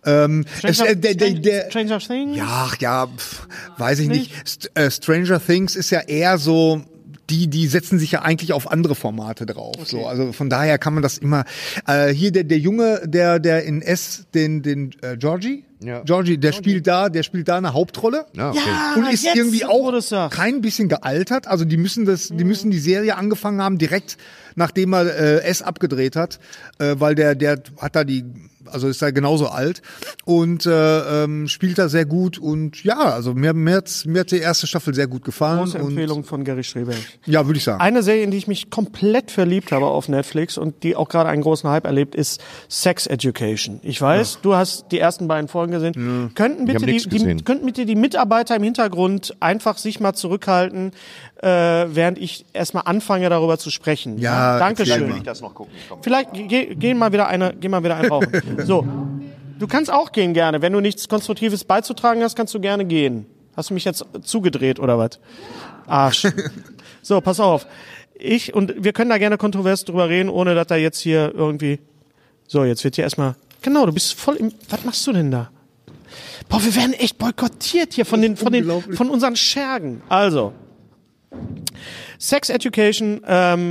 Stranger Things? Ja, weiß ich nicht. Stranger Things ist ja eher so, die setzen sich ja eigentlich auf andere Formate drauf. Okay. So, also von daher kann man das immer. Hier der Junge, der in S den Georgie. Ja. Georgie, der spielt da eine Hauptrolle. Ja, okay. Und ist jetzt, irgendwie wo auch du es sagst. kein bisschen gealtert. Also die müssen die Serie angefangen haben, direkt nachdem er S abgedreht hat, weil der hat da ist da genauso alt und spielt da sehr gut und ja, also mir hat die erste Staffel sehr gut gefallen. Große Empfehlung von Gary Streberg. Ja, würde ich sagen. Eine Serie, in die ich mich komplett verliebt habe auf Netflix und die auch gerade einen großen Hype erlebt, ist Sex Education. Ich weiß, du hast die ersten beiden Folgen gesehen. Könnten bitte die Mitarbeiter im Hintergrund einfach sich mal zurückhalten, während ich erstmal anfange, darüber zu sprechen. Ja, Dankeschön. ich das noch gucken. Komm. Vielleicht geh mal wieder ein rauchen. So. Du kannst auch gehen gerne. Wenn du nichts Konstruktives beizutragen hast, kannst du gerne gehen. Hast du mich jetzt zugedreht oder was? Arsch. So, pass auf. Wir können da gerne kontrovers drüber reden, ohne dass da jetzt hier irgendwie. So, jetzt wird hier erstmal. Genau, du bist voll im. Was machst du denn da? Boah, wir werden echt boykottiert hier von unseren Schergen. Also. Sex Education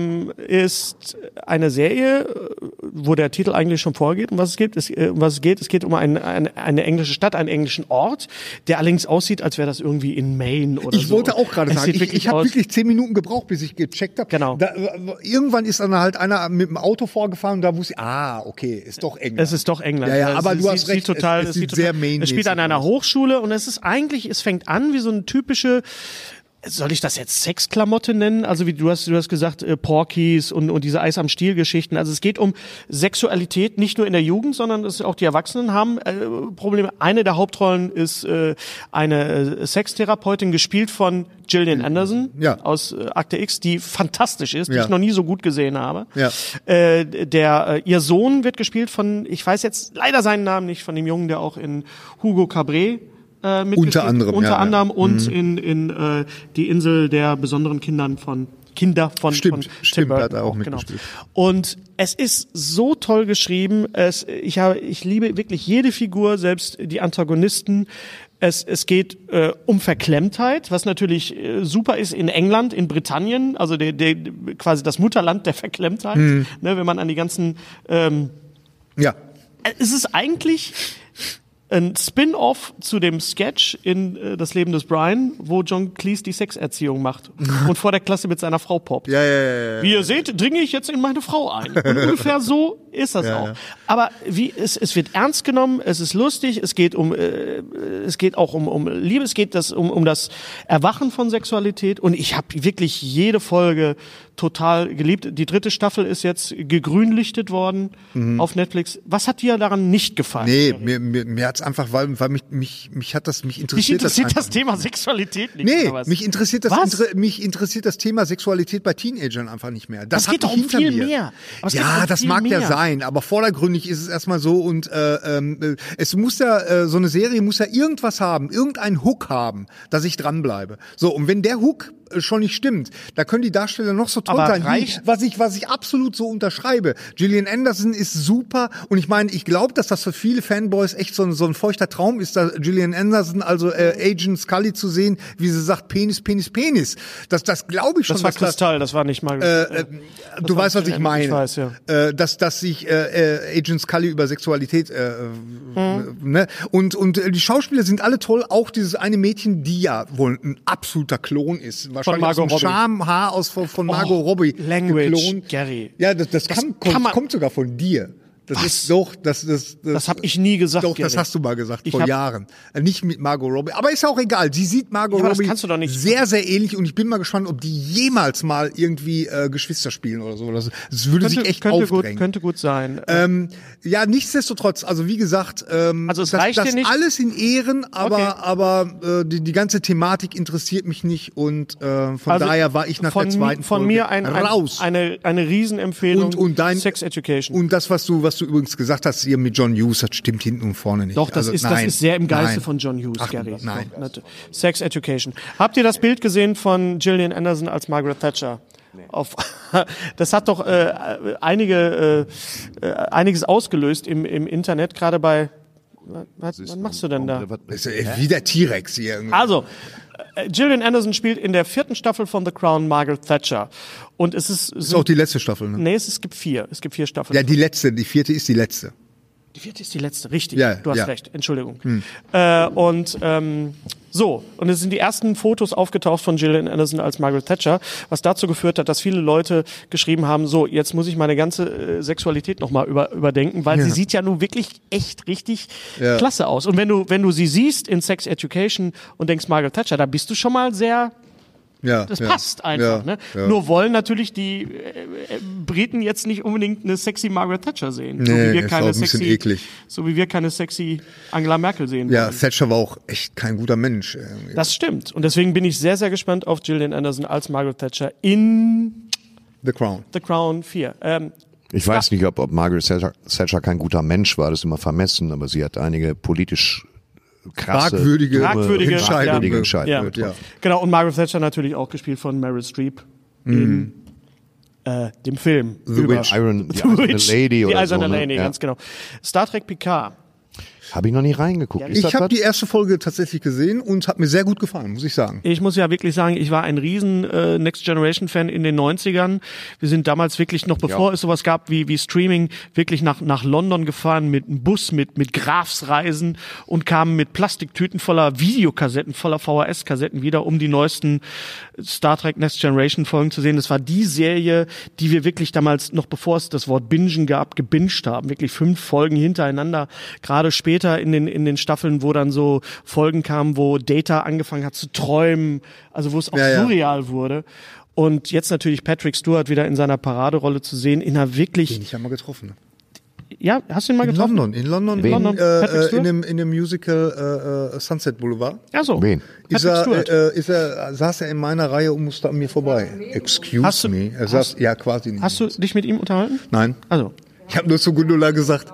ist eine Serie, wo der Titel eigentlich schon vorgeht, um was es geht. Es geht um eine englische Stadt, einen englischen Ort, der allerdings aussieht, als wäre das irgendwie in Maine oder so. Ich wollte auch gerade sagen, ich habe wirklich 10 Minuten gebraucht, bis ich gecheckt habe. Genau. Irgendwann ist dann halt einer mit dem Auto vorgefahren und da wusste ich, okay, ist doch England. Es ist doch England. Ja, aber du hast sieht recht, total, es sieht sehr Maine-mäßig Es spielt an einer aus. Hochschule und es fängt an wie so eine typische. Soll ich das jetzt Sexklamotte nennen? Also wie du hast gesagt, Porkies und diese Eis am Stiel-Geschichten. Also es geht um Sexualität, nicht nur in der Jugend, sondern auch die Erwachsenen haben Probleme. Eine der Hauptrollen ist eine Sextherapeutin, gespielt von Gillian Anderson aus Akte X, die fantastisch ist, die ich noch nie so gut gesehen habe. Ja. Ihr Sohn wird gespielt von, ich weiß jetzt leider seinen Namen nicht, von dem Jungen, der auch in Hugo Cabret unter anderem und in die Insel der besonderen Kinder von Tim Burton hat er auch mitgespielt. Und es ist so toll geschrieben. Ich liebe wirklich jede Figur, selbst die Antagonisten. Es geht um Verklemmtheit, was natürlich super ist in England, in Britannien, also quasi das Mutterland der Verklemmtheit. Ne, wenn man an die ganzen ja. Es ist eigentlich ein Spin-off zu dem Sketch in Das Leben des Brian, wo John Cleese die Sexerziehung macht und vor der Klasse mit seiner Frau poppt. Ja. Wie ihr seht, dringe ich jetzt in meine Frau ein. Und ungefähr so ist das auch. Aber es wird ernst genommen, es ist lustig, es geht auch um Liebe, es geht um das Erwachen von Sexualität und ich habe wirklich jede Folge total geliebt. Die 3. Staffel ist jetzt gegrünlichtet worden auf Netflix. Was hat dir daran nicht gefallen? Nee, mir hat's einfach, weil mich interessiert Mich interessiert das einfach. Thema Sexualität nicht. Nee, oder was? mich interessiert das Thema Sexualität bei Teenagern einfach nicht mehr. Das geht hat doch mich um hinter viel mir. mehr. Aber es geht doch Ja, um das viel mag ja mehr. sein, aber vordergründig ist es erstmal so und es muss ja, so eine Serie muss ja irgendwas haben, irgendeinen Hook haben, dass ich dranbleibe. So, und wenn der Hook schon nicht stimmt, da können die Darsteller noch so toll Aber sein, was ich absolut so unterschreibe. Gillian Anderson ist super und ich meine, ich glaube, dass das für viele Fanboys echt so ein feuchter Traum ist, da Gillian Anderson, also Agent Scully zu sehen, wie sie sagt, Penis. Das glaube ich schon. Das war Kristall, das war nicht mal. Du weißt, was ich meine. Ich weiß, ja. Dass sich Agent Scully über Sexualität ne? Und die Schauspieler sind alle toll, auch dieses eine Mädchen, die ja wohl ein absoluter Klon ist. Wahrscheinlich Margot aus dem Schamhaar von Margot Robbie Language, geklont. Gary. Ja, das kommt sogar von dir. Das ist doch, das habe ich nie gesagt. Doch, Gary. das hast du mal gesagt, vor Jahren. Nicht mit Margot Robbie. Aber ist auch egal. Sie sieht Margot aber das Robbie kannst du doch nicht. sehr, sehr ähnlich und ich bin mal gespannt, ob die jemals mal irgendwie Geschwister spielen oder so. Das würde sich echt aufdrängen. Könnte gut sein. Ja, nichtsdestotrotz, also wie gesagt, also es reicht das dir nicht? alles in Ehren, aber Okay. die ganze Thematik interessiert mich nicht und von daher war ich nach der zweiten von Folge mir raus. eine Riesenempfehlung. Und dein Sex Education. Und das, was du übrigens gesagt hast, hier mit John Hughes, das stimmt hinten und vorne nicht. Doch, das ist sehr im Geiste von John Hughes, Gary. Nein. Doch, Sex Education. Habt ihr das Bild gesehen von Gillian Anderson als Margaret Thatcher? Nee. Das hat doch einiges ausgelöst im Internet, gerade bei. Was machst du denn da? Das ist wie der T-Rex hier irgendwie. Also, Gillian Anderson spielt in der 4. Staffel von The Crown Margaret Thatcher. Und es ist. Das ist auch die letzte Staffel, ne? Nee, es gibt 4. Es gibt 4 Staffeln. Ja, die 4. ist die letzte. Die 4. ist die letzte, richtig. Ja, du hast ja. recht, Entschuldigung. Und es sind die ersten Fotos aufgetaucht von Gillian Anderson als Margaret Thatcher, was dazu geführt hat, dass viele Leute geschrieben haben, so, jetzt muss ich meine ganze Sexualität nochmal überdenken, weil sie sieht ja nun wirklich echt richtig klasse aus. Und wenn du sie siehst in Sex Education und denkst Margaret Thatcher, da bist du schon mal sehr... Das passt einfach. Ne? Nur wollen natürlich die Briten jetzt nicht unbedingt eine sexy Margaret Thatcher sehen. So wie wir keine eklig. So wie wir keine sexy Angela Merkel sehen Ja, wollen. Thatcher war auch echt kein guter Mensch. Irgendwie. Das stimmt. Und deswegen bin ich sehr, sehr gespannt auf Gillian Anderson als Margaret Thatcher in The Crown. The Crown 4. Ich weiß nicht, ob Margaret Thatcher kein guter Mensch war, das ist immer vermessen, aber sie hat einige politisch krasse, fragwürdige Entscheidungen. Ja. Genau, und Margaret Thatcher natürlich auch gespielt von Meryl Streep in dem Film. The Witch. The Lady oder die Eiserne so, ne? Lady, ganz genau. Star Trek Picard. Habe ich noch nie reingeguckt. Ich habe die erste Folge tatsächlich gesehen und hat mir sehr gut gefallen, muss ich sagen. Ich muss ja wirklich sagen, ich war ein riesen Next Generation Fan in den 90ern. Wir sind damals wirklich noch, bevor es sowas gab wie Streaming, wirklich nach London gefahren mit einem Bus, mit Grafsreisen und kamen mit Plastiktüten voller Videokassetten, voller VHS-Kassetten wieder, um die neuesten Star Trek Next Generation Folgen zu sehen. Das war die Serie, die wir wirklich damals, noch bevor es das Wort Bingen gab, gebinged haben. Wirklich 5 Folgen hintereinander. Gerade später in den Staffeln, wo dann so Folgen kamen, wo Data angefangen hat zu träumen, also wo es auch surreal wurde. Und jetzt natürlich Patrick Stewart wieder in seiner Paraderolle zu sehen, in einer wirklich... Den ich ja mal getroffen. Ja, hast du ihn mal getroffen? In London, in dem Musical Sunset Boulevard. Ja, so. Wen? Saß er in meiner Reihe und musste an mir vorbei. Excuse me. Er saß, quasi nicht. Hast du dich mit ihm unterhalten? Nein. Also. Ich habe nur zu Gundula gesagt,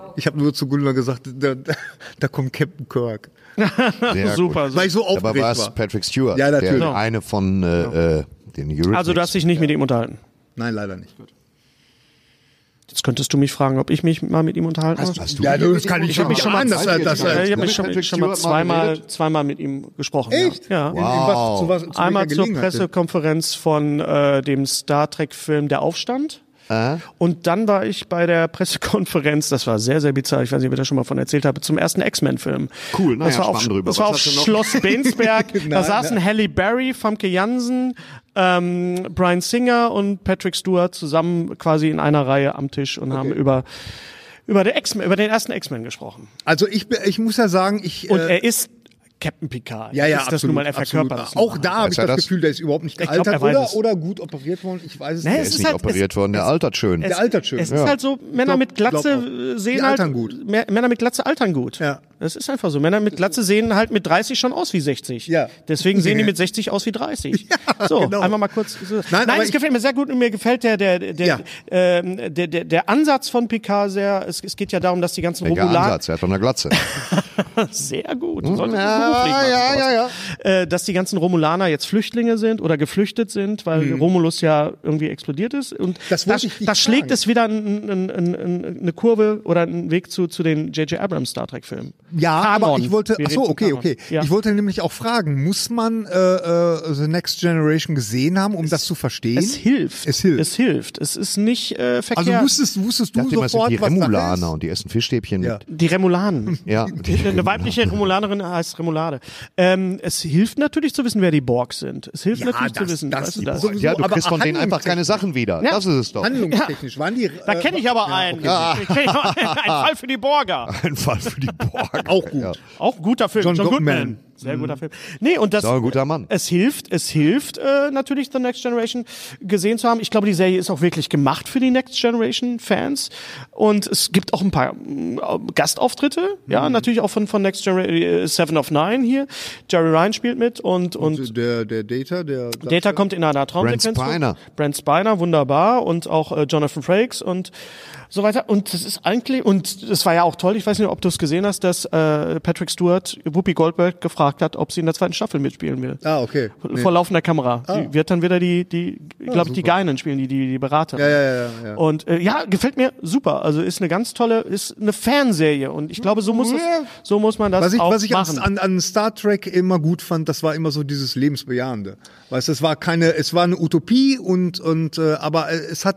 da kommt Captain Kirk. Super. Weil ich so aufgeregt Aber war es war. Patrick Stewart, Ja, natürlich. der eine von den Eurythmics. Also du hast dich nicht mit ihm unterhalten? Nein, leider nicht. Jetzt könntest du mich fragen, ob ich mich mal mit ihm unterhalten habe. Hast du Ja, das kann ich mich schon mal- ahnen, ich habe schon mal zweimal mit ihm gesprochen. Echt? Ja. Wow. Zu Einmal welcher zur Gelegenheit denn? Pressekonferenz von dem Star Trek Film Der Aufstand. Und dann war ich bei der Pressekonferenz, das war sehr, sehr bizarr, ich weiß nicht, ob ich da schon mal von erzählt habe, zum ersten X-Men-Film. Cool, Das war auf, drüber. das war auf Schloss Bensberg, da saßen Halle Berry, Famke Janssen, Bryan Singer und Patrick Stewart zusammen quasi in einer Reihe am Tisch und haben über den ersten X-Men gesprochen. Also ich muss ja sagen, Und er ist Captain Picard. Ja, ist das nun mal, er verkörpert das. Auch da habe ich das das Gefühl, der ist überhaupt nicht gealtert oder gut operiert worden. Ich weiß es Nee, nicht. Er ist nicht operiert worden, der altert schön. Der altert schön. Es ist halt so, Männer mit Glatze sehen Die halt, altern gut. Männer mit Glatze altern gut. Ja. Das ist einfach so. Männer mit Glatze sehen halt mit 30 schon aus wie 60. Ja. Deswegen sehen die mit 60 aus wie 30. Ja, so, genau. einfach mal kurz. So. Nein, es gefällt mir sehr gut und mir gefällt der Ansatz von Picard sehr. Es geht ja darum, dass die ganzen Welcher Romulaner Ansatz? Er hat doch eine Glatze. sehr gut. Du solltest das beruflich machen. Dass die ganzen Romulaner jetzt Flüchtlinge sind oder geflüchtet sind, weil Romulus ja irgendwie explodiert ist. Und Das wollte ich nicht das schlägt sagen. es wieder eine Kurve oder einen Weg zu den J.J. Abrams Star Trek Filmen. Ja, Kanon. aber ich wollte, Wir achso, reden okay, von okay. Kanon. Ja. Ich wollte nämlich auch fragen, muss man The Next Generation gesehen haben, um das zu verstehen? Es hilft. Es hilft. Es hilft. Es ist nicht verkehrt. Also wusstest du Ich dachte immer, es sind sofort, die was Sache Remulaner ist? und die essen Fischstäbchen Ja. mit. Die Remulanen. Ja. Eine weibliche Remulanerin heißt Remulade. Es hilft natürlich zu wissen, wer die Borg sind. Es hilft Ja, natürlich zu das- wissen. das weißt du die das? Borg- Ja, du Aber kriegst von denen einfach keine Sachen wieder. Ja. Das ist es doch. Handlungstechnisch waren die. Da kenne ich aber einen. Ich kenn einen Fall für die Borger. Ein Fall für die Borg. Auch gut. Ja. Auch ein guter Film. John John Goodman. Goodman. Sehr guter Film. Nee, und das. Ist auch ein guter Mann. Es hilft natürlich The Next Generation gesehen zu haben. Ich glaube, die Serie ist auch wirklich gemacht für die Next Generation Fans. Und es gibt auch ein paar Gastauftritte. Ja, natürlich auch von Next Generation, Seven of Nine hier. Jerry Ryan spielt mit und Der Data, Data kommt in einer Traumsequenz. Brent Spiner. Brent Spiner, wunderbar. Und auch Jonathan Frakes und so weiter. Und das ist eigentlich, und es war ja auch toll, ich weiß nicht, ob du es gesehen hast, dass Patrick Stewart Whoopi Goldberg gefragt hat, ob sie in der zweiten Staffel mitspielen will. Ah, okay. Vor laufender Kamera. Sie wird dann wieder die Geinen spielen, die Berater. Ja. Und gefällt mir super. Also ist eine ganz tolle, ist eine Fanserie. Und ich glaube, so muss man das auch Was ich machen. an Star Trek immer gut fand, das war immer so dieses Lebensbejahende. Weißt du, es war eine Utopie aber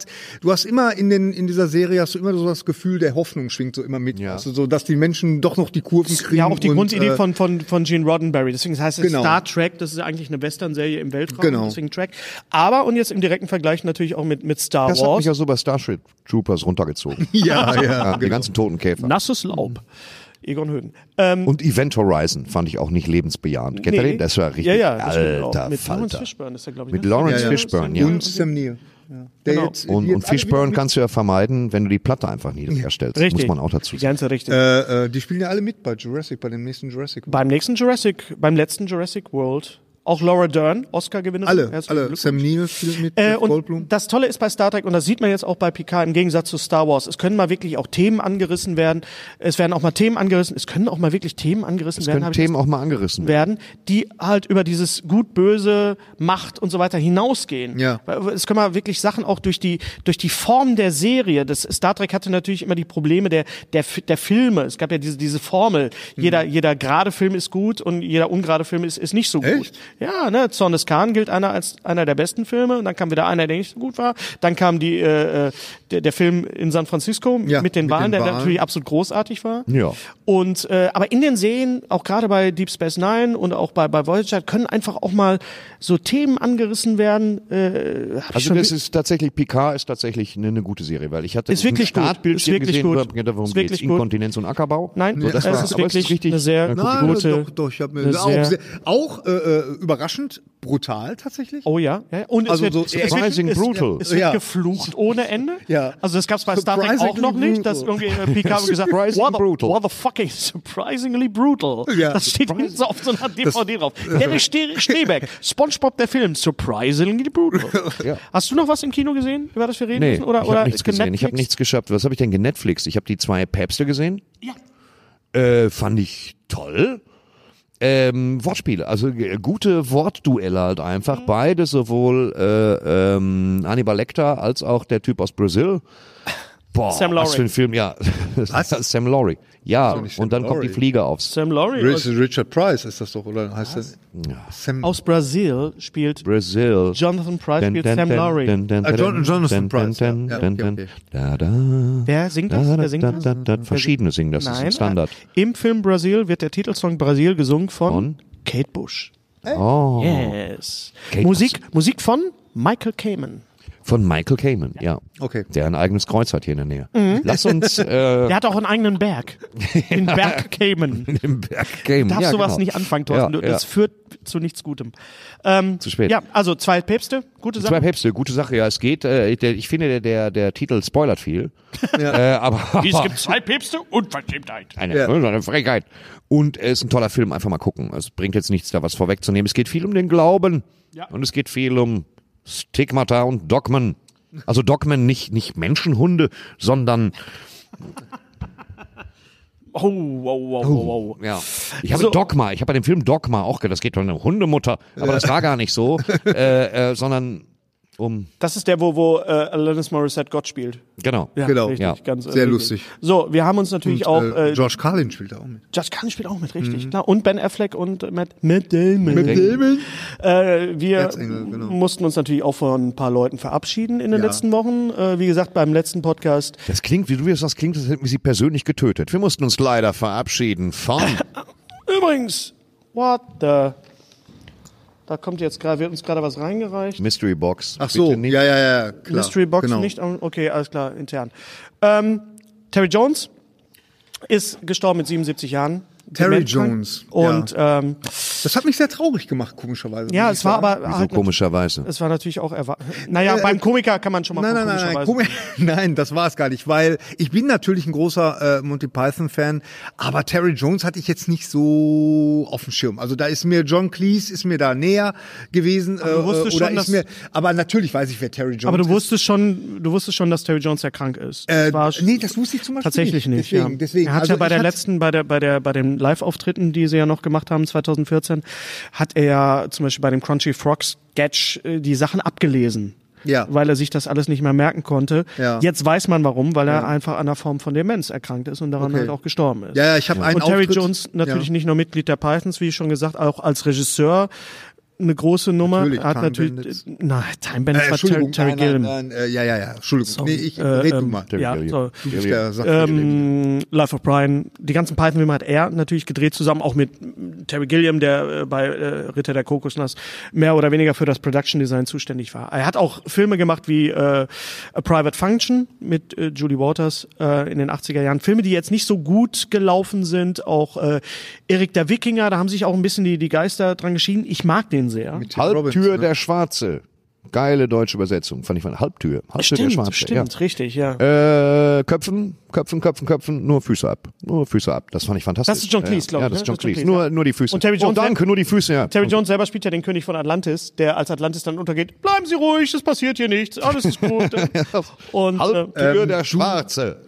du hast immer in dieser Serie hast du immer so das Gefühl, der Hoffnung schwingt so immer mit. Ja. Also so, dass die Menschen doch noch die Kurven kriegen. Ja, auch die und, Grundidee von Gene Roddenberry. Deswegen heißt es Genau. Star Trek. Das ist eigentlich eine Western-Serie im Weltraum. Genau. Deswegen Track. Aber, und jetzt im direkten Vergleich natürlich auch mit Star Das hat Wars. mich ja so bei Starship Troopers runtergezogen. Ja, Die ganzen toten Käfer. Nasses Laub. Egon Högen. Und Event Horizon fand ich auch nicht lebensbejahend. Kennt ihr den? Das war richtig das stimmt auch. alter Mit Lawrence Falter. Fishburne ist der, glaube ich. Mit ne? Lawrence Fishburne, ja. Und Sam Neill. Ja. Der Genau. jetzt, Und Fishburne kannst du ja vermeiden, wenn du die Platte einfach niedrig erstellst. Richtig. Muss man auch dazu Die sagen. ganze richtig. die spielen ja alle mit bei dem nächsten Jurassic. Beim letzten Jurassic World. Auch Laura Dern, Oscar-Gewinnerin. Alle. Herzlichen Glückwunsch. Sam Neill spielt mit Goldblum. Und das Tolle ist bei Star Trek, und das sieht man jetzt auch bei Picard im Gegensatz zu Star Wars, es können mal wirklich auch Themen angerissen werden. Es werden auch mal Themen angerissen. Es können auch mal wirklich Themen angerissen werden. Können Themen auch mal angerissen werden. Die halt über dieses gut, böse, Macht und so weiter hinausgehen. Ja. Es können mal wirklich Sachen auch durch die Form der Serie. Das Star Trek hatte natürlich immer die Probleme der Filme. Es gab ja diese Formel. Jeder gerade Film ist gut und jeder ungerade Film ist nicht so gut. Echt? Ja, ne, Zorn des Khan gilt als einer der besten Filme und dann kam wieder einer, der nicht so gut war. Dann kam der Film in San Francisco mit den Wahlen, der natürlich absolut großartig war. Ja. Und aber in den Serien, auch gerade bei Deep Space Nine und auch bei Voyager, können einfach auch mal so Themen angerissen werden. Also das ist tatsächlich, Picard ist tatsächlich eine gute Serie, weil ich hatte Ist wirklich gut. Startbildchen Ist wirklich gesehen, gut. worum Ist geht's? wirklich gut. Inkontinenz und Ackerbau. Nein, So, das es war- ist aber es wirklich richtig eine sehr gute. Doch, ich habe eine sehr- auch überraschend brutal tatsächlich. Oh ja. Und Also es so wird, surprising brutal. Es wird Ja. geflucht ohne Ende. Ja. Also das gab's bei Star Trek auch noch nicht, dass irgendwie Picard gesagt hat, what the fucking surprisingly brutal. Ja. Das steht hinten so auf so einer DVD drauf. Dennis Strebeck, SpongeBob der Film, surprisingly brutal. Ja. Hast du noch was im Kino gesehen, über das wir reden Nee, müssen? Oder ich habe nichts ist gesehen. Ich habe genetflixed? nichts geschafft. Was habe ich denn genetflixt? Ich habe die 2 Päpste gesehen. Ja. Fand ich toll. Wortspiele, also gute Wortduelle halt einfach. Beide, sowohl Hannibal Lecter als auch der Typ aus Brazil. Boah, Sam was für Laurie. ein Film, ja. Was? Sam Laurie. Ja, nicht Sam und dann kommt die Laurie. Fliege aufs Sam Laurie Richard Price ist das doch, oder heißt das? Sam aus Brasil spielt Brazil. Jonathan Price spielt Sam Laurie. Jonathan Price, ja. Ja, okay. Wer singt das? Wer singt das? Verschiedene singen das, ist ein Standard. Im Film Brasil wird der Titelsong Brasil gesungen von Kate Bush. Oh. Yes. Kate Musik von Michael Kamen. Von Michael Kamen, ja. Okay. Der ein eigenes Kreuz hat hier in der Nähe. Lass uns Der hat auch einen eigenen Berg. Den Berg Kamen. im Berg Kamen. Du darfst Ja, sowas genau. nicht anfangen, Thorsten. Ja, Das führt zu nichts Gutem. Zu spät. Ja, also 2 Päpste, gute Zwei Sache. Päpste, gute Sache, ja. Es geht, ich finde, der Titel spoilert viel. Aber Es gibt 2 Päpste und Verschämtheit. eine Frechheit. Und es ist ein toller Film, einfach mal gucken. Es bringt jetzt nichts, da was vorwegzunehmen. Es geht viel um den Glauben. Ja. Und es geht viel um Stigmata und Dogmen. Also Dogmen, nicht Menschenhunde, sondern Oh. ja. Ich habe Dogma, ich habe bei dem Film Dogma auch gedacht, das geht um eine Hundemutter, aber das war gar nicht so, sondern um, Das ist der, wo Alanis Morissette Gott spielt. genau. Ja, Genau. richtig, Ja. ganz Sehr richtig. lustig. So, wir haben uns natürlich auch George Carlin spielt da auch mit. Josh Carlin spielt auch mit, richtig, klar. Und Ben Affleck und Matt Damon. Wir Erzengel, genau. mussten uns natürlich auch von ein paar Leuten verabschieden in den letzten Wochen. Wie gesagt, beim letzten Podcast. Das klingt, wie du das klingt, als hätten wir sie persönlich getötet. Wir mussten uns leider verabschieden von Übrigens, da kommt jetzt gerade, wird uns gerade was reingereicht. Mystery Box. Ach so, Bitte nicht. ja, klar. Mystery Box genau. nicht, okay, alles klar, intern. Terry Jones ist gestorben mit 77 Jahren. Terry Dementkrank. Jones. Und Das hat mich sehr traurig gemacht, komischerweise. ja, muss es ich war sagen. aber So halt, komischerweise. es war natürlich auch naja, beim Komiker kann man schon mal Nein, komischerweise. nein, das war es gar nicht, weil ich bin natürlich ein großer Monty Python-Fan, aber Terry Jones hatte ich jetzt nicht so auf dem Schirm. Also da ist mir John Cleese ist mir da näher gewesen du wusstest oder schon, ist mir, aber natürlich weiß ich, wer Terry Jones Aber ist. du wusstest schon, dass Terry Jones ja krank ist. Das war Nee, das wusste ich zum Beispiel tatsächlich nicht. Deswegen. Er hat Also ja bei ich der hatte- letzten, bei den Live-Auftritten, die sie ja noch gemacht haben, 2014, hat er ja zum Beispiel bei dem Crunchy Frog Sketch die Sachen abgelesen. Ja. Weil er sich das alles nicht mehr merken konnte. Ja. Jetzt weiß man warum, weil er einfach an einer Form von Demenz erkrankt ist und daran Okay. halt auch gestorben ist. Ja, ich habe einen Und Terry Auftritt, Jones natürlich ja. nicht nur Mitglied der Pythons, wie schon gesagt, auch als Regisseur eine große Nummer. Natürlich, Er hat Time natürlich, Bandits. nein, Time Bandits war Entschuldigung, Terry Gilliam. nein, ja, Entschuldigung. Sorry. Nee, red du mal. Ja, so. Du bist der Sachverständige. Life of Brian, die ganzen Python-Filme hat er natürlich gedreht, zusammen auch mit Terry Gilliam, der bei Ritter der Kokosnuss mehr oder weniger für das Production Design zuständig war. Er hat auch Filme gemacht wie A Private Function mit Julie Waters in den 80er Jahren. Filme, die jetzt nicht so gut gelaufen sind. Auch Erik der Wikinger, da haben sich auch ein bisschen die Geister dran geschieden. Ich mag den sehr. Mit Tim Robbins, Halbtür ne? der Schwarze. Geile deutsche Übersetzung. Fand ich von Halbtür der Schwarze. Stimmt, richtig, ja. Köpfen, nur Füße ab. Das fand ich fantastisch. Das ist John Cleese, glaub ich, Ja, das ne? ist John Das ist John Cleese. Cleese, Nur die Füße. Und Terry Jones- danke, nur die Füße, ja. Terry Jones selber spielt ja den König von Atlantis, der als Atlantis dann untergeht. Bleiben Sie ruhig, es passiert hier nichts, alles ist gut. Und Halbtür der Schwarze.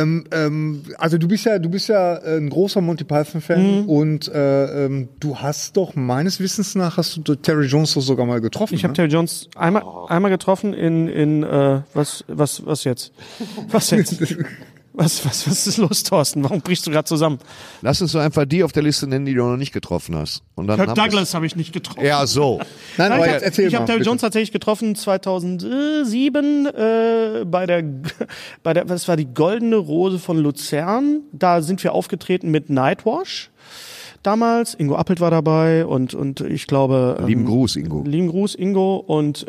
Also du bist ja ein großer Monty Python-Fan und du hast doch meines Wissens nach hast du Terry Jones doch sogar mal getroffen. ich habe Terry Jones einmal getroffen in was jetzt? Was jetzt? Was ist los, Thorsten? Warum brichst du gerade zusammen? Lass uns so einfach die auf der Liste nennen, die du noch nicht getroffen hast. Und dann Kirk haben wir's. Douglas habe ich nicht getroffen. Ja, so. Nein, aber Nein, jetzt erzähl ich mal. habe Terry bitte. Jones tatsächlich getroffen 2007 bei der was war die Goldene Rose von Luzern. Da sind wir aufgetreten mit Nightwash. Damals, Ingo Appelt war dabei und ich glaube... Lieben Gruß, Ingo. Lieben Gruß, Ingo und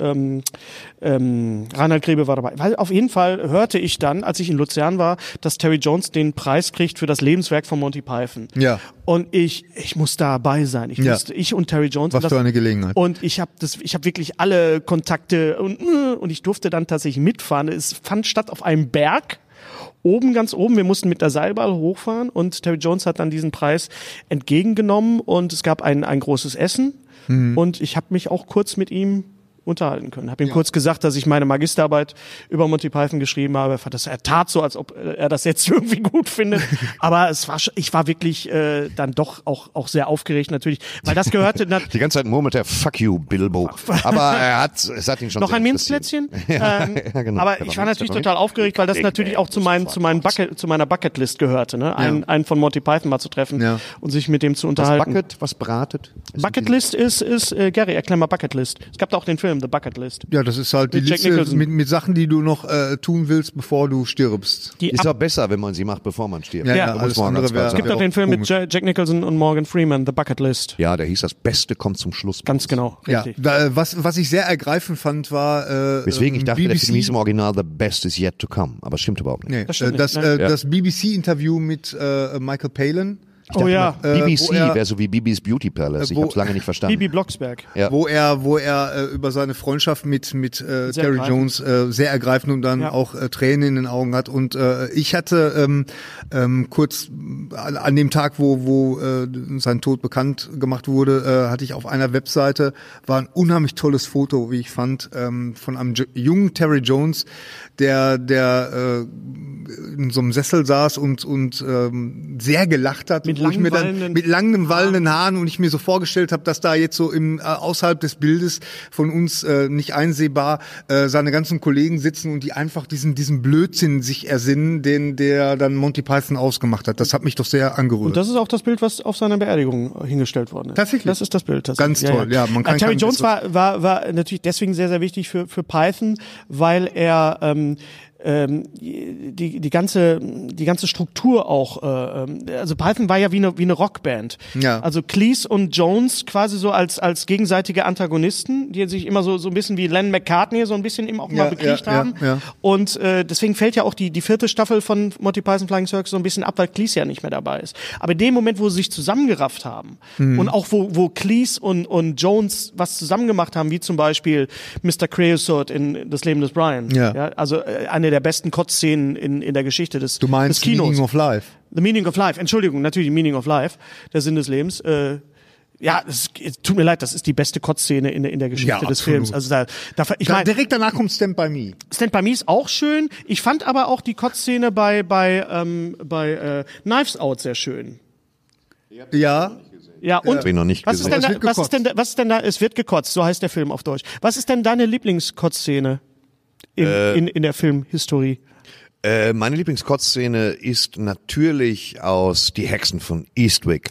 Reinhard Grebe war dabei. Weil auf jeden Fall hörte ich dann, als ich in Luzern war, dass Terry Jones den Preis kriegt für das Lebenswerk von Monty Python. Ja. Und ich muss dabei sein. Ich und Terry Jones. Was und für eine Gelegenheit. Und ich habe wirklich alle Kontakte und ich durfte dann tatsächlich mitfahren. Es fand statt auf einem Berg. Ganz oben, wir mussten mit der Seilbahn hochfahren und Terry Jones hat dann diesen Preis entgegengenommen und es gab ein großes Essen und ich habe mich auch kurz mit ihm unterhalten können. Habe ihm kurz gesagt, dass ich meine Magisterarbeit über Monty Python geschrieben habe. Er tat so, als ob er das jetzt irgendwie gut findet. Aber ich war wirklich dann doch auch sehr aufgeregt natürlich, weil das gehörte... Die ganze Zeit murmelt er, fuck you, Bilbo. Aber es hat ihn schon noch sehr ein interessiert. Minzplätzchen? Ja, genau. Aber ich war natürlich total aufgeregt, weil das natürlich auch zu meiner Bucketlist gehörte, ne? Einen von Monty Python mal zu treffen und sich mit dem zu unterhalten. Was bratet? Bucketlist ist Gary, erklär mal Bucketlist. Es gab da auch den Film The Bucket List. Ja, das ist halt die Liste mit Sachen, die du noch tun willst, bevor du stirbst. Ist doch besser, wenn man sie macht, bevor man stirbt. Ja, alles andere es gibt auch den Film mit Jack Nicholson und Morgan Freeman, The Bucket List. Ja, der hieß Das Beste kommt zum Schluss. Ganz genau, richtig. Ja, was ich sehr ergreifend fand, war Weswegen ich dachte, BBC, der Film hieß im Original The Best is yet to come. Aber es stimmt überhaupt nicht. Nee, das BBC-Interview mit Michael Palin. Oh ja. BBC wäre so wie Bibis Beauty Palace. Ich habe es lange nicht verstanden. Bibi Blocksberg. Ja. Wo er über seine Freundschaft mit Terry Jones sehr ergreifend und dann auch Tränen in den Augen hat. Und ich hatte kurz an dem Tag, wo sein Tod bekannt gemacht wurde, hatte ich auf einer Webseite, war ein unheimlich tolles Foto, wie ich fand, von einem jungen Terry Jones, der in so einem Sessel saß und sehr gelacht hat. Mit langen wallenden Haaren, und ich mir so vorgestellt habe, dass da jetzt so außerhalb des Bildes von uns nicht einsehbar seine ganzen Kollegen sitzen und die einfach diesen Blödsinn sich ersinnen, der dann Monty Python ausgemacht hat. Das hat mich doch sehr angerührt. Und das ist auch das Bild, was auf seiner Beerdigung hingestellt worden ist. Tatsächlich? Das ist das Bild. Ganz toll, ja. Man kann Terry Jones war natürlich deswegen sehr, sehr wichtig für Python, weil er die ganze Struktur auch, also Python war ja wie eine Rockband. Ja. Also Cleese und Jones quasi so als gegenseitige Antagonisten, die sich immer so ein bisschen wie Lennon McCartney so ein bisschen eben auch mal bekriegt haben. Ja. Und deswegen fällt ja auch die 4. Staffel von Monty Python Flying Circus so ein bisschen ab, weil Cleese ja nicht mehr dabei ist. Aber in dem Moment, wo sie sich zusammengerafft haben und auch wo Cleese und Jones was zusammen gemacht haben, wie zum Beispiel Mr. Creosote in Das Leben des Brian. Ja, also eine der besten Kotzszenen in der Geschichte des Kinos. Du meinst Meaning of Life? The Meaning of Life, Entschuldigung, natürlich Meaning of Life, der Sinn des Lebens. Es tut mir leid, das ist die beste Kotzszene in der Geschichte des Films. Also ich meine, direkt danach kommt Stand By Me. Stand By Me ist auch schön. Ich fand aber auch die Kotzszene bei Knives Out sehr schön. Ja. Ja, und hab ich noch nicht gesehen. was ist denn da, es wird gekotzt, so heißt der Film auf Deutsch. Was ist denn deine Lieblingskotzszene in der Filmhistorie? Meine Lieblingskotzszene ist natürlich aus Die Hexen von Eastwick.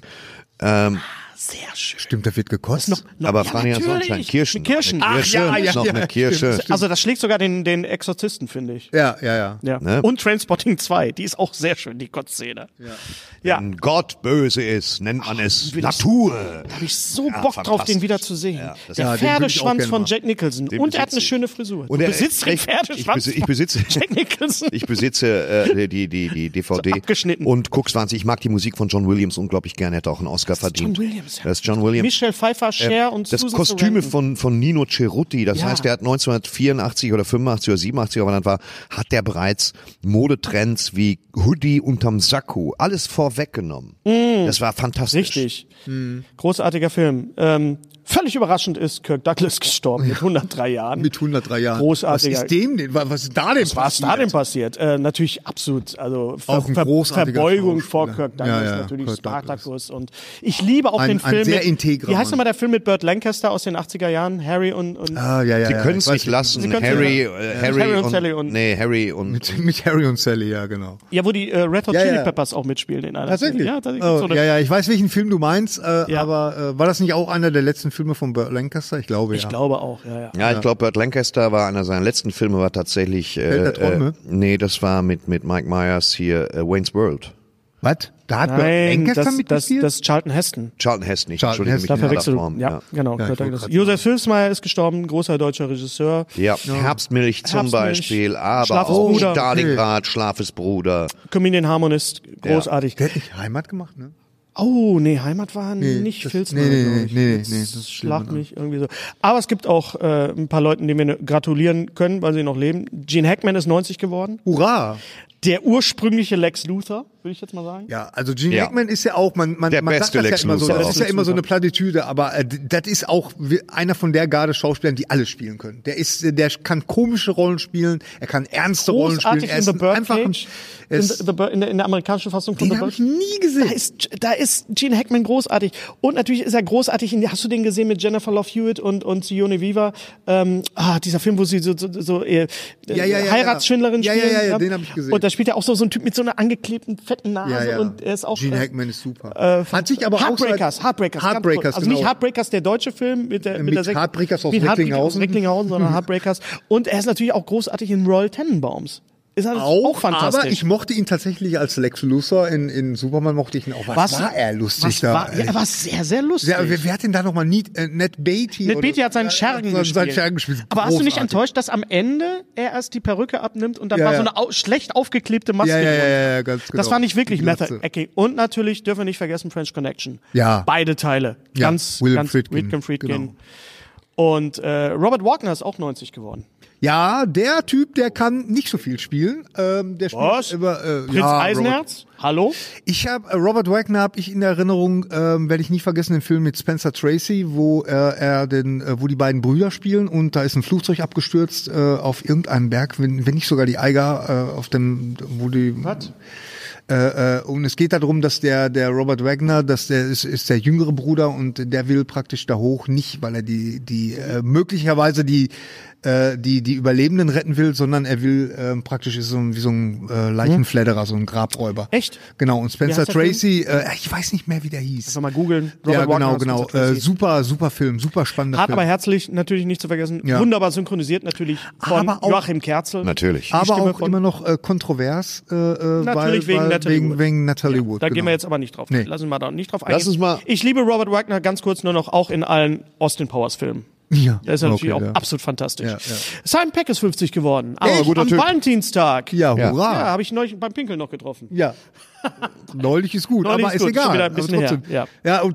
Sehr schön. Stimmt, da wird gekostet. Aber Franny und Sonnenschein, Kirschen. Mit Kirschen. Noch eine Kirsche. Also das schlägt sogar den Exorzisten, finde ich. Ja. Ne? Und Transporting 2, die ist auch sehr schön, die Kotzszene. Ja. Wenn Gott böse ist, nennt man es Natur. Da habe ich so Bock drauf, den wieder zu sehen. Ja, der Pferdeschwanz von Jack Nicholson. Und er hat eine schöne Frisur. Und du besitzt den Pferdeschwanz ich besitze Jack Nicholson. Ich besitze die DVD so abgeschnitten. Und guck's wahnsinnig. Ich mag die Musik von John Williams unglaublich gerne. Hätte auch einen Oscar verdient. John Williams. Das ist John Williams. Michelle Pfeiffer, Cher und das Susan Kostüme Sarandon. von Nino Cerutti, das heißt, der hat 1984 oder 85 oder 87, aber dann hat der bereits Modetrends wie Hoodie unterm Sakko, alles vorweggenommen. Das war fantastisch. Richtig. Großartiger Film. Völlig überraschend ist Kirk Douglas gestorben mit 103 Jahren. Mit 103 Jahren. Großartiger. Was ist da denn passiert? Was da denn passiert? Natürlich absolut, also auch ein großartiger Verbeugung vor Schauspieler. Kirk Douglas, Ja, natürlich Kirk Spartacus. Und ich liebe auch den Film ein sehr integrer wie heißt Mann. nochmal der Film mit Burt Lancaster aus den 80er Jahren? Harry und Sie können es nicht lassen. Harry und Sally und Harry und mit Harry und Sally, ja, genau. Ja, wo die Red Hot Chili Peppers auch mitspielen in einer. Tatsächlich? Ja, ich weiß, welchen Film du meinst, aber war das nicht auch einer der letzten Filme von Burt Lancaster? Ich glaube, Ich glaube auch, ja. Ja, ich glaube, Burt Lancaster war einer seiner letzten Filme, war tatsächlich Feld der Träume? Nee, das war mit Mike Myers hier Wayne's World. Was? Da hat Burt Lancaster mitgespielt? Das ist Charlton Heston. Charlton Heston, Charlton Heston. Da verwechselt Form. Ja, genau. Ja, Josef Hülsmeyer ist gestorben, großer deutscher Regisseur. Ja, Herbstmilch zum Beispiel, aber Schlafes auch Bruder. Stalingrad, Schlafes Bruder. Comedian Harmonist, großartig. Der hat nicht Heimat gemacht, ne? Oh, nee, Heimat war nicht Filzmann, glaube ich. Nee, das das schlagt mich irgendwie so. Aber es gibt auch ein paar Leuten, denen wir gratulieren können, weil sie noch leben. Gene Hackman ist 90 geworden. Hurra! Der ursprüngliche Lex Luthor. würde ich jetzt mal sagen. Ja, also Gene Hackman ist ja auch, man Der sagt beste das ja Lex immer so, Luthor. das ist ja immer so eine Plattitüde, aber das ist auch einer von der Garde Schauspielern, die alle spielen können. Der kann komische Rollen spielen, er kann ernste Rollen spielen. Großartig Er in ist The einfach Birdcage, in der amerikanischen Fassung von den The habe ich Birdcage. nie gesehen. Da ist Gene Hackman großartig. Und natürlich ist er großartig. Hast du den gesehen mit Jennifer Love Hewitt und Sigourney Weaver? Dieser Film, wo sie so Heiratsschwindlerin spielen. Ja, den habe ich gesehen. Und da spielt er auch so ein Typ mit so einer angeklebten, fetten Nase. Ja. Und er ist auch Gene Hackman ist super. Hat sich aber Heartbreakers, auch Heartbreakers, also nicht Heartbreakers, der deutsche Film mit der Heartbreakers aus Recklinghausen, sondern Heartbreakers. Und er ist natürlich auch großartig in Royal Tenenbaums. Ist halt auch fantastisch. Aber ich mochte ihn tatsächlich als Lex Luthor in Superman mochte ich ihn auch. Was war er lustig da? Er war sehr, sehr lustig. Wer hat denn da nochmal Ned Beatty? Ned Beatty hat seinen Schergen gespielt. Aber hast du nicht enttäuscht, dass am Ende er erst die Perücke abnimmt und dann war so eine schlecht aufgeklebte Maske? Ja, ganz genau. Das war nicht wirklich Method Acting. Und natürlich dürfen wir nicht vergessen French Connection. Ja. Beide Teile. William Friedkin. Genau. Und Robert Wagner ist auch 90 geworden. Ja, der Typ, der kann nicht so viel spielen. Der spielt Prinz Eisenherz? Hallo? Ich habe Robert Wagner habe ich in Erinnerung, werde ich nie vergessen, den Film mit Spencer Tracy, wo wo die beiden Brüder spielen und da ist ein Flugzeug abgestürzt auf irgendeinem Berg, wenn nicht sogar die Eiger auf dem, wo die. Was? Und es geht darum, dass der Robert Wagner, dass der ist der jüngere Bruder und der will praktisch da hoch, nicht weil er möglicherweise die Überlebenden retten will, sondern er will praktisch ist wie so ein Leichenfledderer, so ein Grabräuber. Echt? Genau. Und Spencer Tracy, ich weiß nicht mehr, wie der hieß. Einfach mal googeln. Ja, genau. Super Film, super spannender Hart, Film. aber herzlich, natürlich nicht zu vergessen. Ja. Wunderbar synchronisiert natürlich von Joachim Kerzel. Natürlich. Aber auch immer noch kontrovers, natürlich wegen Natalie Wood. Da gehen wir jetzt aber nicht drauf ein. Nee. Lassen wir da nicht drauf eingehen. Lass uns mal. Ich liebe Robert Wagner ganz kurz nur noch auch in allen Austin Powers Filmen. Ja. Der ist natürlich auch absolut fantastisch. Ja. Simon Peck ist 50 geworden. guter Am Typ. Valentinstag. Ja, hurra. Ja, habe ich neulich beim Pinkeln noch getroffen. Ja. Neulich ist gut, Neulich aber ist ist gut, schon wieder egal. ein bisschen Aber trotzdem. her, Ja, und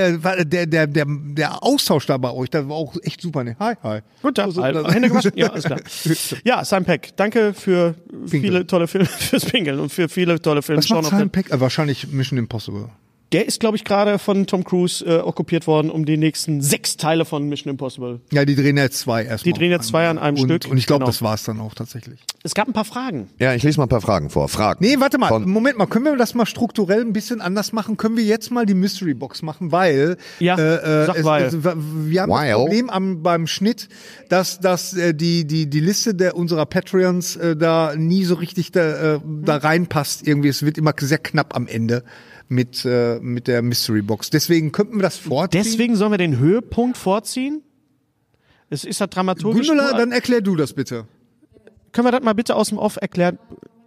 der Austausch da bei euch, der war auch echt super. Ne? Hi. Gut, Hände gewaschen? Ja, alles klar. Ja, Simon Peck, danke für viele tolle Filme, fürs Pinkeln und für viele tolle Filme. Was macht Simon Peck? Wahrscheinlich Mission Impossible. Der ist, glaube ich, gerade von Tom Cruise okkupiert worden, um die nächsten 6 Teile von Mission Impossible. Ja, die drehen jetzt 2 erstmal. Die drehen jetzt 2 an einem Stück. Und ich glaube, Genau. das war's dann auch tatsächlich. Es gab ein paar Fragen. Ja, ich lese mal ein paar Fragen vor. Nee, warte mal. Moment mal. Können wir das mal strukturell ein bisschen anders machen? Können wir jetzt mal die Mystery Box machen? Weil, Ja, sag weil. Wir haben das Problem beim Schnitt, dass die Liste unserer Patreons da nie so richtig da reinpasst. Irgendwie, es wird immer sehr knapp am Ende mit der Mystery Box. Deswegen könnten wir das vorziehen. Deswegen sollen wir den Höhepunkt vorziehen? Es ist ja dramaturgisch. Gundula, dann erklär du das bitte. Können wir das mal bitte aus dem Off erklären?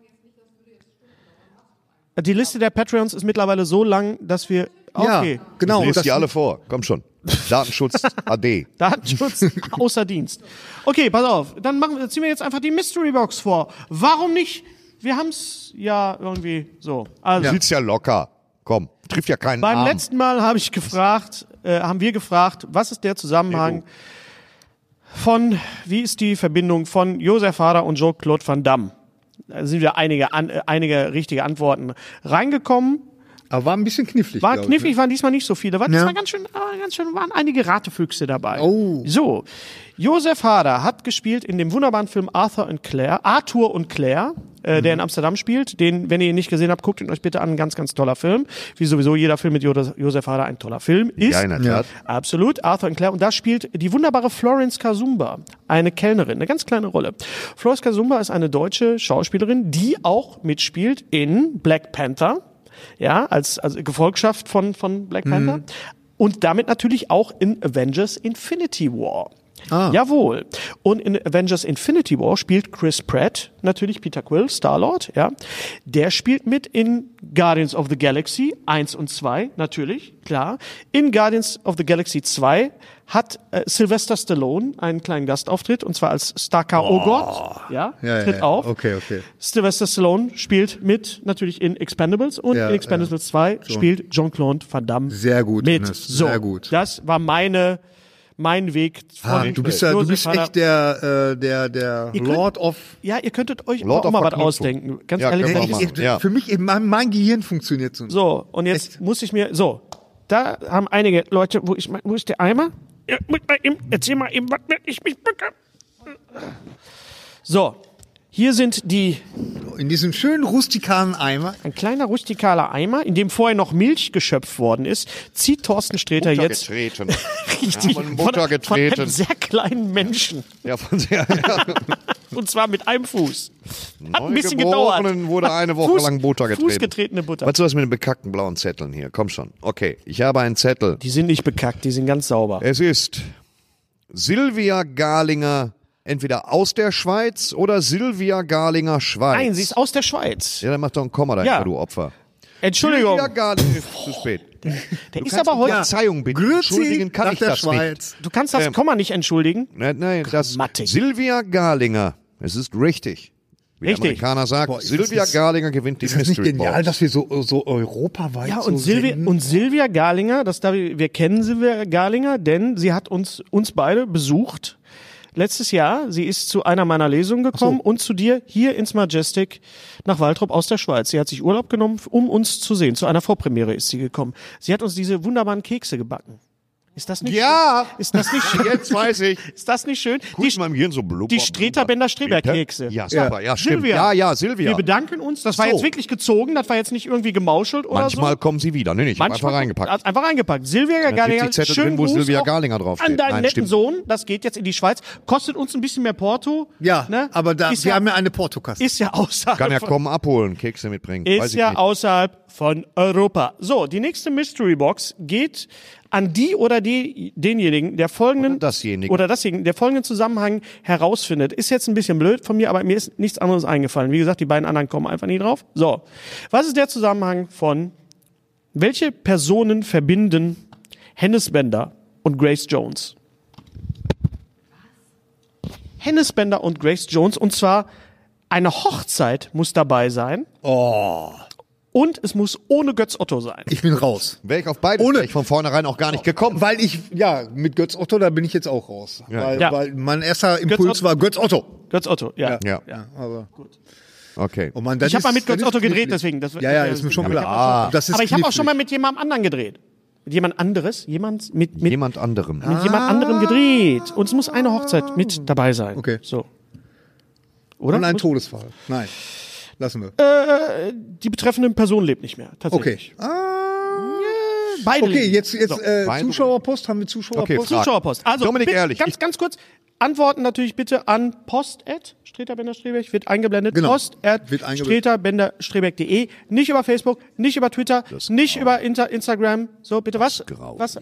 Die Liste der Patreons ist mittlerweile so lang, dass wir... Okay. Ja, genau. Lest die alle vor. Komm schon. Datenschutz AD. Datenschutz außer Dienst. Okay, pass auf. Dann ziehen wir jetzt einfach die Mystery Box vor. Warum nicht? Wir haben es ja irgendwie so. Also, Sitzt ja locker. Komm, trifft ja keinen beim Arm. letzten Mal haben wir gefragt, was ist der Zusammenhang von, wie ist die Verbindung von Josef Hader und Jean-Claude Van Damme? Da sind wir einige richtige Antworten reingekommen. Aber war ein bisschen knifflig. War knifflig, waren diesmal nicht so viele. Waren einige Ratefüchse dabei. Oh. So, Josef Hader hat gespielt in dem wunderbaren Film Arthur und Claire, der in Amsterdam spielt. Den, wenn ihr ihn nicht gesehen habt, guckt ihn euch bitte an. Ein ganz, ganz toller Film. Wie sowieso jeder Film mit Josef Hader ein toller Film ist. Ja, in der Tat. Absolut, Arthur und Claire. Und da spielt die wunderbare Florence Kazumba, eine Kellnerin, eine ganz kleine Rolle. Florence Kazumba ist eine deutsche Schauspielerin, die auch mitspielt in Black Panther. Ja, als Gefolgschaft von Black Panther. Und damit natürlich auch in Avengers Infinity War. Jawohl. Und in Avengers Infinity War spielt Chris Pratt, natürlich Peter Quill, Star-Lord, ja. Der spielt mit in Guardians of the Galaxy 1 und 2, natürlich, klar. In Guardians of the Galaxy 2 hat Sylvester Stallone einen kleinen Gastauftritt, und zwar als Stakar Ogord, tritt auf. Okay. Sylvester Stallone spielt mit, natürlich in Expendables, und in Expendables 2 spielt Jean-Claude Van Damme Sehr gut, mit. Ines, So, sehr gut. das war meine mein Weg von du bist echt der Lord of. Ja, ihr könntet euch Lord auch of mal was Verknüpfung. ausdenken. Ganz Ja, ehrlich. können wir machen. Ja. Für mich, mein Gehirn funktioniert so. So, und jetzt muss ich mir, da haben einige Leute, wo ist der Eimer? Ja, erzähl mal eben, was ich mich bücke. So, hier sind In diesem schönen rustikalen Eimer. ein kleiner rustikaler Eimer, in dem vorher noch Milch geschöpft worden ist, zieht Thorsten Sträter Butter jetzt getreten. richtig Ja, von Butter von getreten. einem sehr kleinen Menschen. Ja, von sehr Und zwar mit einem Fuß. Hat ein bisschen gedauert. Neugeborenen wurde eine Woche lang Butter getreten. Fußgetretene Butter. Was ist das mit den bekackten blauen Zetteln hier? Komm schon. Okay, ich habe einen Zettel. Die sind nicht bekackt, die sind ganz sauber. Es ist Silvia Garlinger, entweder aus der Schweiz oder Silvia Garlinger Schweiz. Nein, sie ist aus der Schweiz. Ja, dann mach doch ein Komma dahinter, Ja. du Opfer. Entschuldigung. Silvia Garlinger ist zu spät. Der ist aber heute. Verzeihung bitte. Entschuldigen kann nach ich der das Schweiz. Du kannst das Komma nicht entschuldigen. nicht. Nein, das Grammatik. Silvia Garlinger. Es ist richtig. Wie der Richtig. Amerikaner sagt, Boah, ist Silvia das- Garlinger gewinnt die Ist das nicht Mystery genial, Box. dass wir so europaweit Ja, so und senden? Silvia Garlinger, wir kennen Silvia Garlinger, denn sie hat uns beide besucht. Letztes Jahr, sie ist zu einer meiner Lesungen gekommen und zu dir hier ins Majestic nach Waltrop aus der Schweiz. Sie hat sich Urlaub genommen, um uns zu sehen. Zu einer Vorpremiere ist sie gekommen. Sie hat uns diese wunderbaren Kekse gebacken. Ist das nicht Ja. schön? Ist das nicht schön? Jetzt weiß ich. Ist das nicht schön? Guck mal im Gehirn so blubber. Die Streter-Bender-Streberg-Kekse. Ja, super. Ja, stimmt. Silvia. Ja, Silvia. Wir bedanken uns. Das war So. jetzt wirklich gezogen. Das war jetzt nicht irgendwie gemauschelt oder Manchmal so. kommen sie wieder. Nee, ich hab einfach reingepackt. Hat einfach reingepackt. Silvia Garlinger, die Zettel schönen drin, wo Gruß Silvia auch Garlinger draufsteht. An deinen Nein, netten stimmt. Sohn, das geht jetzt in die Schweiz. Kostet uns ein bisschen mehr Porto. Ja, ne? aber ist wir ja, haben ja eine Portokasse. ist ja außerhalb, Kann ja kommen, abholen, Kekse mitbringen. Weiß ist ich ja nicht. außerhalb von Europa. So, die nächste Mystery Box geht an die oder denjenigen, der folgenden der folgenden Zusammenhang herausfindet. Ist jetzt ein bisschen blöd von mir, aber mir ist nichts anderes eingefallen. Wie gesagt, die beiden anderen kommen einfach nie drauf. So, was ist der Zusammenhang von welche Personen verbinden Hennes Bender und Grace Jones? Hennes Bender und Grace Jones, und zwar eine Hochzeit muss dabei sein. Und es muss ohne Götz Otto sein. Ich bin raus. Wäre ich auf beide wäre ich von vornherein auch gar nicht gekommen. Weil mit Götz Otto, da bin ich jetzt auch raus. Ja. Weil mein erster Impuls Otto. war Götz Otto. Götz Otto, ja. Ja. Also, Okay. oh Mann, das Ich habe mal mit das Götz Otto gedreht, knifflig. deswegen. Das, Ja, ist mir schon aber klar. Das ist aber ich habe auch knifflig. schon mal mit jemandem anderen gedreht. Mit jemand anderes? Mit Jemand anderem. jemand anderem gedreht. Und es muss eine Hochzeit mit dabei sein. Okay. So. Oder? Und ein Muss- Todesfall. Nein. Lassen wir. Die betreffende Person lebt nicht mehr. Okay. Tatsächlich. Beide Okay, leben. jetzt Beide- Zuschauerpost. Haben wir Zuschauerpost? Okay, Frage. Zuschauerpost. Also, Dominik, bitte, ehrlich, ganz kurz. Antworten natürlich bitte an post@streterbender-streberg, wird eingeblendet. Genau. Wird eingeblendet. post@streterbender-streberg.de. Nicht über Facebook, nicht über Twitter, nicht über Instagram. So, bitte was? Grau. Was?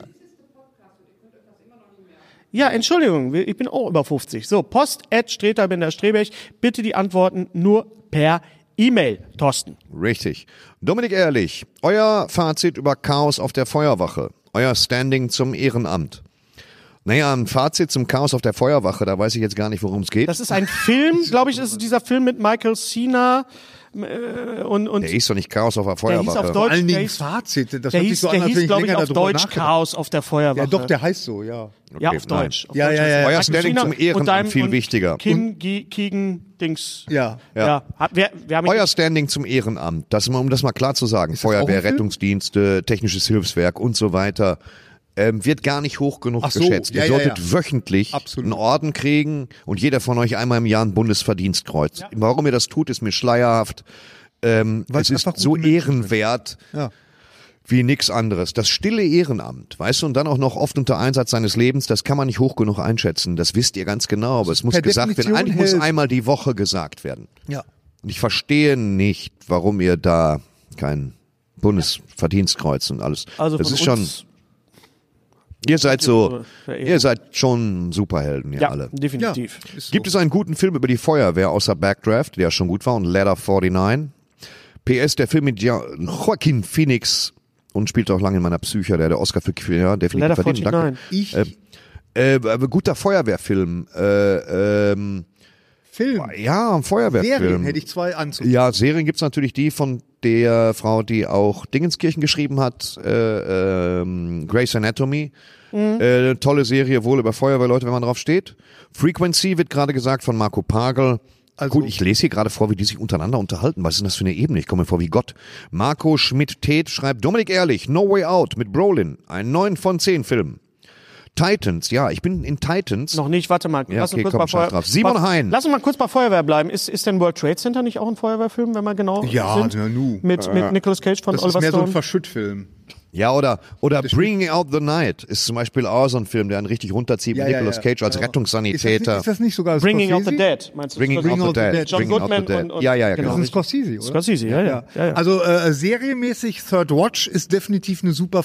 Ja, Entschuldigung, ich bin auch über 50. So, post@streterbender-streberg. Bitte die Antworten nur per E-Mail, Thorsten. Richtig. Dominik Ehrlich, euer Fazit über Chaos auf der Feuerwache. Euer Standing zum Ehrenamt. Naja, ein Fazit zum Chaos auf der Feuerwache, da weiß ich jetzt gar nicht, worum es geht. Das ist ein Film, glaube ich, ist dieser Film mit Michael Cena und Der hieß doch nicht Chaos auf der der hieß Feuerwache. auf Vor Deutsch, allen der Dingen hieß, Fazit. Das der hört sich hieß, so an, der als wenn hieß ich glaube ich, länger auf darüber Deutsch nachgedacht Chaos auf der Feuerwache. Ja, doch, der heißt so, ja. Ja, Okay, auf Deutsch. nein. Auf Ja, Deutsch ja, heißt ja. er. Euer Michael Standing Cena zum Ehrenamt, und viel wichtiger. Kim Keegan Dings. Ja. Wir haben Euer Standing zum Ehrenamt, um das mal klar zu sagen, das auch Feuerwehr, ein Film? Rettungsdienste, technisches Hilfswerk und so weiter, wird gar nicht hoch genug Ach so, geschätzt. ja, Ihr ja, solltet ja. wöchentlich Absolut. einen Orden kriegen und jeder von euch einmal im Jahr ein Bundesverdienstkreuz. Warum ihr das tut, ist mir schleierhaft. Es ist einfach so gute Menschen ehrenwert Ja. wie nix anderes. Das stille Ehrenamt, weißt du, und dann auch noch oft unter Einsatz seines Lebens, das kann man nicht hoch genug einschätzen. Das wisst ihr ganz genau, aber es muss per gesagt werden. Definition Eigentlich muss helfen. einmal die Woche gesagt werden. Ja. Und ich verstehe nicht, warum ihr da kein Bundesverdienstkreuz und alles. also das von ist schon, uns, ihr seid so, verehrt. ihr seid schon Superhelden, ihr ja, alle. definitiv. Ist so. Gibt es einen guten Film über die Feuerwehr außer Backdraft, der schon gut war, und Ladder 49? PS, der Film mit Joaquin Phoenix und spielt auch lange in meiner Psyche, der Oscar für definitiv Ladder verdient. 49. Danke. Guter Feuerwehrfilm. Film. Ja, ein Feuerwehrfilm. Serien hätte ich 2 anzugucken. Ja, Serien gibt's natürlich die von der Frau, die auch Dingenskirchen geschrieben hat, Grey's Anatomy. Tolle Serie, wohl über Feuerwehrleute, wenn man drauf steht. Frequency wird gerade gesagt von Marco Pagel. Also, gut, ich lese hier gerade vor, wie die sich untereinander unterhalten. Was ist denn das für eine Ebene? Ich komme mir vor wie Gott. Marco Schmidt-Teth schreibt, Dominik Ehrlich, No Way Out mit Brolin. Ein 9 von 10 Film. Titans, ja, ich bin in Titans. Noch nicht, warte mal. Ja, Lass uns okay, kurz komm, bei scheiß drauf. Simon Hein. Lass uns mal kurz bei Feuerwehr bleiben. Ist denn World Trade Center nicht auch ein Feuerwehrfilm, wenn wir genau Ja, sind? na nu. Mit Nicolas Cage von Das ist Oliver mehr so ein Stone. Verschüttfilm. Ja, oder Bringing Out the Night ist zum Beispiel auch so ein Film, der einen richtig runterzieht mit Nicolas Cage als Rettungssanitäter. Ist das nicht sogar Bringing Out the Scorsese? Dead, meinst du? Bringing Out the Dead. John Bringing Out Goodman the Dead. und Ja, Das genau. ist ein Scorsese, oder? Scorsese, ja. Also serienmäßig Third Watch ist definitiv eine super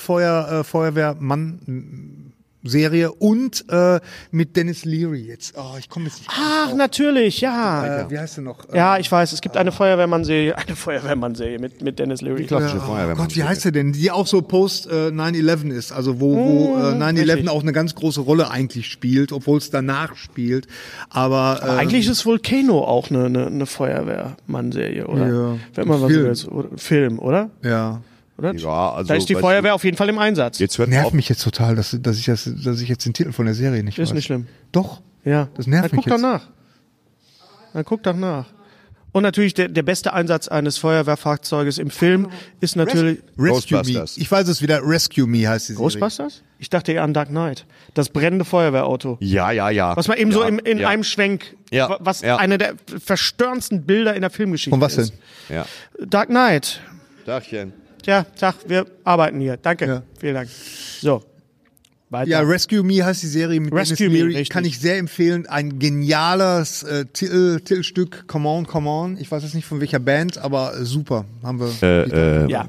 Feuerwehrmann-Serie und mit Dennis Leary jetzt. Oh, ich komme jetzt nicht Ach, natürlich, ja. wie heißt der noch? Ja, ich weiß, es gibt eine Feuerwehrmann-Serie mit Dennis Leary. Klassische Oh Feuerwehrmann. Gott, wie heißt der denn? Die auch so post 9/11 ist, also wo 9/11 richtig. auch eine ganz große Rolle eigentlich spielt, obwohl es danach spielt. Aber Eigentlich ist Volcano auch eine Feuerwehrmann-Serie, oder? Ja. Wenn man was Film. so will. Film, oder? ja. Oder? Ja, also, Da ist die weißt Feuerwehr auf jeden Fall im Einsatz. Jetzt hört Nervt auf. mich jetzt total, dass ich jetzt den Titel von der Serie nicht weiß. Ist nicht schlimm. Doch. Ja. Das nervt Dann mich guck jetzt. doch nach. Dann guck doch nach. Und natürlich der beste Einsatz eines Feuerwehrfahrzeuges im Film ist natürlich Rescue Me. Ghostbusters. Ich weiß es wieder. Rescue Me heißt die Serie. Ghostbusters? Ich dachte eher an Dark Knight. Das brennende Feuerwehrauto. Ja. Was man eben so in ja. einem Schwenk, Ja, was ja. eine der verstörendsten Bilder in der Filmgeschichte Von was denn? ist. Ja. Dark Knight. Dachchen. Tja, Tag, wir arbeiten hier. Danke. Ja. Vielen Dank. So. Weiter. Ja, Rescue Me heißt die Serie mit Rescue Dennis Me, Leary. richtig. Kann ich sehr empfehlen. Ein geniales Titelstück. Come on. Ich weiß jetzt nicht von welcher Band, aber super. Haben wir. Ja.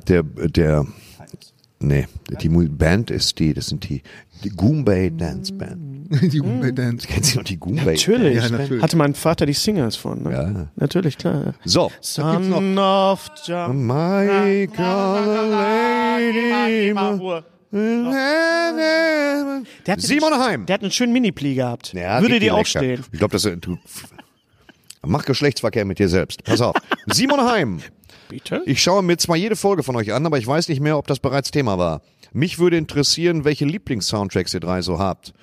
Die Band ist das sind die Goombay Dance Band. die Band. Kennst du noch die Goombay? Natürlich. Ja, natürlich. Hatte mein Vater die Singles von. Ne? Ja. Natürlich, klar. So. Son of John. My lady. Der hat Simon Hein. Der hat einen schönen Mini-Pli gehabt. Ja, Würde die dir auch lecker. stehen. Ich glaube, mach Geschlechtsverkehr mit dir selbst. Pass auf. Simon Hein. Bitte? Ich schaue mir zwar jede Folge von euch an, aber ich weiß nicht mehr, ob das bereits Thema war. Mich würde interessieren, welche Lieblings-Soundtracks ihr drei so habt.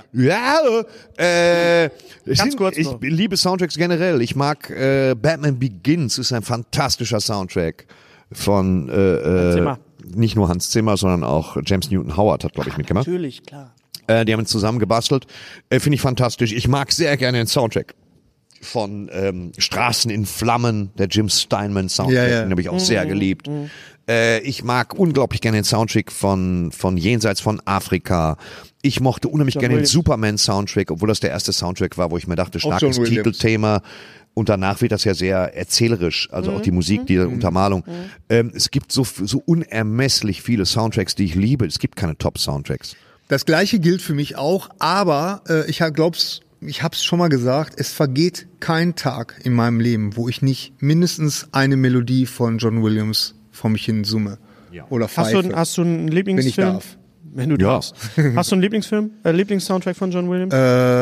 Ganz kurz ich nur. liebe Soundtracks generell. Ich mag Batman Begins, ist ein fantastischer Soundtrack von Zimmer. nicht nur Hans Zimmer, sondern auch James Newton Howard hat, glaube ich, mitgemacht. Natürlich, klar. Die haben ihn zusammen gebastelt. Finde ich fantastisch. Ich mag sehr gerne den Soundtrack von Straßen in Flammen, der Jim Steinman Soundtrack, Ja, ja. den habe ich auch sehr geliebt. Ich mag unglaublich gerne den Soundtrack von Jenseits von Afrika. Ich mochte unheimlich gerne Williams. den Superman-Soundtrack, obwohl das der erste Soundtrack war, wo ich mir dachte, starkes John Williams. Titelthema. Und danach wird das ja sehr erzählerisch, also auch die Musik, die Untermalung. Es gibt so unermesslich viele Soundtracks, die ich liebe. Es gibt keine Top-Soundtracks. Das Gleiche gilt für mich auch, aber ich hab's schon mal gesagt, es vergeht kein Tag in meinem Leben, wo ich nicht mindestens eine Melodie von John Williams vor mich hin summe. Ja. Oder pfeife. Hast du einen Lieblingsfilm? Wenn ich darf. Wenn du darfst. Hast du einen Lieblingsfilm? Lieblingssoundtrack von John Williams?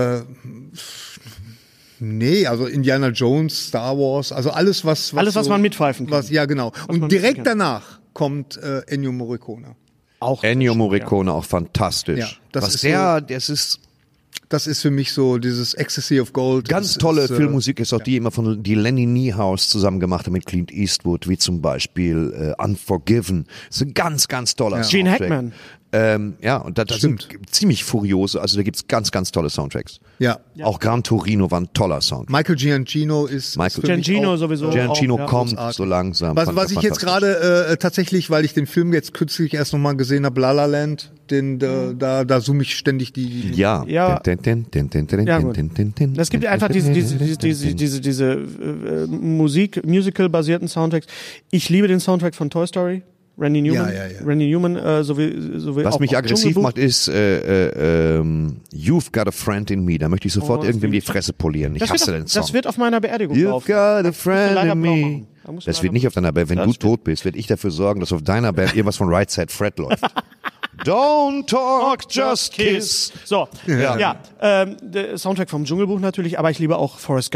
Nee, also Indiana Jones, Star Wars, also alles, was man mitpfeifen kann. Ja, genau. man Und direkt kann. danach kommt Ennio Morricone. Auch Ennio Morricone auch fantastisch. Ja, das ist das ist Das ist für mich so dieses Ecstasy of Gold. ganz Das tolle ist, Filmmusik ist auch die immer von die Lenny Niehaus zusammen gemacht hat mit Clint Eastwood, wie zum Beispiel Unforgiven. Das ist ein ganz, ganz toller Gene Soundtrack. Hackman. Ja, und da sind ziemlich furiose, also da gibt's ganz, ganz tolle Soundtracks. Ja. Auch Gran Torino war ein toller Soundtrack. Michael Giacchino ist für mich Giacchino auch, sowieso. Giacchino auch, ja. kommt großartig. so langsam. Was ich jetzt gerade tatsächlich, weil ich den Film jetzt kürzlich erst nochmal gesehen habe, La La Land, da summe ich ständig die Ja. Ja. Ja, gut. Es gibt einfach diese Musical-basierten Soundtracks. Ich liebe den Soundtrack von Toy Story. Randy Newman. Ja. Randy Newman, sowie Was auch mich aggressiv Dschungelbuch. macht, ist You've Got a Friend in Me. Da möchte ich sofort irgendwem die Fresse polieren. Ich hasse den Song. Das wird auf meiner Beerdigung You've laufen. got a friend leider in blau me. machen. Da musst du Das leider wird nicht auf deiner Band. Wenn Das du stimmt. tot bist, werde ich dafür sorgen, dass auf deiner Band irgendwas von Right Side Fred läuft. Don't talk, just kiss. So, ja. Der Soundtrack vom Dschungelbuch natürlich, aber ich liebe auch Forrest Gump.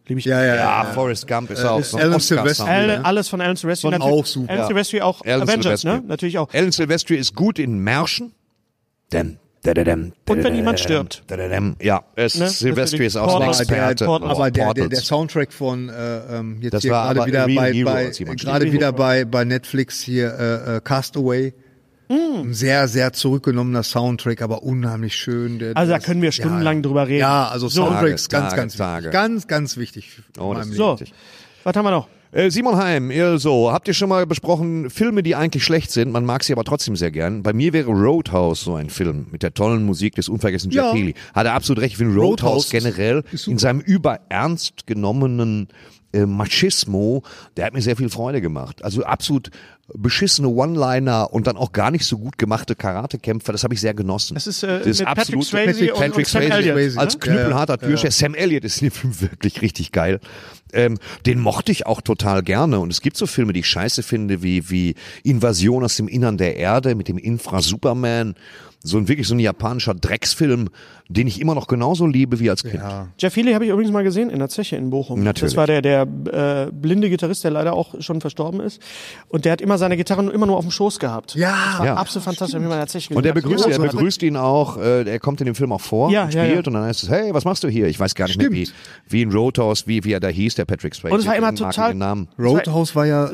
Liebe ich. Ja, Forrest Gump ist auch so ein Alan Silvestri, Oscar-Sound. Alles von Alan Silvestri. Von auch super. Alan Silvestri auch Alan Avengers, Silvestri. ne? Natürlich auch. Alan Silvestri ist gut in Märschen. Und wenn jemand stirbt. Ja, Silvestri ist auch so ein Portal, Experte. Portal. Aber der Portals. Soundtrack von jetzt Das hier war gerade aber wieder Real bei, Hero, bei als jemand gerade stirbt. wieder bei Netflix hier Castaway. Ein sehr, sehr zurückgenommener Soundtrack, aber unheimlich schön. Also da können wir stundenlang drüber reden. Ja, also Soundtracks Tage. ganz wichtig. Oh, das ist So, richtig. was haben wir noch? Simon Heim, also, habt ihr schon mal besprochen, Filme, die eigentlich schlecht sind, man mag sie aber trotzdem sehr gern. Bei mir wäre Roadhouse so ein Film mit der tollen Musik des unvergessenen Jeff Healey. Hat er absolut recht, ich finde Roadhouse generell in seinem überernst genommenen Machismo, der hat mir sehr viel Freude gemacht. Also absolut beschissene One-Liner und dann auch gar nicht so gut gemachte Karatekämpfer, das habe ich sehr genossen. Das ist das mit Patrick absolute- Swayze und Sam Elliott. als ne? knüppelharter Türsteher. Sam Elliott ist in dem Film wirklich richtig geil. Den mochte ich auch total gerne. Und es gibt so Filme, die ich scheiße finde, wie Invasion aus dem Innern der Erde mit dem Infra-Superman. So ein japanischer Drecksfilm, den ich immer noch genauso liebe wie als Kind. Jeff Healey habe ich übrigens mal gesehen in der Zeche in Bochum. Natürlich. Das war der blinde Gitarrist, der leider auch schon verstorben ist. Und der hat immer seine Gitarren immer nur auf dem Schoß gehabt. Ja. Das war Ja. absolut fantastisch, habe ich mal in der Zeche gesehen. Und er Ja, begrüßt ihn auch, er kommt in dem Film auch vor Ja, und ja, spielt ja. und dann heißt es, hey, was machst du hier? Ich weiß gar nicht mehr, wie in Roadhouse, wie er da hieß, der Patrick Swayze. Und es war immer Ich mag total- den Namen. Roadhouse war ja,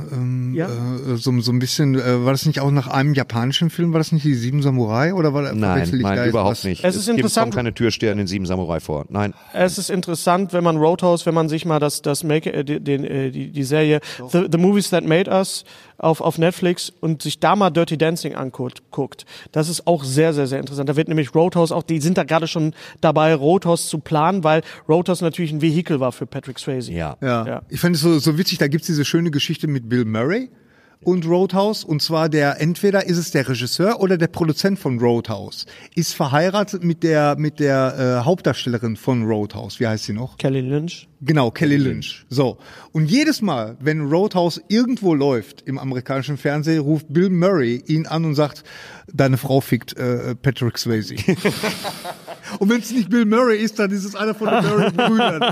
so ein bisschen, war das nicht auch nach einem japanischen Film, war das nicht die Sieben Samurai oder war Nein, verwechsel ich da jetzt überhaupt was? nicht. Es ist kommt interessant- keine Türsteher in den Sieben Samurai vor. Nein. Es ist interessant, wenn man Roadhouse, wenn man sich mal die Serie The Movies That Made Us auf Netflix und sich da mal Dirty Dancing anguckt. Das ist auch sehr, sehr, sehr interessant. Da wird nämlich Roadhouse auch, die sind da gerade schon dabei, Roadhouse zu planen, weil Roadhouse natürlich ein Vehikel war für Patrick Swayze. Ja. Ja. Ich fand es so witzig, da gibt's diese schöne Geschichte mit Bill Murray und Roadhouse, und zwar entweder ist es der Regisseur oder der Produzent von Roadhouse, ist verheiratet mit der Hauptdarstellerin von Roadhouse. Wie heißt sie noch? Kelly Lynch. Genau, Kelly Lynch. So. Und jedes Mal, wenn Roadhouse irgendwo läuft im amerikanischen Fernsehen, ruft Bill Murray ihn an und sagt, deine Frau fickt Patrick Swayze. Und wenn es nicht Bill Murray ist, dann ist es einer von den Murray-Brüdern.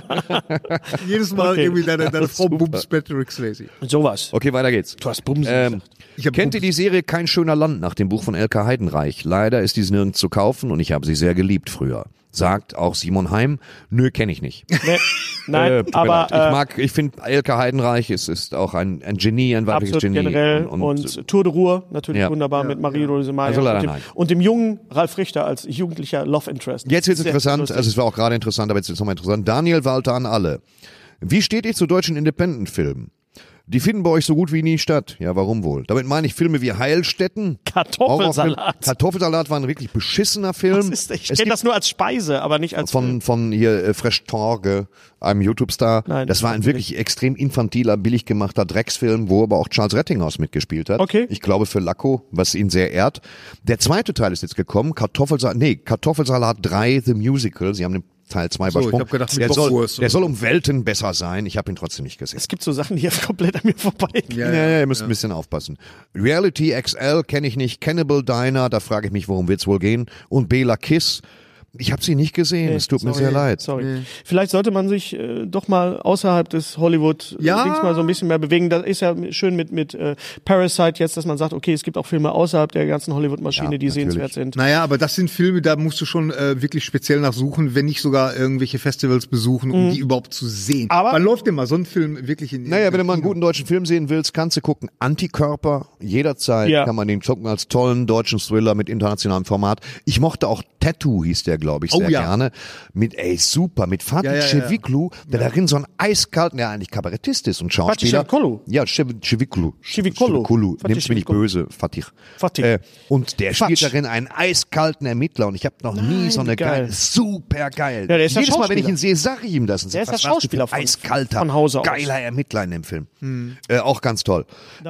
Jedes Mal Okay. irgendwie deine Frau bumst Patrick Swayze. Sowas. Okay, weiter geht's. Du hast Bumsen gesagt. Ich hab Kennt ihr die Serie Kein schöner Land nach dem Buch von Elke Heidenreich? Leider ist diese nirgends zu kaufen und ich habe sie sehr geliebt früher. Sagt auch Simon Heim, nö, kenne ich nicht. Nee, nein, Tut mir leid. Ich finde Elke Heidenreich ist auch ein Genie, ein weibliches absolut Genie. generell. Und Tour de Ruhr, natürlich Ja. wunderbar mit Marie-Louise Meyer. Also leider und, nein. und dem jungen Ralf Richter als jugendlicher Love Interest. Jetzt wird's Sehr interessant, lustig. also es war auch gerade interessant, aber jetzt wird's nochmal interessant. Daniel Walter an alle. Wie steht ihr zu deutschen Independent-Filmen? Die finden bei euch so gut wie nie statt. Ja, warum wohl? Damit meine ich Filme wie Heilstätten. Kartoffelsalat. Horrorfilm. Kartoffelsalat war ein wirklich beschissener Film. Ich kenne das nur als Speise, aber nicht als Film. Von hier Fresh Torge, einem YouTube-Star. Nein, das war ein wirklich extrem infantiler, billig gemachter Drecksfilm, wo aber auch Charles Rettinghaus mitgespielt hat. Okay. Ich glaube für Lacko, was ihn sehr ehrt. Der zweite Teil ist jetzt gekommen, Kartoffelsalat 3, The Musical. Sie haben den Teil 2 So, ich übersprungen. hab gedacht, mit der Bockwurst der soll um Welten besser sein. Ich habe ihn trotzdem nicht gesehen. Es gibt so Sachen, die jetzt komplett an mir vorbeigehen. Ja, ihr müsst ein bisschen aufpassen. Reality XL kenne ich nicht. Cannibal Diner, da frage ich mich, worum wird's wohl gehen. Und Bela Kiss, ich habe sie nicht gesehen. Es tut mir sehr leid. Sorry. Vielleicht sollte man sich doch mal außerhalb des Hollywood Ja. Dings mal so ein bisschen mehr bewegen. Das ist ja schön mit Parasite jetzt, dass man sagt, okay, es gibt auch Filme außerhalb der ganzen Hollywood-Maschine, Ja, die natürlich. sehenswert sind. Naja, aber das sind Filme, da musst du schon wirklich speziell nachsuchen, wenn nicht sogar irgendwelche Festivals besuchen, um die überhaupt zu sehen. Aber- wann läuft denn mal so ein Film wirklich in Naja, wenn du mal einen guten deutschen Film sehen willst, kannst du gucken. Antikörper, jederzeit Ja. kann man den gucken als tollen deutschen Thriller mit internationalem Format. Ich mochte auch Tattoo, hieß der, glaube ich, Oh sehr ja. gerne. Mit Fatih Ja. Ceviclu, der darin so ein eiskalten, der eigentlich Kabarettist ist und Schauspieler. Ceviclu? Ja, Ceviclu. Ceviclu. Fatih Nimm's mir nicht Ceviclu. böse, Fatih. Fatih. Und der spielt Fatsch. darin einen eiskalten Ermittler und ich habe noch nie so eine geil. geile, super geil. Ja, der ist ja Jedes Mal, wenn ich Schauspieler. ihn sehe, sage ich ihm das. Und Der sag, ist ja was warst du für Schauspieler ein eiskalter, von Hause aus. geiler Ermittler in dem Film. Auch ganz toll.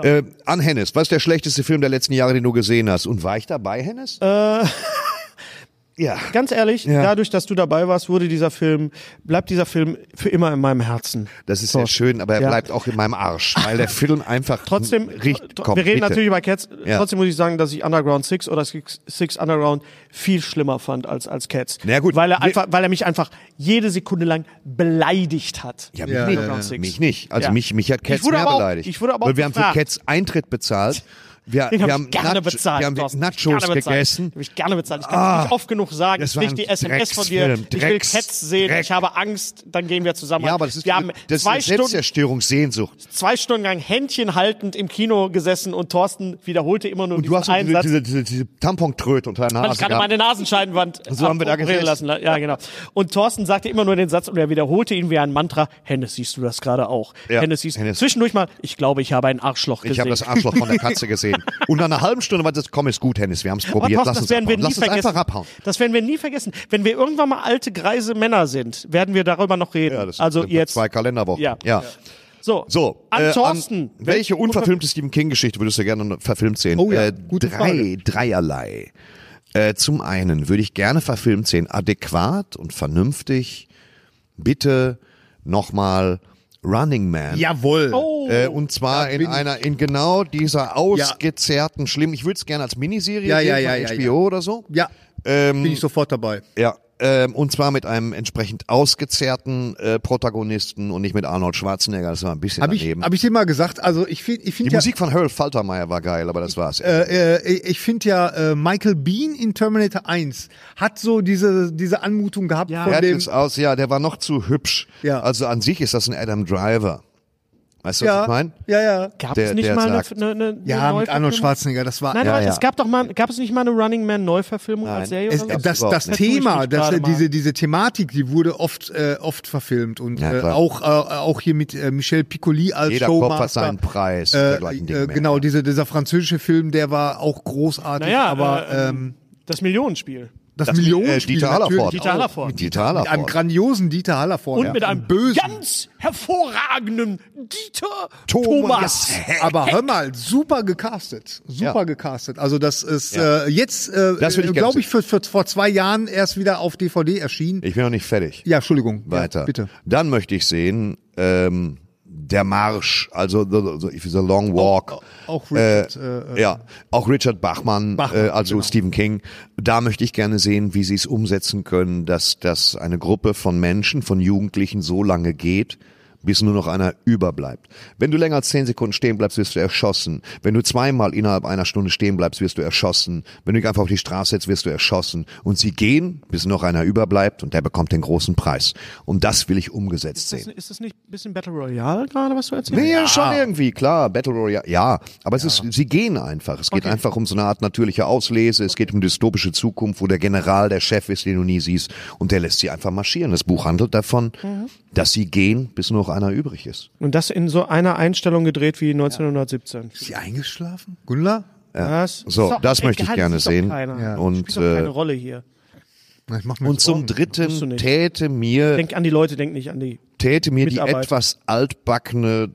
An Hennes, was ist der schlechteste Film der letzten Jahre, den du gesehen hast? Und war ich dabei, Hennes? Ja. Ganz ehrlich, dadurch, dass du dabei warst, bleibt dieser Film für immer in meinem Herzen. Das ist sehr schön, aber er bleibt auch in meinem Arsch, weil der Film einfach Trotzdem, wir reden natürlich über Cats, trotzdem muss ich sagen, dass ich Underground 6 oder Six Underground viel schlimmer fand als Cats. Na gut. Weil er mich einfach jede Sekunde lang beleidigt hat. Ja, Mich nicht. Also mich hat Cats mehr beleidigt. Ich wurde aber auch weil wir haben für Cats Eintritt bezahlt. Wir haben gerne bezahlt. Wir haben Nachos gegessen. Habe ich gerne bezahlt. Ich kann es nicht oft genug sagen. Ich kriege die SMS von dir. Ich will Cats sehen. Ich habe Angst. Dann gehen wir zusammen. Ja, aber das ist wir haben das ist Selbstzerstörungssehnsucht. 2 Stunden lang Händchen haltend im Kino gesessen und Thorsten wiederholte immer nur diesen einen Satz. Diese Tampontröte unter der Nase. Weil ich gerade meine Nasenscheidenwand so haben wir da gesessen lassen. Ja, genau. Und Thorsten sagte immer nur den Satz und er wiederholte ihn wie ein Mantra. Hennes, siehst du das gerade auch? Ja. Hennes, zwischendurch mal, ich glaube, ich habe ein Arschloch gesehen. Ich habe das Arschloch von der Katze gesehen. Und nach einer halben Stunde war das, komm, ist gut, Hennis, wir haben es probiert, Thorsten, lass uns einfach abhauen. Das werden wir nie vergessen. Wenn wir irgendwann mal alte, greise Männer sind, werden wir darüber noch reden. Ja, das also sind jetzt 2 Kalenderwochen. Ja. So, an Thorsten. Welche unverfilmte Stephen King-Geschichte würdest du gerne verfilmt sehen? Oh ja, gute Frage. Dreierlei. Zum einen würde ich gerne verfilmt sehen, adäquat und vernünftig, bitte nochmal Running Man. Jawohl. Und zwar in genau dieser ausgezerrten, schlimm, ich würde es gerne als Miniserie sehen von HBO oder so. Ja, bin ich sofort dabei. Ja, und zwar mit einem entsprechend ausgezerrten Protagonisten und nicht mit Arnold Schwarzenegger, das war ein bisschen daneben. Hab ich dir mal gesagt, also ich finde Die Musik von Harold Faltermeyer war geil, aber das war's. ich finde ja, Michael Biehn in Terminator 1 hat so diese Anmutung gehabt von dem. Der war noch zu hübsch. Ja. Also an sich ist das ein Adam Driver. Weißt du, was ich meine? Ja. Gab es nicht mal eine Ja, mit Arnold Schwarzenegger, das war. Nein, es gab es nicht mal eine Running Man Neuverfilmung als Serie? Das Thema, diese Thematik, die wurde oft verfilmt und auch hier mit Michel Piccoli als Jeder Showmaster. Kopf hat seinen Preis. Dergleichen Dinge mehr. Genau, dieser französische Film, der war auch großartig, aber das Millionenspiel. Das Millionenspiel, Dieter Hallervord. Mit einem grandiosen Dieter Hallervord. Und mit einem bösen, ganz hervorragenden Dieter Thomas. Aber hör mal, super gecastet. Also das ist jetzt, glaube ich, vor 2 Jahren erst wieder auf DVD erschienen. Ich bin noch nicht fertig. Ja, Entschuldigung. Weiter. Ja, bitte. Dann möchte ich sehen, der Marsch, also the Long Walk. Auch Richard. Auch Richard Bachman, also genau. Stephen King. Da möchte ich gerne sehen, wie sie es umsetzen können, dass eine Gruppe von Menschen, von Jugendlichen so lange geht, bis nur noch einer überbleibt. Wenn du länger als 10 Sekunden stehen bleibst, wirst du erschossen. Wenn du 2-mal innerhalb einer Stunde stehen bleibst, wirst du erschossen. Wenn du dich einfach auf die Straße setzt, wirst du erschossen. Und sie gehen, bis noch einer überbleibt und der bekommt den großen Preis. Und das will ich umgesetzt sehen. Ist das nicht ein bisschen Battle Royale gerade, was du erzählst? Nee, schon irgendwie, klar, Battle Royale, ja. Aber sie gehen einfach. Es geht einfach um so eine Art natürliche Auslese. Es geht um eine dystopische Zukunft, wo der General der Chef ist, den du nie siehst. Und der lässt sie einfach marschieren. Das Buch handelt davon, dass sie gehen, bis nur noch einer übrig ist. Und das in so einer Einstellung gedreht wie 1917. Ist sie eingeschlafen? Gunnar? Ja. Das möchte ich gerne sehen. Und spielt doch keine Rolle hier. Und zum Dritten täte mir denk an die Leute, denk nicht an die die etwas altbackene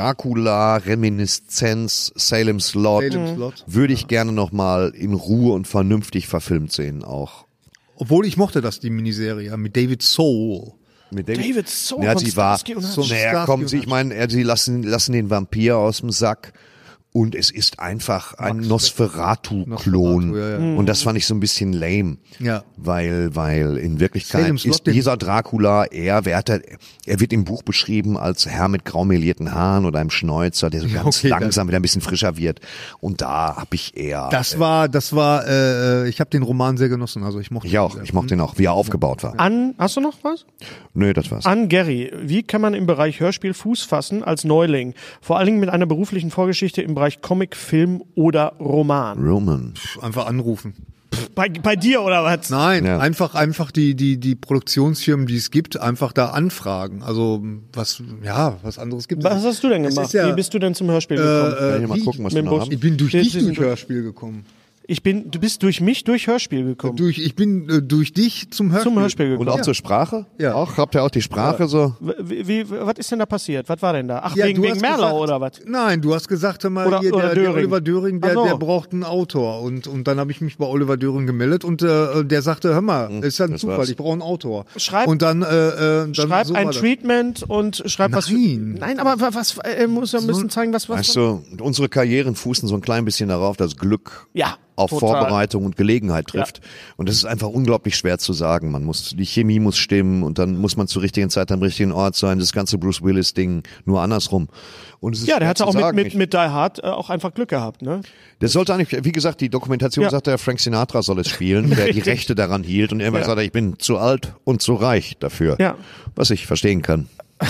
Dracula-Reminiszenz Salem's Lot würde ich gerne nochmal in Ruhe und vernünftig verfilmt sehen auch. Obwohl ich mochte das, die Miniserie, mit David Soul. David Soul. Ja, sie war. Ich meine, sie lassen den Vampir aus dem Sack. Und es ist einfach ein Nosferatu-Klon. Und das fand ich so ein bisschen lame. Ja. Weil in Wirklichkeit ist dieser Dracula, er wird im Buch beschrieben als Herr mit graumelierten Haaren oder einem Schnäuzer, der so ganz langsam wieder ein bisschen frischer wird. Und da habe ich eher. Das war, ich habe den Roman sehr genossen. Also ich mochte ihn. Ich mochte ihn auch, wie er aufgebaut war. Hast du noch was? Nö, das war's. An Gary, wie kann man im Bereich Hörspiel Fuß fassen als Neuling? Vor allen Dingen mit einer beruflichen Vorgeschichte im Bereich Comic, Film oder Roman. Einfach anrufen. Bei dir oder was? Nein, einfach die Produktionsfirmen, die es gibt, einfach da anfragen. Also was anderes gibt es. Was hast du denn gemacht? Wie bist du denn zum Hörspiel gekommen? Mal gucken, was du noch haben. Ich bin durch dich durch Hörspiel gekommen. Du bist durch mich durch Hörspiel gekommen. Ich bin durch dich zum Hörspiel gekommen. Und auch zur Sprache? Ja. Habt ihr auch die Sprache so? Was ist denn da passiert? Was war denn da? Ach, Ja, wegen du hast Merlau gesagt, oder was? Nein, du hast gesagt, hör mal, Oder der Döring. Oliver Döring, der Ach so. braucht einen Autor. Und dann habe ich mich bei Oliver Döring gemeldet und der sagte, hör mal, ist ja ein Zufall, war's. ich brauche einen Autor. Schreib Schreib so ein Treatment und schreib was. Nein, aber was muss ja ein bisschen zeigen, was. Weißt du, unsere Karrieren fußen so ein klein bisschen darauf, dass Glück Ja, auf total. Vorbereitung und Gelegenheit trifft. Und das ist einfach unglaublich schwer zu sagen. Die Chemie muss stimmen und dann muss man zur richtigen Zeit am richtigen Ort sein. Das ganze Bruce Willis-Ding nur andersrum. Und es ist Ja, schwer der hatte zu auch sagen. mit Die Hard auch einfach Glück gehabt, ne? Das sollte eigentlich, wie gesagt, die Dokumentation Ja. sagte, Frank Sinatra soll es spielen, der die Rechte daran hielt und er immer sagte, ich bin zu alt und zu reich dafür. Ja. Was ich verstehen kann.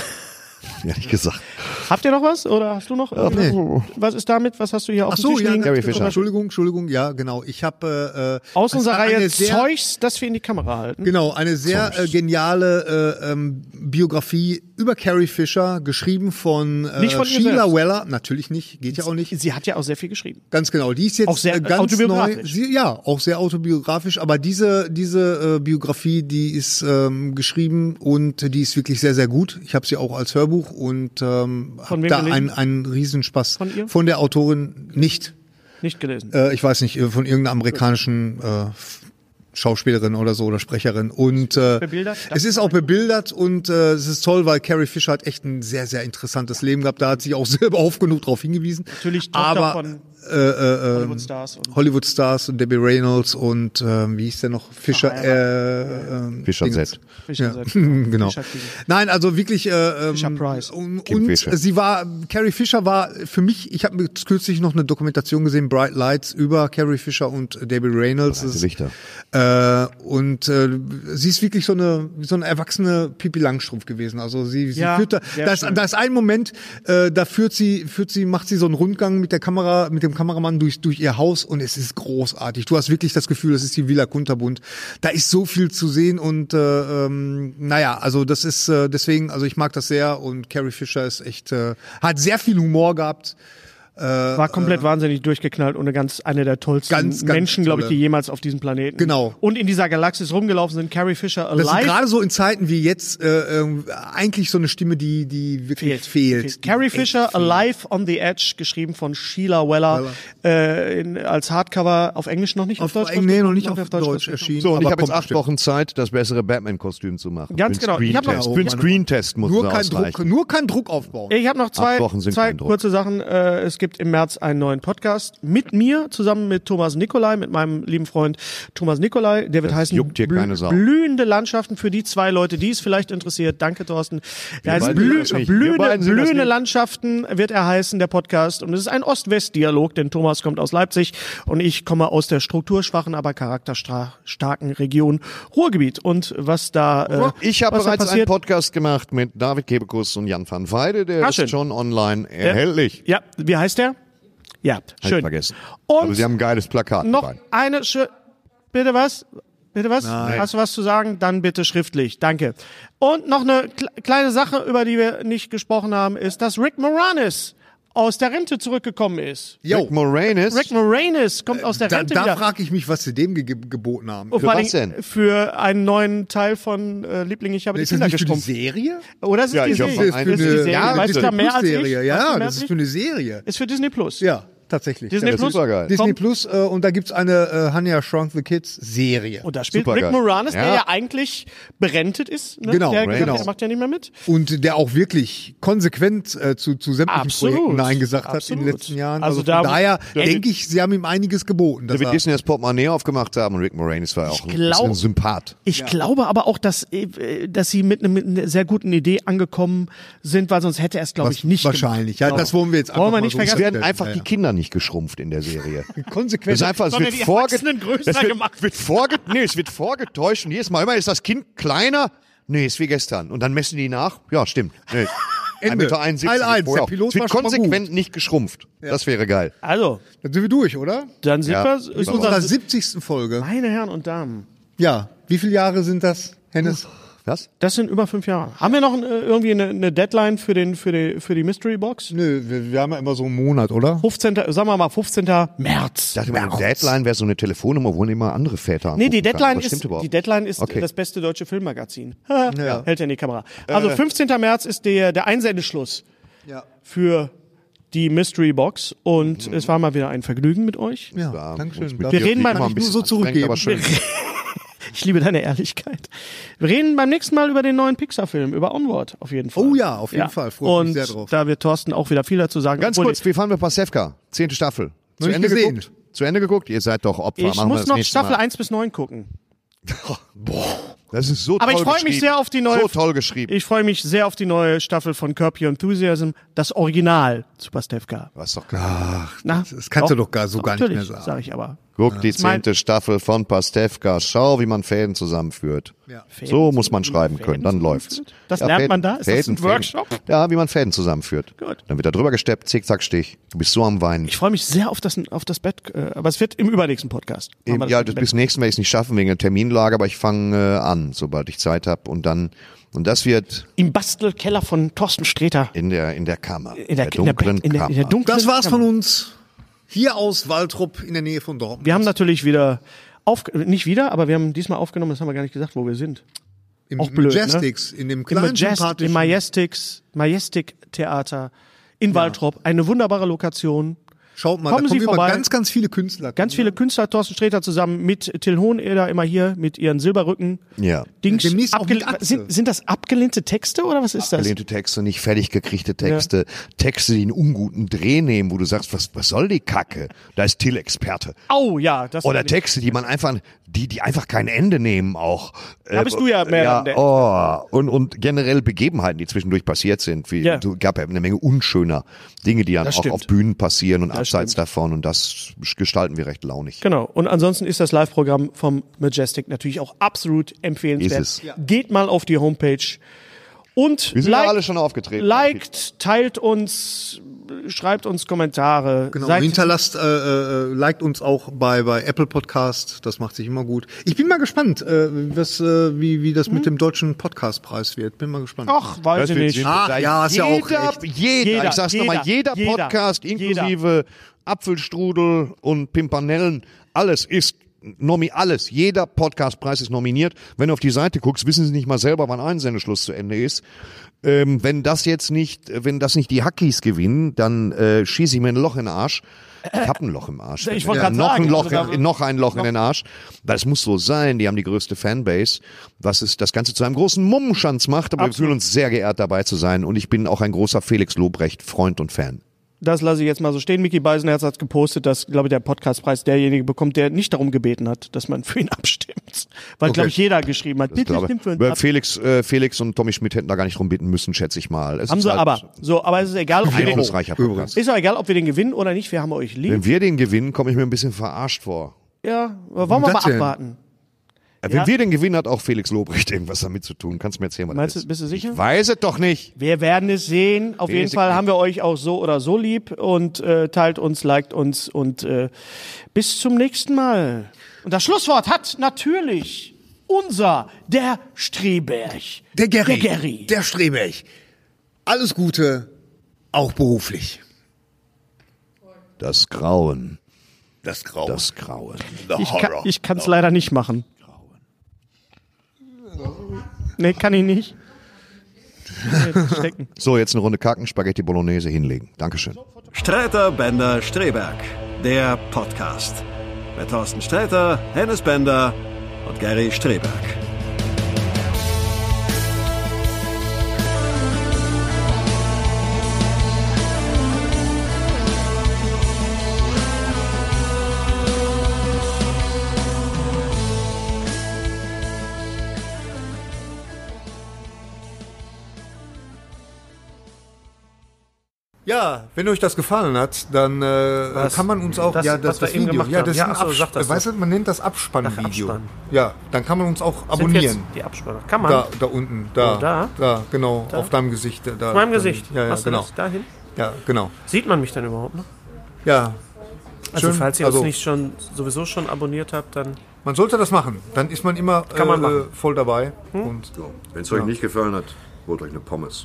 Ehrlich gesagt. Habt ihr noch was? Oder hast du noch? Was ist damit? Was hast du hier auf Ach dem so, Tisch ja, liegen? Carrie Fisher. Entschuldigung, ja, genau. Ich habe Aus unserer Reihe eine sehr- Zeugs, das wir in die Kamera halten. Genau, eine sehr geniale Biografie über Carrie Fisher, geschrieben von, Nicht von ihr Sheila selbst. Weller. Natürlich nicht, geht ja auch nicht. Sie hat ja auch sehr viel geschrieben. Ganz genau. Die ist jetzt Auch sehr ganz autobiografisch. neu. Ja, auch sehr autobiografisch. Aber diese Biografie, die ist geschrieben und die ist wirklich sehr, sehr gut. Ich habe sie auch als Hörbuch und habe wem da gelesen? einen Riesenspaß. Von ihr? Von der Autorin nicht. Nicht gelesen. Ich weiß nicht, von irgendeiner amerikanischen Schauspielerin oder so oder Sprecherin. Und Bebildert? es ist auch bebildert und es ist toll, weil Carrie Fisher hat echt ein sehr, sehr interessantes Leben gehabt. Da hat sie auch selber oft genug drauf hingewiesen. Natürlich Tochter aber von Hollywood-Stars. und- Hollywood Stars und Debbie Reynolds und wie hieß der noch? Fischer. Fischer Dingens. Z. Fischer Ja, selbst. genau. Fischer King. Nein, also wirklich. Fisher Price. Und Kim Fisher. Carrie Fisher war für mich. Ich habe kürzlich noch eine Dokumentation gesehen, Bright Lights, über Carrie Fisher und Debbie Reynolds. Breite Lichter. Sie ist wirklich so eine erwachsene Pippi Langstrumpf gewesen. Also sie Ja, führt sehr da schön. ist ein Moment, da macht sie so einen Rundgang mit der Kamera, mit dem Kameramann durch ihr Haus und es ist großartig. Du hast wirklich das Gefühl, das ist die Villa Kunterbund. Da ist so viel zu sehen und also das ist deswegen, also ich mag das sehr und Carrie Fisher ist echt, hat sehr viel Humor gehabt. War komplett wahnsinnig durchgeknallt und eine der tollsten Ganz Menschen, glaube ich, tolle. die jemals auf diesem Planeten Genau. und in dieser Galaxis rumgelaufen sind. Carrie Fisher Das ist Alive. gerade so in Zeiten wie jetzt eigentlich so eine Stimme, die wirklich fehlt. Carrie Echt Fisher fehlt. Alive on the Edge, geschrieben von Sheila Weller, als Hardcover auf Englisch noch nicht, auf Deutsch? Nee, noch nicht auf Deutsch Deutsch rausgekommen. erschienen. So, und ich aber habe jetzt kommt 8 bestimmt. Wochen Zeit, das bessere Batman-Kostüm zu machen. Ganz Für den genau. Ich hab noch- Screentest. Für den Screentest muss Nur es kein Druck, ausreichen. nur kein Druck aufbauen. Ich habe noch 8 Wochen sind zwei kein Druck. kurze Sachen. Es gibt im März einen neuen Podcast mit mir, zusammen mit Thomas Nicolai, mit meinem lieben Freund Thomas Nicolai. Der wird heißen juckt hier keine Sau. Blühende Landschaften für die zwei Leute, die es vielleicht interessiert. Danke, Thorsten. Der heißt beiden sind das nicht. Wir beiden sind das Blühende nicht. Landschaften wird er heißen, der Podcast. Und es ist ein Ost-West-Dialog, denn Thomas kommt aus Leipzig und ich komme aus der strukturschwachen, aber charakterstarken Region Ruhrgebiet. Und was da Ich habe was da bereits einen passiert, Podcast gemacht mit David Kebekus und Jan van Weide. Der Ah, schön. ist schon online erhältlich. Ja, wie heißt der? Ja, Hab ich schön. vergessen. Und Aber sie haben ein geiles Plakat noch dabei. eine Bitte was? Bitte was? Hast du was zu sagen? Dann bitte schriftlich. Danke. Und noch eine kleine Sache, über die wir nicht gesprochen haben, ist, dass Rick Moranis aus der Rente zurückgekommen ist. Rick Moranis. Rick Moranis kommt aus der Da Rente wieder. frage ich mich, was sie dem geboten haben. Und vor allen was Dingen denn? für einen neuen Teil von Liebling, ich habe die Ist das Kinder nicht für die geschrumpft. Serie? Oder ist es Ja, die ich hab Serie? mal Das ist die Serie. Ja, Weißt du da mehr als ich? Serie. Weißt du Ja, mehr das als ist ich? für eine Serie. Ist für Disney Plus. Ja, tatsächlich. Disney Ja, Plus. supergeil. Disney Kommt- Plus und da gibt's eine Hanya Shrunk the Kids Serie. Und da spielt Supergeil. Rick Moranis, der Ja. ja eigentlich berentet ist. Ne? Genau, der gesagt, genau. Er macht ja nicht mehr mit. Und der auch wirklich konsequent zu sämtlichen Absolut. Projekten Nein gesagt hat in Absolut. den letzten Jahren. Also Also da- von daher Ja, denke ich, sie haben ihm einiges geboten. Da wird Disney das Portemonnaie aufgemacht haben und Rick Moranis war auch ein Sympath. Ich glaube aber auch, dass sie mit einer sehr guten Idee angekommen sind, weil sonst hätte er es, glaube ich, nicht wahrscheinlich. gemacht. Ja, das wollen wir jetzt einfach Wollen wir mal nicht so vergessen. Es werden stellen. einfach Ja, die Kinder nicht geschrumpft in der Serie. konsequent. Es ist einfach, es Sondern wird die Erwachsenen größer gemacht. es wird vorgetäuscht und jedes Mal immer ist das Kind kleiner. Nee, ist wie gestern. Und dann messen die nach. Ja, stimmt. Nee. Ende. 1,71 Meter. Teil 1, vorher. der Pilot Es wird war schon mal konsequent nicht geschrumpft. Das wäre geil. Also, Dann sind wir durch, oder? dann sind Ja. wir. Bis unserer 70. Folge. Meine Herren und Damen. Ja. Wie viele Jahre sind das, Hennes? Was? Das sind über 5 Jahre. Haben wir noch irgendwie eine Deadline für die Mystery Box? Nö, wir haben ja immer so einen Monat, oder? 15. Sagen wir mal 15. März. Ich dachte, die Deadline wäre so eine Telefonnummer, wo immer andere Väter Nee, die anrufen Deadline ist Okay. das beste deutsche Filmmagazin. Ja. Hält er in die Kamera. Also 15. März ist der Einsendeschluss für die Mystery Box und es war mal wieder ein Vergnügen mit euch. Ja, dankeschön. Wir reden beim nur so zurückgeben. Aber schön. Ich liebe deine Ehrlichkeit. Wir reden beim nächsten Mal über den neuen Pixar-Film, über Onward auf jeden Fall. Oh ja, auf jeden Fall. Freue mich sehr Und drauf. da wird Thorsten auch wieder viel dazu sagen. Ganz kurz, wie fanden wir Pastewka? 10. Staffel. Noch nicht gesehen. Zu Ende geguckt? Ihr seid doch Opfer. Ich Machen wir muss das noch nächste Staffel Mal. 1 bis 9 gucken. Das ist so Aber toll ich freue mich geschrieben. sehr auf die neue. So toll geschrieben. Ich freue mich sehr auf die neue Staffel von Curb Your Enthusiasm, das Original zu Pastewka. Was doch klar. Na, Das kannst du doch gar nicht mehr natürlich, sagen. sag ich aber. Guck die mein- 10. Staffel von Pastewka. Schau, wie man Fäden zusammenführt. Ja. So muss man schreiben können, dann läuft's. Das lernt man da? Ist das ein Workshop? Ja, wie man Fäden zusammenführt. Gut. Dann wird da drüber gesteppt, Zickzack-Stich. Du bist so am Weinen. Ich freue mich sehr auf das Bett, aber es wird im übernächsten Podcast. Machen wir das Ja, mit dem bis Bett. nächsten Mal werde ich es nicht schaffen wegen der Terminlage, aber ich fange an, sobald ich Zeit habe. Und das wird Im Bastelkeller von Thorsten Sträter. in der Kammer. In der dunklen in der Kammer. dunklen Das war's Kammer. von uns. Hier aus Waltrop in der Nähe von Dortmund. Wir haben natürlich wieder nicht wieder, aber wir haben diesmal aufgenommen, das haben wir gar nicht gesagt, wo wir sind. Im auch blöd, Majestics, in dem kleinen Im sympathischen... Majestic Theater in Waltrop. Eine wunderbare Lokation. Schaut mal, Kommen da Sie kommen immer vorbei. ganz, ganz viele Künstler. Ganz viele Künstler, Thorsten Sträter zusammen mit Till Hoheneder immer hier, mit ihren Silberrücken. Ja. Dings. Demnächst auch mit Atze. Sind das abgelehnte Texte oder was ist das? Abgelehnte Texte, nicht fertig gekriegte Texte, Texte, die einen unguten Dreh nehmen, wo du sagst, was soll die Kacke? Da ist Till Experte. Oh ja, das Oder Texte, die man einfach, die einfach kein Ende nehmen auch. Da bist du ja mehr ja, dann der- und generell Begebenheiten, die zwischendurch passiert sind. Du gab ja eine Menge unschöner Dinge, die dann Das auch stimmt. auf Bühnen passieren und Das abseits stimmt. davon, und das gestalten wir recht launig. Genau. Und ansonsten ist das Live-Programm vom Majestic natürlich auch absolut empfehlenswert. Ist es. Geht mal auf die Homepage und Wir sind ja alle schon aufgetreten. liked, teilt uns, schreibt uns Kommentare. Genau, Seid, hinterlasst, liked uns auch bei Apple Podcast, das macht sich immer gut. Ich bin mal gespannt, wie das mit dem deutschen Podcastpreis wird. Bin mal gespannt. ach, weiß ich nicht. Ist ja auch recht. Jeder, ich sag's nochmal, jeder Podcast, inklusive Apfelstrudel und Pimpanellen, alles ist alles. Jeder Podcastpreis ist nominiert. Wenn du auf die Seite guckst, wissen sie nicht mal selber, wann Einsendeschluss zu Ende ist. Wenn das nicht die Hackies gewinnen, dann schieße ich mir ein Loch in den Arsch. Ich hab ein Loch im Arsch. Ich wollte grad noch sagen, ein Loch, also da- noch ein Loch in den Arsch. Das muss so sein. Die haben die größte Fanbase, was es das Ganze zu einem großen Mummenschanz macht. Aber wir fühlen uns sehr geehrt, dabei zu sein. Und ich bin auch ein großer Felix Lobrecht Freund und Fan. Das lasse ich jetzt mal so stehen. Micky Beisenherz hat gepostet, dass, glaube ich, der Podcastpreis derjenige bekommt, der nicht darum gebeten hat, dass man für ihn abstimmt. Weil, glaube ich, jeder geschrieben hat, bitte stimmt für uns ab. Felix und Tommy Schmidt hätten da gar nicht drum bitten müssen, schätze ich mal. Es Haben ist sie halt aber es ist egal, ob wir den, einflussreicher Podcast. ist auch egal, ob wir den gewinnen oder nicht. Wir haben euch lieb. Wenn wir den gewinnen, komme ich mir ein bisschen verarscht vor. Ja, aber wollen wir mal das denn? abwarten. Wenn wir den gewinnen, hat auch Felix Lobrecht irgendwas damit zu tun. Kannst du mir erzählen, was Meinst das du, bist du sicher? ist? Weiß es doch nicht. Wir werden es sehen. Auf jeden Weiß ich Fall nicht. haben wir euch auch so oder so lieb und teilt uns, liked uns und bis zum nächsten Mal. Und das Schlusswort hat natürlich der Streberg. Der Gerry. Der Gerry. Der Streberg. Alles Gute, auch beruflich. Das Grauen. Das Grau. Das Grauen. Ich kann es leider nicht machen. Nee, kann ich nicht. Nee, stecken. So, jetzt eine Runde Kacken, Spaghetti Bolognese hinlegen. Dankeschön. Sträter, Bender, Streberg, der Podcast. Mit Thorsten Sträter, Hennes Bender und Gerry Streberg. Ja, wenn euch das gefallen hat, dann kann man uns auch Das, was wir eben Video, gemacht ja, haben. das Ja, ist ein ach so, sag das weißt doch. du, man nennt das Abspannvideo. Ach, Abspann. Ja, dann kann man uns auch Sind jetzt abonnieren. die Abspanner. Kann man? Da unten, da, Oh, da? genau, auf deinem Gesicht. Da, Auf meinem Gesicht. Ja, ja, Hast du genau. das dahin? Ja, genau. Sieht man mich dann überhaupt noch? Ja. Also Schön. falls ihr Also- uns nicht sowieso schon abonniert habt, dann Man sollte das machen. Dann ist man immer voll dabei. Und So. Wenn es euch nicht gefallen hat, holt euch eine Pommes.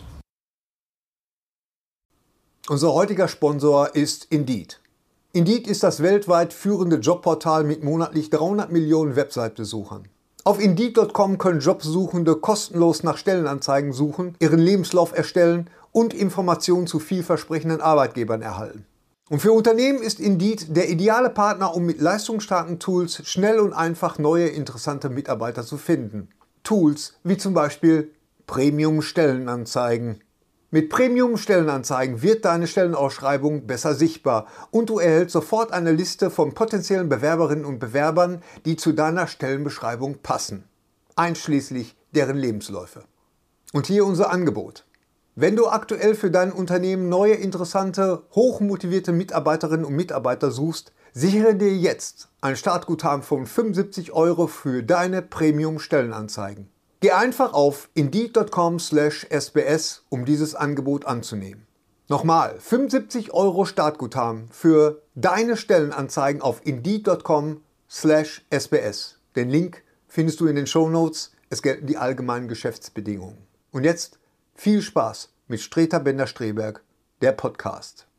Unser heutiger Sponsor ist Indeed. Indeed ist das weltweit führende Jobportal mit monatlich 300 Millionen Website-Besuchern. Auf Indeed.com können Jobsuchende kostenlos nach Stellenanzeigen suchen, ihren Lebenslauf erstellen und Informationen zu vielversprechenden Arbeitgebern erhalten. Und für Unternehmen ist Indeed der ideale Partner, um mit leistungsstarken Tools schnell und einfach neue, interessante Mitarbeiter zu finden. Tools wie zum Beispiel Premium-Stellenanzeigen. Mit Premium-Stellenanzeigen wird deine Stellenausschreibung besser sichtbar und du erhältst sofort eine Liste von potenziellen Bewerberinnen und Bewerbern, die zu deiner Stellenbeschreibung passen, einschließlich deren Lebensläufe. Und hier unser Angebot. Wenn du aktuell für dein Unternehmen neue, interessante, hochmotivierte Mitarbeiterinnen und Mitarbeiter suchst, sichere dir jetzt ein Startguthaben von 75 € für deine Premium-Stellenanzeigen. Geh einfach auf Indeed.com/sbs, um dieses Angebot anzunehmen. Nochmal, 75 € Startguthaben für deine Stellenanzeigen auf Indeed.com/sbs. Den Link findest du in den Shownotes. Es gelten die allgemeinen Geschäftsbedingungen. Und jetzt viel Spaß mit Streter Bender-Streberg, der Podcast.